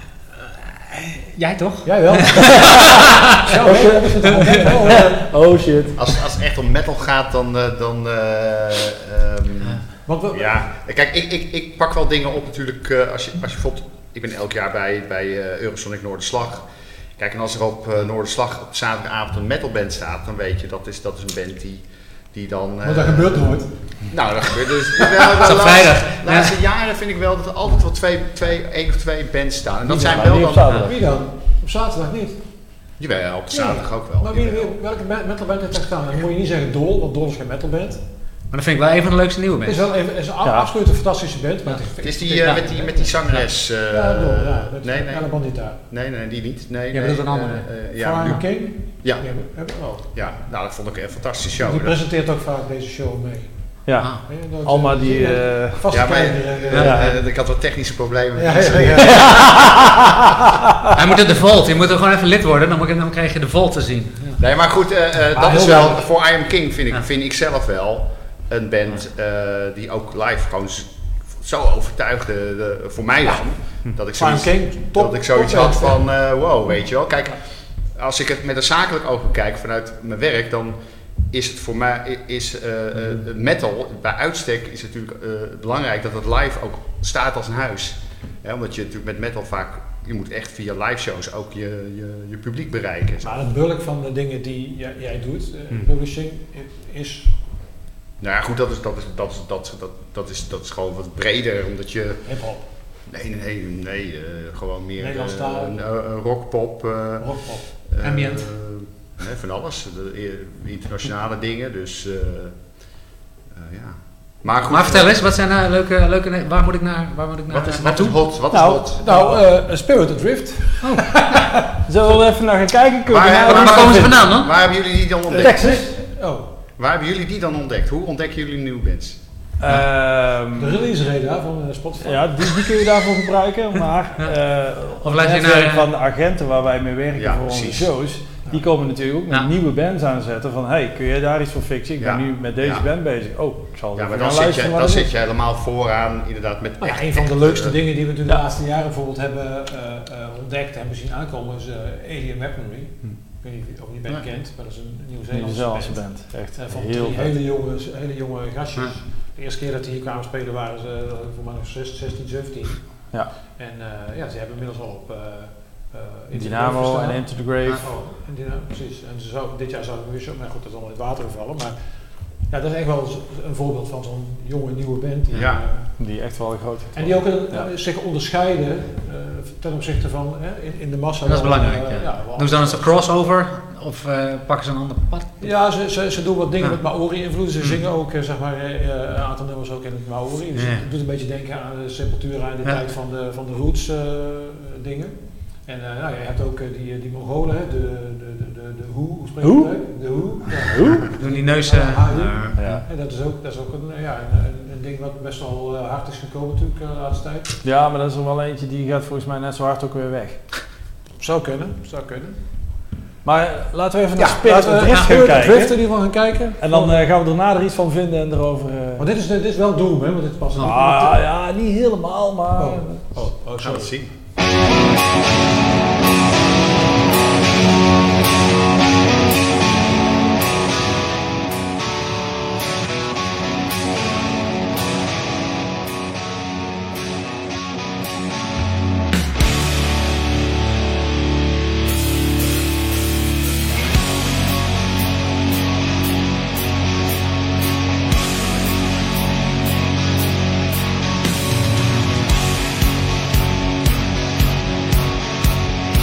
jij toch? Jij wel. Ja, weet je, dat is het wel, eh, Oh shit. Als, als het echt om metal gaat, dan... eh, dan eh, ehm, Want we, ja, kijk, ik, ik, ik pak wel dingen op natuurlijk. eh, als, je, als je bijvoorbeeld... Ik ben elk jaar bij, bij uh, Eurosonic Noorderslag. Kijk, en als er op uh, Noorderslag op zaterdagavond een metalband staat, dan weet je, dat is, dat is een band die, die dan... Uh, want dat gebeurt nooit. Nou, dat gebeurt dus... wel, wel, Dat is op de vrijdag. laatste, de laatste jaren vind ik wel dat er altijd wel twee, twee, één of twee bands staan. En dat Wie zijn dan? wel Wie op dan... zaterdag? Wie dan? Op zaterdag niet. Jawel, op de zaterdag ook wel. Maar wie, jawel. wie, welke me- metalband heeft daar staan? Dan moet je niet zeggen Dol, want Dol is geen metalband. Maar dat vind ik wel een van de leukste nieuwe Het is mensen. wel even, het is een Ja. absoluut een fantastische band. Maar Het is die, uh, met, die, met die zangeres... Uh, ja, Dol, ja. Met nee, nee, Ella Bandita. nee, nee, die niet. Nee, Ja, nee, dat is een andere. uh, uh, Fire ja, King? ja, Die hebben- hebben we ook. ja, nou dat vond ik een fantastische show. Die Dat- presenteert ook vaak deze show mee. Ja, Ah. Hè, dat, Alma eh, die... ja, Uh, vaste Ja, maar- kijker, eh, Ja, Ja. eh, ik had wat technische problemen. Ja, ja, ja. Hij moet in de Vault. Je moet er gewoon even lid worden, dan, moet je- dan krijg je de Vault te zien. Ja. Nee, maar goed, eh, eh, Ah, dat heel is wel, leuk. voor I Am King vind ik, Ja. vind ik zelf wel een band eh, die ook live gewoon z- zo overtuigde, de, voor mij dan, dat ik Fire zoiets, King, top. dat ik zoiets top had band, van, eh, wow, weet je wel. Kijk, als ik het met een zakelijk oog bekijk vanuit mijn werk, dan is het voor mij, is eh, eh, metal, bij uitstek is het natuurlijk eh, belangrijk dat het live ook staat als een huis. Hè, omdat je natuurlijk met metal vaak, je moet echt via live shows ook je, je, je publiek bereiken. Maar het bulk van de dingen die jij, jij doet, eh, Hmm. publishing, is Nou ja, goed, dat is, dat is, dat is, dat, dat, dat is, dat is gewoon wat breder, omdat je... hip-hop, Nee, nee, nee, nee eh, gewoon meer Nederlandstalig. eh, een, een rockpop. eh, rockpop. eh, Ambient. nee, van alles. De, eh, internationale dingen, dus eh, eh, ja. Maar goed. Maar vertel eens, wat zijn nou leuke, leuke waar moet ik naar, waar moet ik naar, Wat is, wat naartoe? is hot? Wat Nou, is hot? Nou, eh Spirit Adrift. zullen we even naar gaan kijken? Kunnen we Waar, nou Waar waar- komen ze vandaan dan? Waar hebben jullie die dan ontdekt? Texas. Oh, Waar hebben jullie die dan ontdekt? Hoe ontdekken jullie nieuwe bands? Ehm, de release radar van eh, Spotify. ja, die, die kun je daarvoor gebruiken, maar eh Of het luister je netwerk naar, van de agenten waar wij mee werken Ja, voor onze precies. shows, die komen natuurlijk ook met Ja. nieuwe bands aanzetten van hey, kun je daar iets voor fixen? Ik ben Ja. nu met deze Ja. band bezig. Oh, ik zal Ja, even maar gaan dan zit je, luisteren wat dan het zit is. je helemaal vooraan, inderdaad, met Nou ja, echt- een van de echt, leukste eh, dingen die we natuurlijk Ja. de laatste jaren bijvoorbeeld hebben eh, eh, ontdekt, hebben zien aankomen, is eh, Alien Weaponry. Hm. Ik weet niet of je die band Ja. kent, maar dat is een Een Nieuw-Zeelandse Nieuw-Zeelandse band. band. Echt Eh, van heel drie vet. hele jonge, hele jonge gastjes. Ja. De eerste keer dat die hier kwamen spelen waren ze eh, voor mij nog zestien, zeventien. Ja. En eh, ja, ze hebben inmiddels al op uh, uh, Dynamo en Into the Grave. Oh, en Dynamo, precies. En ze zou, dit jaar zouden we weer zo, maar goed, dat is allemaal in het water gevallen. Maar ja, dat is echt wel z- een voorbeeld van zo'n jonge nieuwe band. Die, Ja. eh, Die echt wel groot en die ook een, Ja. eh, zich onderscheiden uh, ten opzichte van uh, in, in de massa. dat is wel, belangrijk. eh, Ja. wel- Doen ze dan eens een crossover of uh, pakken ze een ander pad? Ja, ze, ze, ze doen wat dingen Ja. met Maori-invloeden. Ze Mm. zingen ook eh, zeg maar, eh, een aantal nummers ook in het Maori. Dus Ja. het doet een beetje denken aan de Sepultura in de Ja. tijd van de, van de roots eh, dingen. En uh, nou, je hebt ook uh, die, die Mongolen, hè, de, de, de, de, de Hoe, hoe spreek je Hoe? dat uit? De Hoe. Ja. Doen die neus... Uh, Ja, uh, Ja. En dat is ook, dat is ook een, ja, een, een- een ding wat best wel uh, hard is gekomen natuurlijk uh, de laatste tijd. Ja, maar dat is er wel eentje die gaat volgens mij net zo hard ook weer weg. Zou kunnen, zou kunnen. Maar eh, laten we even naar Ja, Spirit laten we Adrift gaan Spirit kijken. Adrift in ieder geval gaan kijken. En dan eh, gaan we daarna er iets van vinden en erover... eh, Maar dit is, dit is wel Doom, hè? Want dit past ah, ja, niet helemaal, maar... Oh, oh, oh, Gaan we sorry. het zien. Thank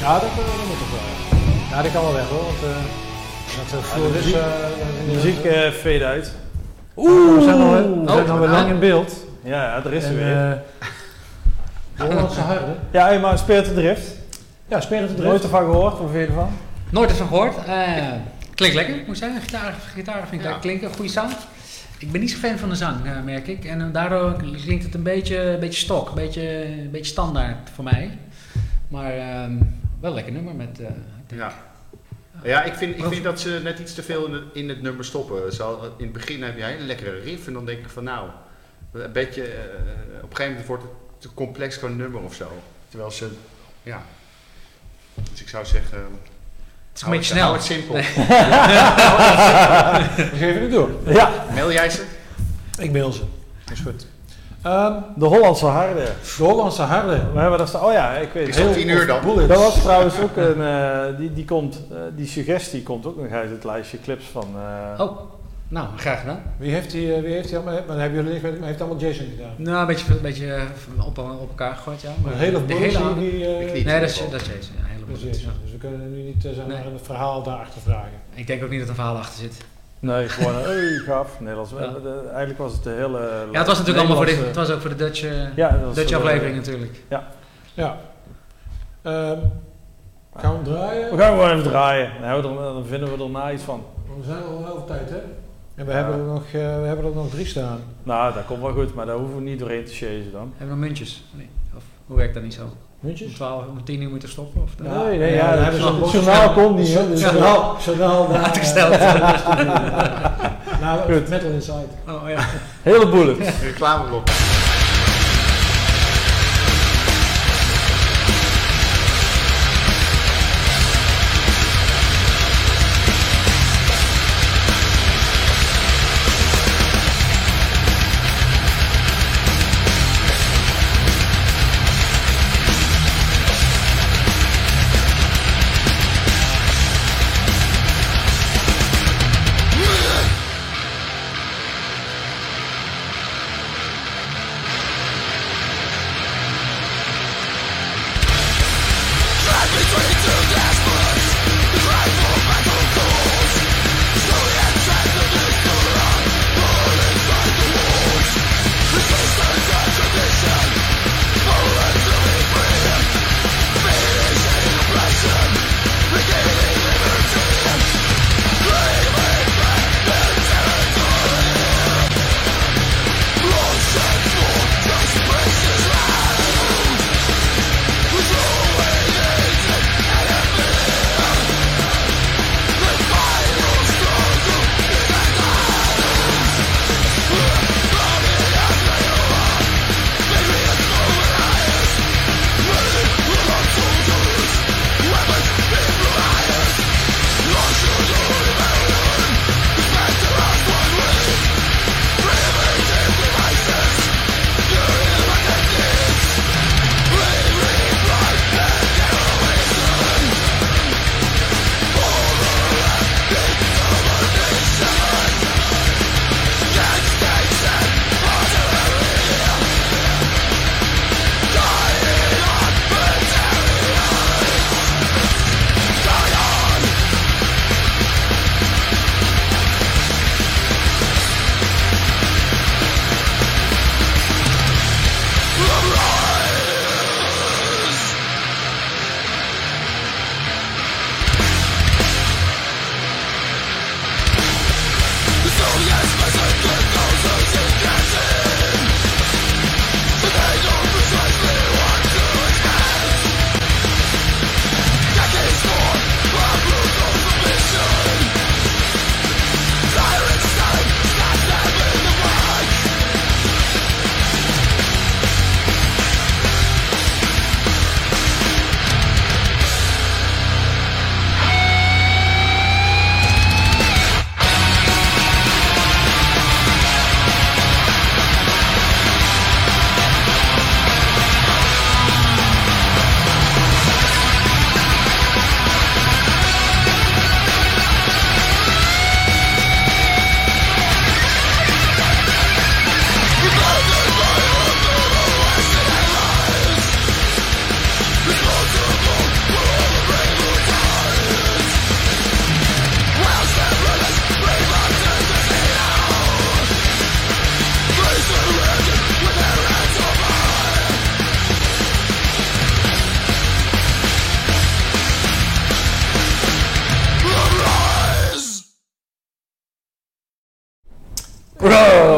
Ja, dat, dat moet toch wel. Ja, ja die kan wel weg hoor. Want uh, dat uh, vloer is... Uh, de muziek uh, fade uit. Oeh! We zijn alweer, we oh, zijn alweer lang in beeld. Ja, ja er is er en, weer. Uh, de Hollandse harde. Ja, hey, maar Spirit of Drift. Ja, Spirit of Drift. Nooit ervan gehoord, wat vind je ervan? Nooit ervan gehoord. Uh, klinkt lekker, moet ik zeggen. Gitaar, gitaar vind ik Ja. lekker klinken, goede sound. Ik ben niet zo fan van de zang, uh, merk ik. En uh, daardoor klinkt het een beetje, een beetje stok, een beetje, een beetje standaard voor mij. Maar uh, wel een lekker nummer met... Uh, Ja. Ja, ik vind, ik vind dat ze net iets te veel in het, in het nummer stoppen. Zo, in het begin heb je een hele lekkere riff en dan denk ik van nou, een beetje, uh, op een gegeven moment wordt het te complex qua nummer of zo. Terwijl ze, ja. Dus ik zou zeggen, het is een beetje snel. Hou het simpel. Nee. We geven het door. Ja. Mail jij ze? Ik mail ze. Is goed. Um, de Hollandse harde. De Hollandse harde. We hebben dat staan. Oh ja, ik weet het. Is dat tien uur dan? Bullets. Dat was trouwens ook een, uh, die, die komt, uh, die suggestie komt ook nog uit het lijstje clips van... Uh, oh, nou, graag gedaan. Wie heeft die, uh, wie heeft die allemaal, maar hebben jullie maar heeft allemaal Jason gedaan? Nou, een beetje, een beetje uh, op, op elkaar gegooid, ja. Maar de hele Bullets die... die uh, nee, dat is, dat is Jason, ja, hele Bullets. Ja. Dus we kunnen nu niet uh, zeg maar, nee. een verhaal daarachter vragen. Ik denk ook niet dat er een verhaal achter zit. Nee, gewoon een hey, gaaf Nederlands. Ja. De, eigenlijk was het de hele... Ja, het was natuurlijk allemaal voor de, het was ook voor de Dutch, uh, ja, Dutch aflevering de, natuurlijk. Ja. Ja. Um, gaan we draaien? We gaan gewoon even draaien. Dan, dan, dan vinden we er na iets van. We zijn al heel veel tijd, hè? En we, ja. hebben er nog, uh, we hebben er nog drie staan. Nou, dat komt wel goed, maar daar hoeven we niet doorheen te chasen dan. Hebben we nog muntjes? Nee. Of hoe werkt dat niet zo? Muntjes? Om twaalf, om tien uur moeten stoppen? Of ja, nee, nee, ja, ja, het journaal komt niet, hè? Dus journaal, journaal daar. Uitgesteld. Nou, goed. Metal Inside. Oh ja. Hele bullet. Reclameblok.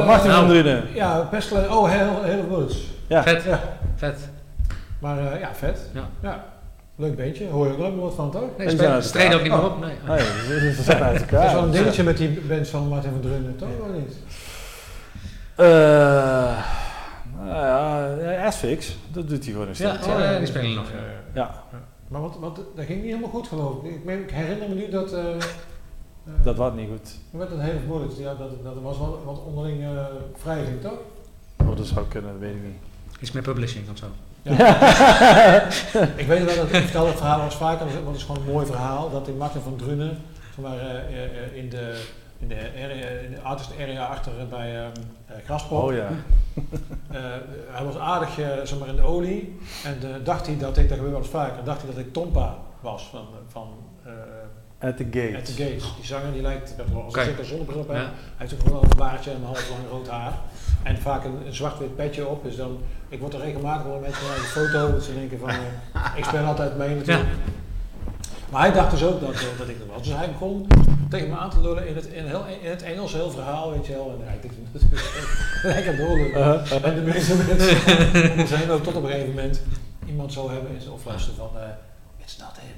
wat mag hij van Drunen? Ja, Pestle. Oh, heel, heel bullets. Ja. Vet. Ja. Vet. Maar uh, ja, vet. Ja. ja. Leuk beentje. Hoor je ook nooit wat van, toch? Nee, spelen, ze treden ook niet meer op. Nee. Nee, ze zijn uit elkaar. Dat is wel een dingetje met die band van Martin van Drunen, toch? Of niet? Uh, nou ja, Asphyx, dat doet hij gewoon nog steeds. Ja, ja, die spelen nog. Ja. Ja. Ja. Maar wat, wat, dat ging niet helemaal goed, geloof ik. Ik, meen, ik herinner me nu dat... Uh, uh, dat was niet goed. Met een hele bullets, ja, dat, dat was wel wat onderling uh, wrijving, toch? Oh, dat zou kunnen, dat weet ik niet. Iets met publishing of zo. Ja. Ik weet wel dat ik vertelde het verhaal was vaker, want het is gewoon een mooi verhaal, dat die Martin van Drunen, zeg maar, uh, uh, in de... In de, area, in de artist area achter bij um, uh, Graspop. Oh ja. Uh, hij was aardig uh, zeg maar in de olie en uh, dacht hij dat ik, dat gebeurt wel eens vaker, dacht hij dat ik Tompa was van, van uh, At the Gates. At the Gates. Die zanger die lijkt als okay. een zeker zonnebril op. Ja. Hij heeft ook gewoon een baardje en een half lang rood haar. En vaak een, een zwart-wit petje op. Dus dan, ik word er regelmatig wel mensen naar de foto, dat ze denken van, uh, ik speel altijd mee natuurlijk. Ja. Maar hij dacht dus ook dat, uh, dat ik er was. Dus hij begon tegen me aan te lullen in het, in heel, in het Engels, heel verhaal, weet je wel. En hij dacht natuurlijk lekker doorlullen. Uh, uh, en de meeste mensen om ons heen ook tot op een gegeven moment iemand zo hebben of luisteren van, uh, it's not him.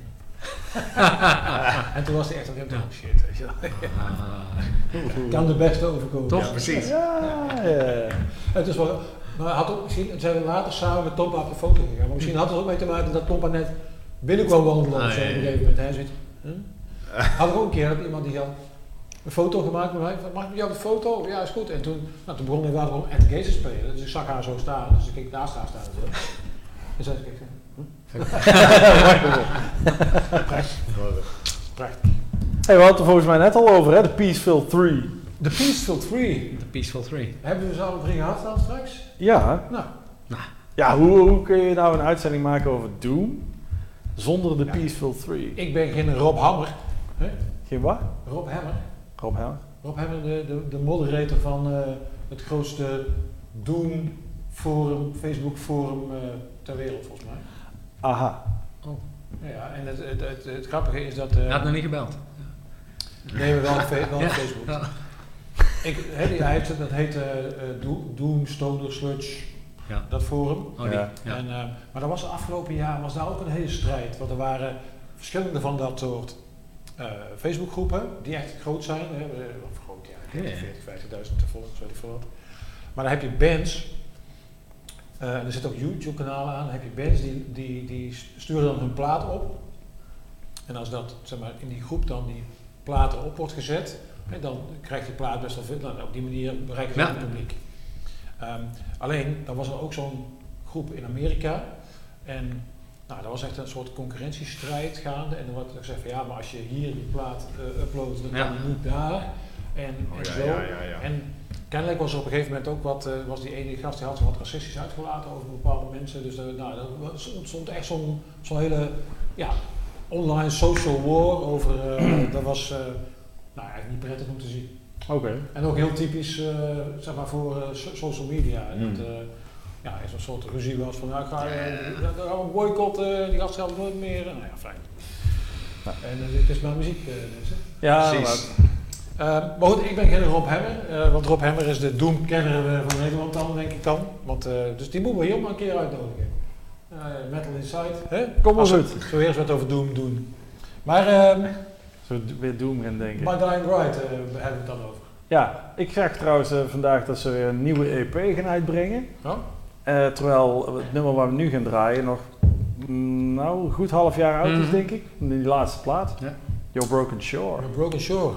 En toen was hij echt op hem, oh shit, weet je wel. Kan de beste overkomen. Toch? Ja, precies. Ja, ja. Het is wel, maar had ook misschien, zijn we later samen met Tompa op de foto gegaan. Maar misschien had het ook mee te maken dat Tompa net binnenkwam wandelen of zo op een gegeven moment. Hij zit, huh? Had ik ook een keer dat iemand die had een foto gemaakt met mij. Mag ik met jou een foto? Ja, is goed. En toen, nou, toen begon hij wel om At the Gates te spelen. Dus ik zag haar zo staan. Dus ik keek naast haar staan. En zei ik, prachtig. Hey, we hadden het er volgens mij net al over, hè? De Peaceful drie. De Peaceful drie. De Peaceful drie. Hebben we ze alle drie gehad dan straks? Ja. Nou. nou. Ja, hoe, hoe kun je nou een uitzending maken over Doom zonder de ja. Peaceful drie? Ik ben geen Rob Hammer. Hè? Geen wat? Rob Hammer. Rob Hammer? Rob Hammer, de, de, de moderator van uh, het grootste Doom forum, Facebook forum uh, ter wereld volgens mij. Aha. Oh. Ja, en het, het, het, het grappige is dat... Uh, Hij had nog niet gebeld. Nee, maar wel op, fe- wel op ja. Facebook. Ja. Ik, he, hij heeft, dat heet uh, Doom, Stoner, Sludge, ja. dat forum. Oh, die. Ja. En, uh, maar dat was de afgelopen jaar was daar ook een hele strijd. Want er waren verschillende van dat soort uh, Facebookgroepen die echt groot zijn. Hè, of groot, ja, veertig, vijftigduizend volgers, weet ik veel wat. Maar dan heb je bands... Uh, en er zitten ook YouTube-kanalen aan. Dan heb je bands die, die, die sturen dan hun plaat op. En als dat zeg maar, in die groep dan die platen op wordt gezet, hè, dan krijgt die plaat best wel veel. Nou, op die manier bereiken ze ja. het publiek. Um, alleen, dan was er ook zo'n groep in Amerika. En nou, dat was echt een soort concurrentiestrijd gaande. En dan wordt er gezegd van ja, maar als je hier die plaat uh, uploadt, dan ja. kan je niet daar. En, oh, en ja, zo. Ja, ja, ja. En kennelijk was er op een gegeven moment ook wat, uh, was die ene gast die had zo wat racistisch uitgelaten over bepaalde mensen. Dus uh, nou, er ontstond echt zo'n zo'n hele ja, online social war over, uh, dat was uh, nou, eigenlijk niet prettig om te zien. Oké. Okay. En ook heel typisch uh, zeg maar voor uh, social media. Mm. Dat uh, ja, er zo'n soort ruzie was van, nou, ik ga, uh, dan gaan we boycotten, die gast zelf nooit meer. Nou ja, fijn. Ja. En uh, dit is maar muziek, uh, mensen. Ja, precies. Uh, maar goed, ik ben geen Rob Hammer, uh, want Rob Hammer is de Doom-kenner van Nederland dan, denk ik dan. Want, uh, dus die moeten we hier maar een keer uitnodigen. Uh, Metal Inside, hè? Kom maar goed. Zo eerst wat over Doom doen. Maar... Uh, Zo weer Doom gaan denken. My Dying Bride uh, hebben we het dan over. Ja, ik zag trouwens uh, vandaag dat ze weer een nieuwe E P gaan uitbrengen. Oh? Uh, terwijl het nummer waar we nu gaan draaien nog, mm, nou, een goed half jaar oud is, mm-hmm. denk ik. Die laatste plaat. Ja. Your Broken Shore. Your Broken Shore.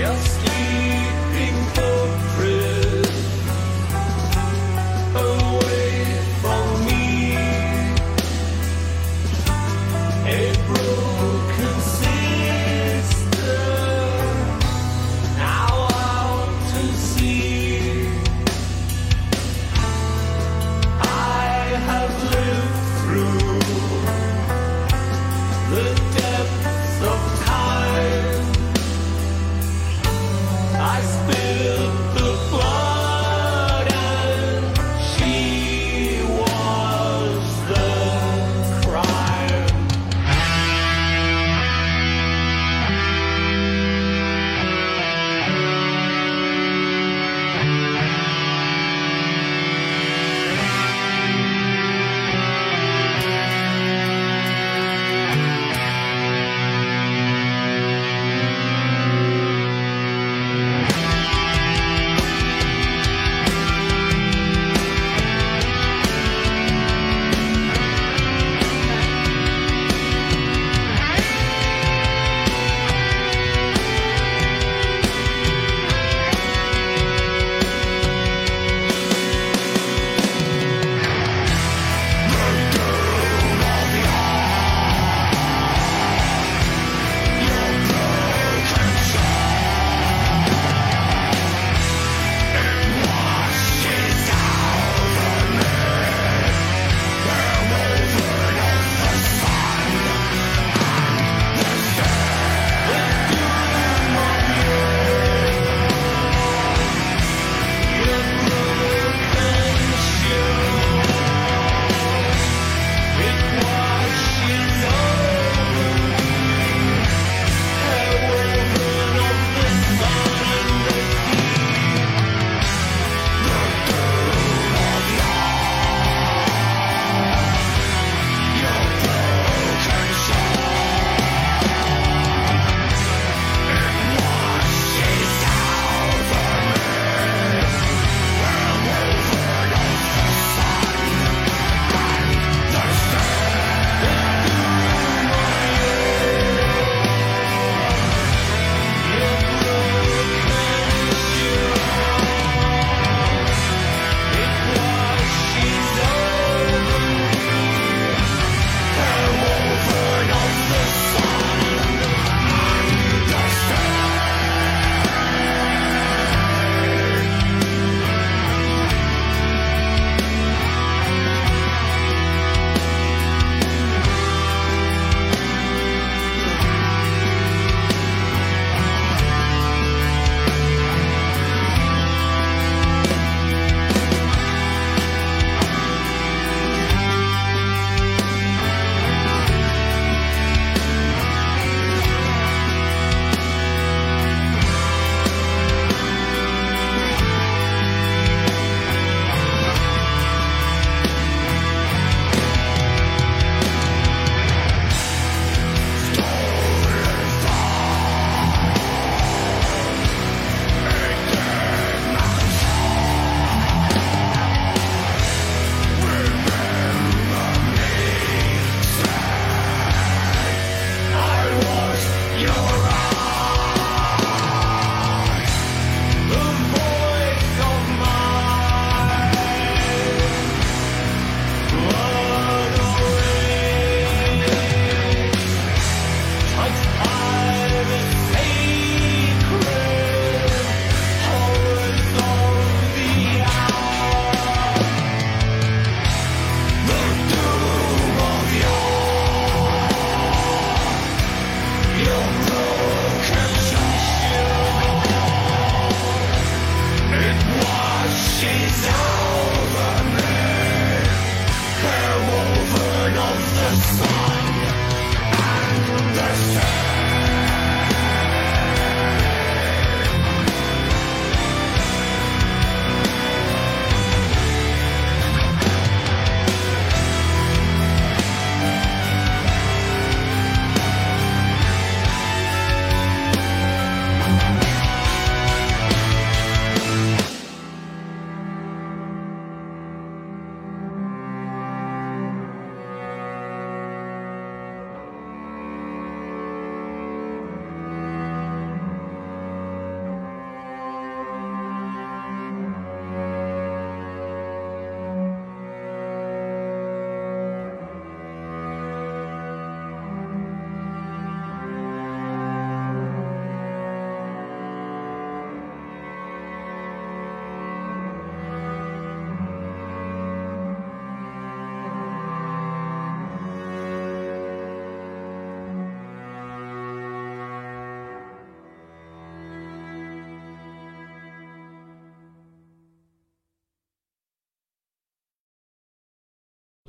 The depths of time.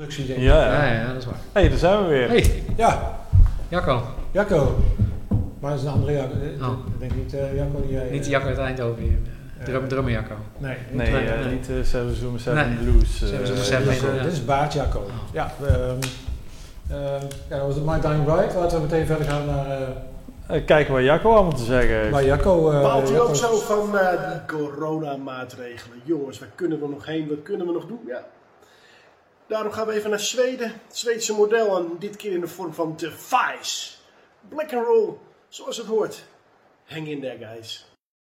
Productie, denk ik. Ja, ja. Ja, ja, dat is waar. Hé, hey, daar zijn we weer. Hey, Ja, Jacco. Jacco. Maar dat is een andere Jacco. Oh. Ik denk niet uh, Jacco die jij... Niet uh, Jacco uit Eindhoven hier. Drum, drummer Jacco. Nee, niet Nee, nee, uh, nee. niet uh, Seven Zoom Seven Nee. Blues. Uh, Seven Zoom Uh, Seven. Jacco. ja. Dit is Baart Jacco. Oh. Ja, um, uh, ja, dat was het My Dying Bride. Laten we meteen verder gaan naar... Uh, uh, kijken wat Jacco allemaal te zeggen heeft. naar Jacco. Uh, Baalt u Jacco. ook zo van uh, die coronamaatregelen? Jongens, waar kunnen we nog heen? Wat kunnen we nog doen? Ja. Daarom gaan we even naar Zweden. Het Zweedse model en dit keer in de vorm van Device. Black and roll, zoals het hoort. Hang in there, guys.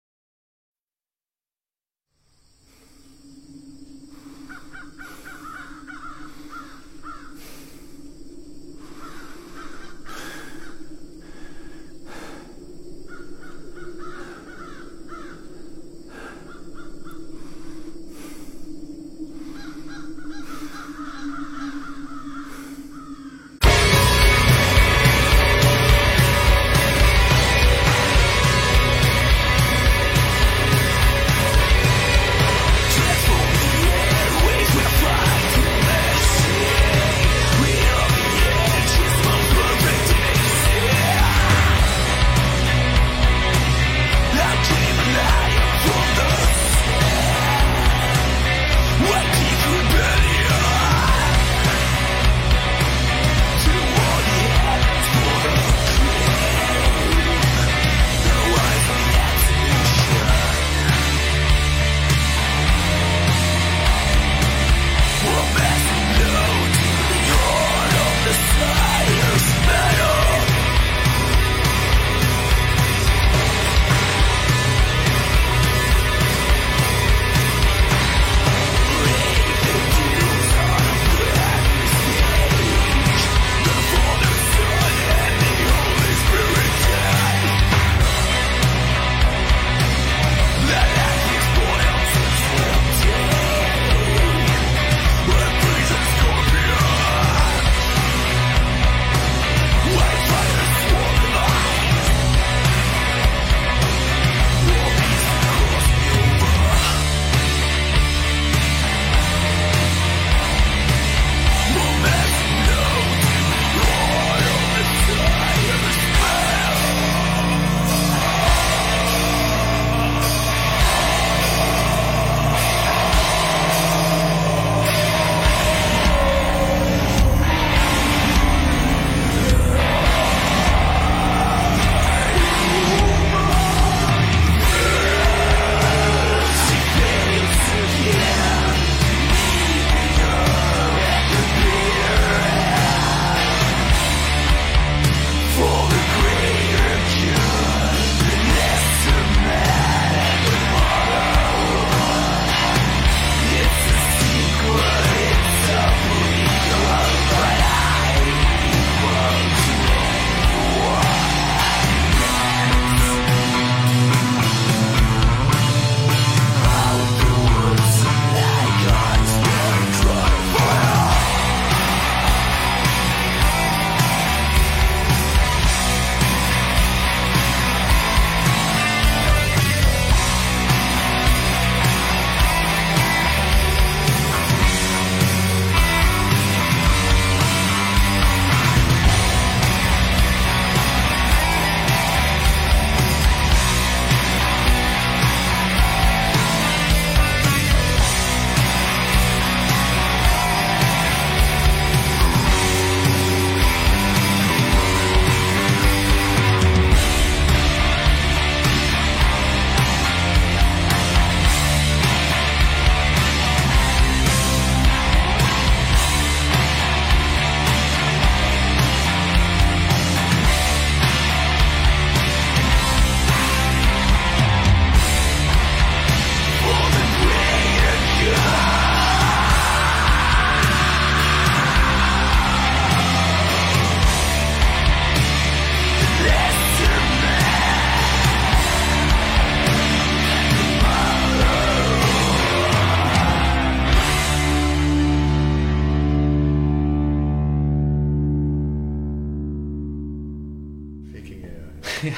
Ja.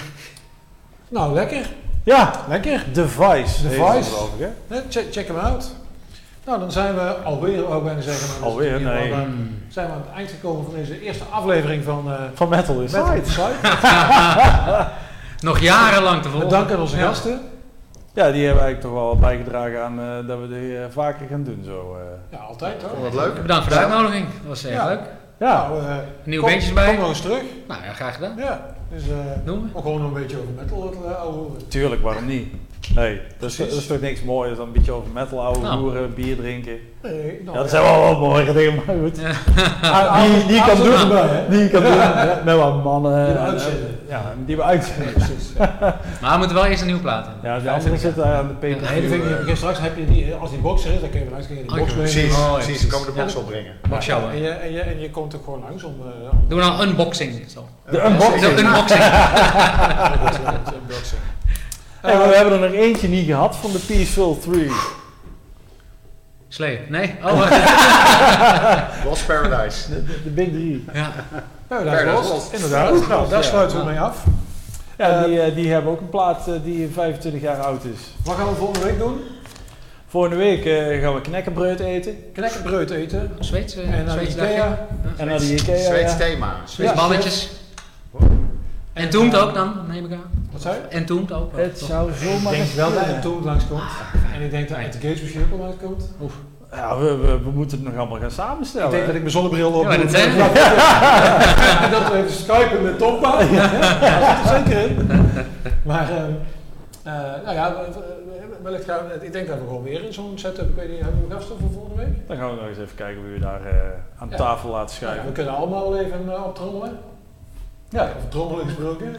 Nou, lekker. Ja, Lekker. Device. Device. heet het, geloof ik, hè? Nee, check, check hem out. Nou, dan zijn we alweer, ook bijna zeggen. Maar Alweer, dus nee. maar, uh, zijn we aan het eind gekomen van deze eerste aflevering van, uh, van Metal Inside. Metal Inside. Nog jarenlang te volgen. Bedankt aan onze Ja. gasten. Ja, die hebben eigenlijk toch wel bijgedragen aan uh, dat we dit uh, vaker gaan doen. Zo, uh. Ja, altijd hoor. Vond het leuk? Bedankt voor de uitnodiging. Dat was erg Ja. leuk. Ja, Nou, uh, Nieuwe kom, beentjes bij. Kom nog eens terug. Nou ja, graag gedaan. Ja, dus uh, Doen we. ook gewoon nog een beetje over metal wat uh, ouwe hoeren. tuurlijk, waarom niet? Nee, dat is, dat is toch niks moois dan een beetje over metal ouwe Nou. hoeren, bier drinken. Nee, nou, Ja, dat zijn wel wat mooie dingen, maar goed. Ja. Ah, Die, die ah, kan zo doen, erbij, hè? die kan doen ja, met wat mannen. Die we en, uitzenden. uh, Ja, die we uitzenden. precies. Maar we moeten wel eerst een nieuwe plaat in. Ja, de andere zitten aan de peper. Nee, vind je, begin straks heb je die, als die boxer is, dan kun je vanuit die Oh, box ik- mee. Precies, Oh, ja, precies. Dan precies. komen de box Ja. opbrengen. Mag jou, En hè. je, en, je, en je komt ook gewoon langs om... Uh, Doen we nou een unboxing. Zo. De unboxing. De unboxing. unboxing. Hey, maar we hebben er nog eentje niet gehad van de Peaceful drie. Slayer. Nee? Oh, wacht. Lost Paradise. De, de, de Big drie. Ja. Ja, dat is Paradise Lost. Lost. Inderdaad. Nou, daar Ja. sluiten we mee af. Ja, die, uh, die hebben ook een plaat uh, die vijfentwintig jaar oud is. Wat gaan we volgende week doen? Volgende week uh, gaan we knekkenbreud eten. Knekkenbreud eten. Zweedse, En naar de Zweedse Ikea. dagje. En naar de Ikea. Zweeds ja. thema. Zweedse Ja. balletjes. En Toemt ook dan, neem ik aan. Wat zei je? En Toemt ook. Het toch? zou Ik zomaar denk eens wel dat kunnen. het toen langskomt. En ik denk dat At the Gates misschien ook wel uitkomt. Oef. Ja, we, we, we moeten het nog allemaal gaan samenstellen. Ik denk dat ik mijn zonnebril op Ja, maar doe. dat zijn- En dat we even skypen met Tompa. Ja, dat zit er zeker in. Maar, uh, uh, nou ja, we- we- wellicht gaan we, ik denk dat we gewoon weer in zo'n setup, ik weet niet, hebben we gasten voor volgende week? Dan gaan we nog eens even kijken hoe we daar uh, aan Ja. tafel laten Ja, schuiven. we kunnen allemaal wel even uh, optrommelen. Ja. Of trommelen gesproken.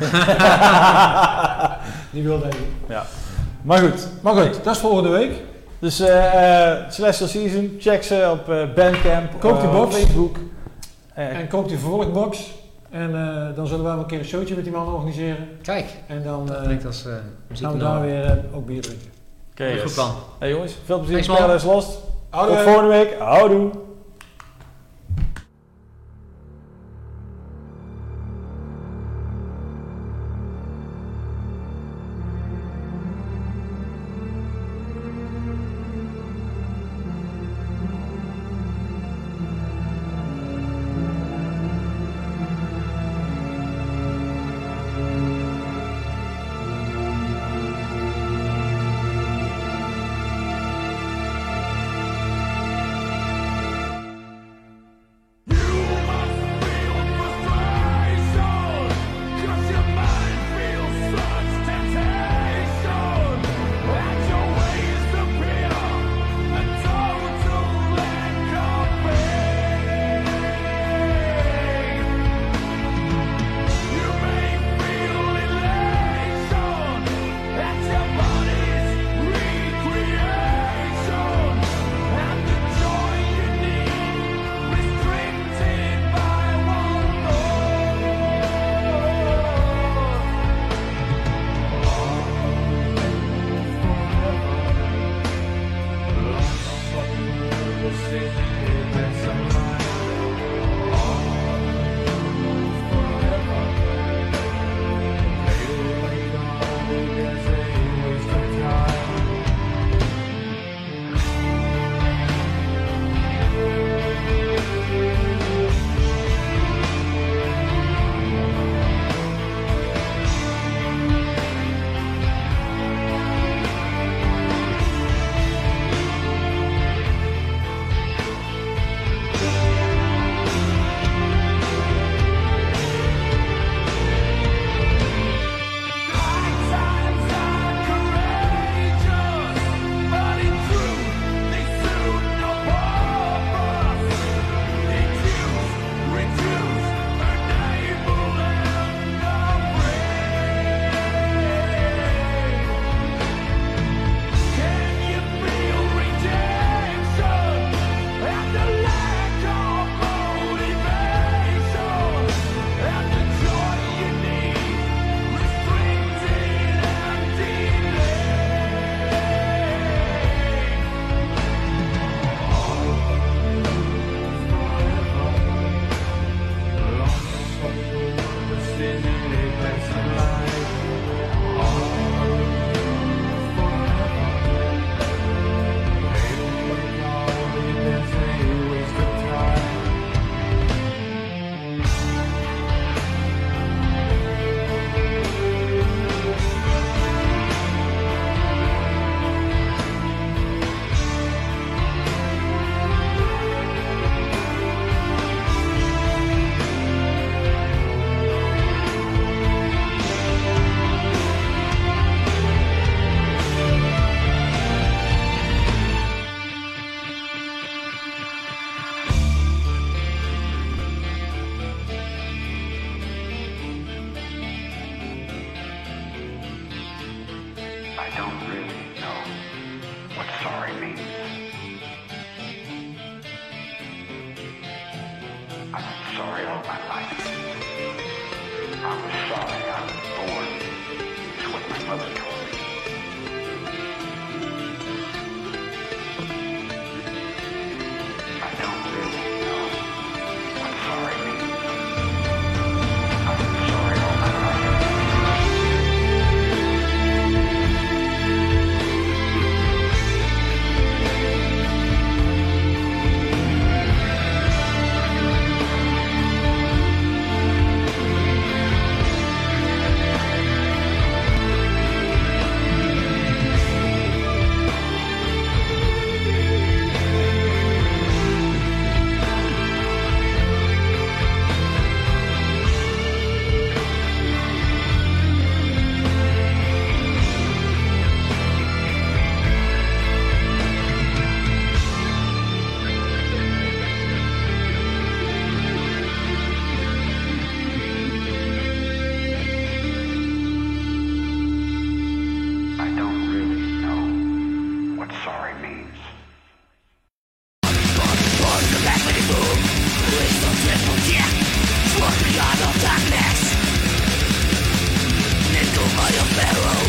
Die wilde even. Ja. Maar goed, Maar goed, dat is volgende week. dus uh, uh, Celestial Season, check ze op uh, Bandcamp, Koop die uh, box. op Facebook. Uh, En koop die vervolgbox. En uh, dan zullen we wel een keer een showtje met die man organiseren. Kijk, En dan dat uh, klinkt als uh, muziek. gaan we daar weer uh, ook bier drinken. Oké, Een goed plan. Hey jongens, veel plezier Thanks, met man. Paradise Lost. Houdoe. Tot volgende week. Houdoe. what sorry means. I've been sorry all my life. I was sorry I was born. It's what my mother told me. I don't really know what sorry means. I've been sorry all my life. Darkness into my barrel.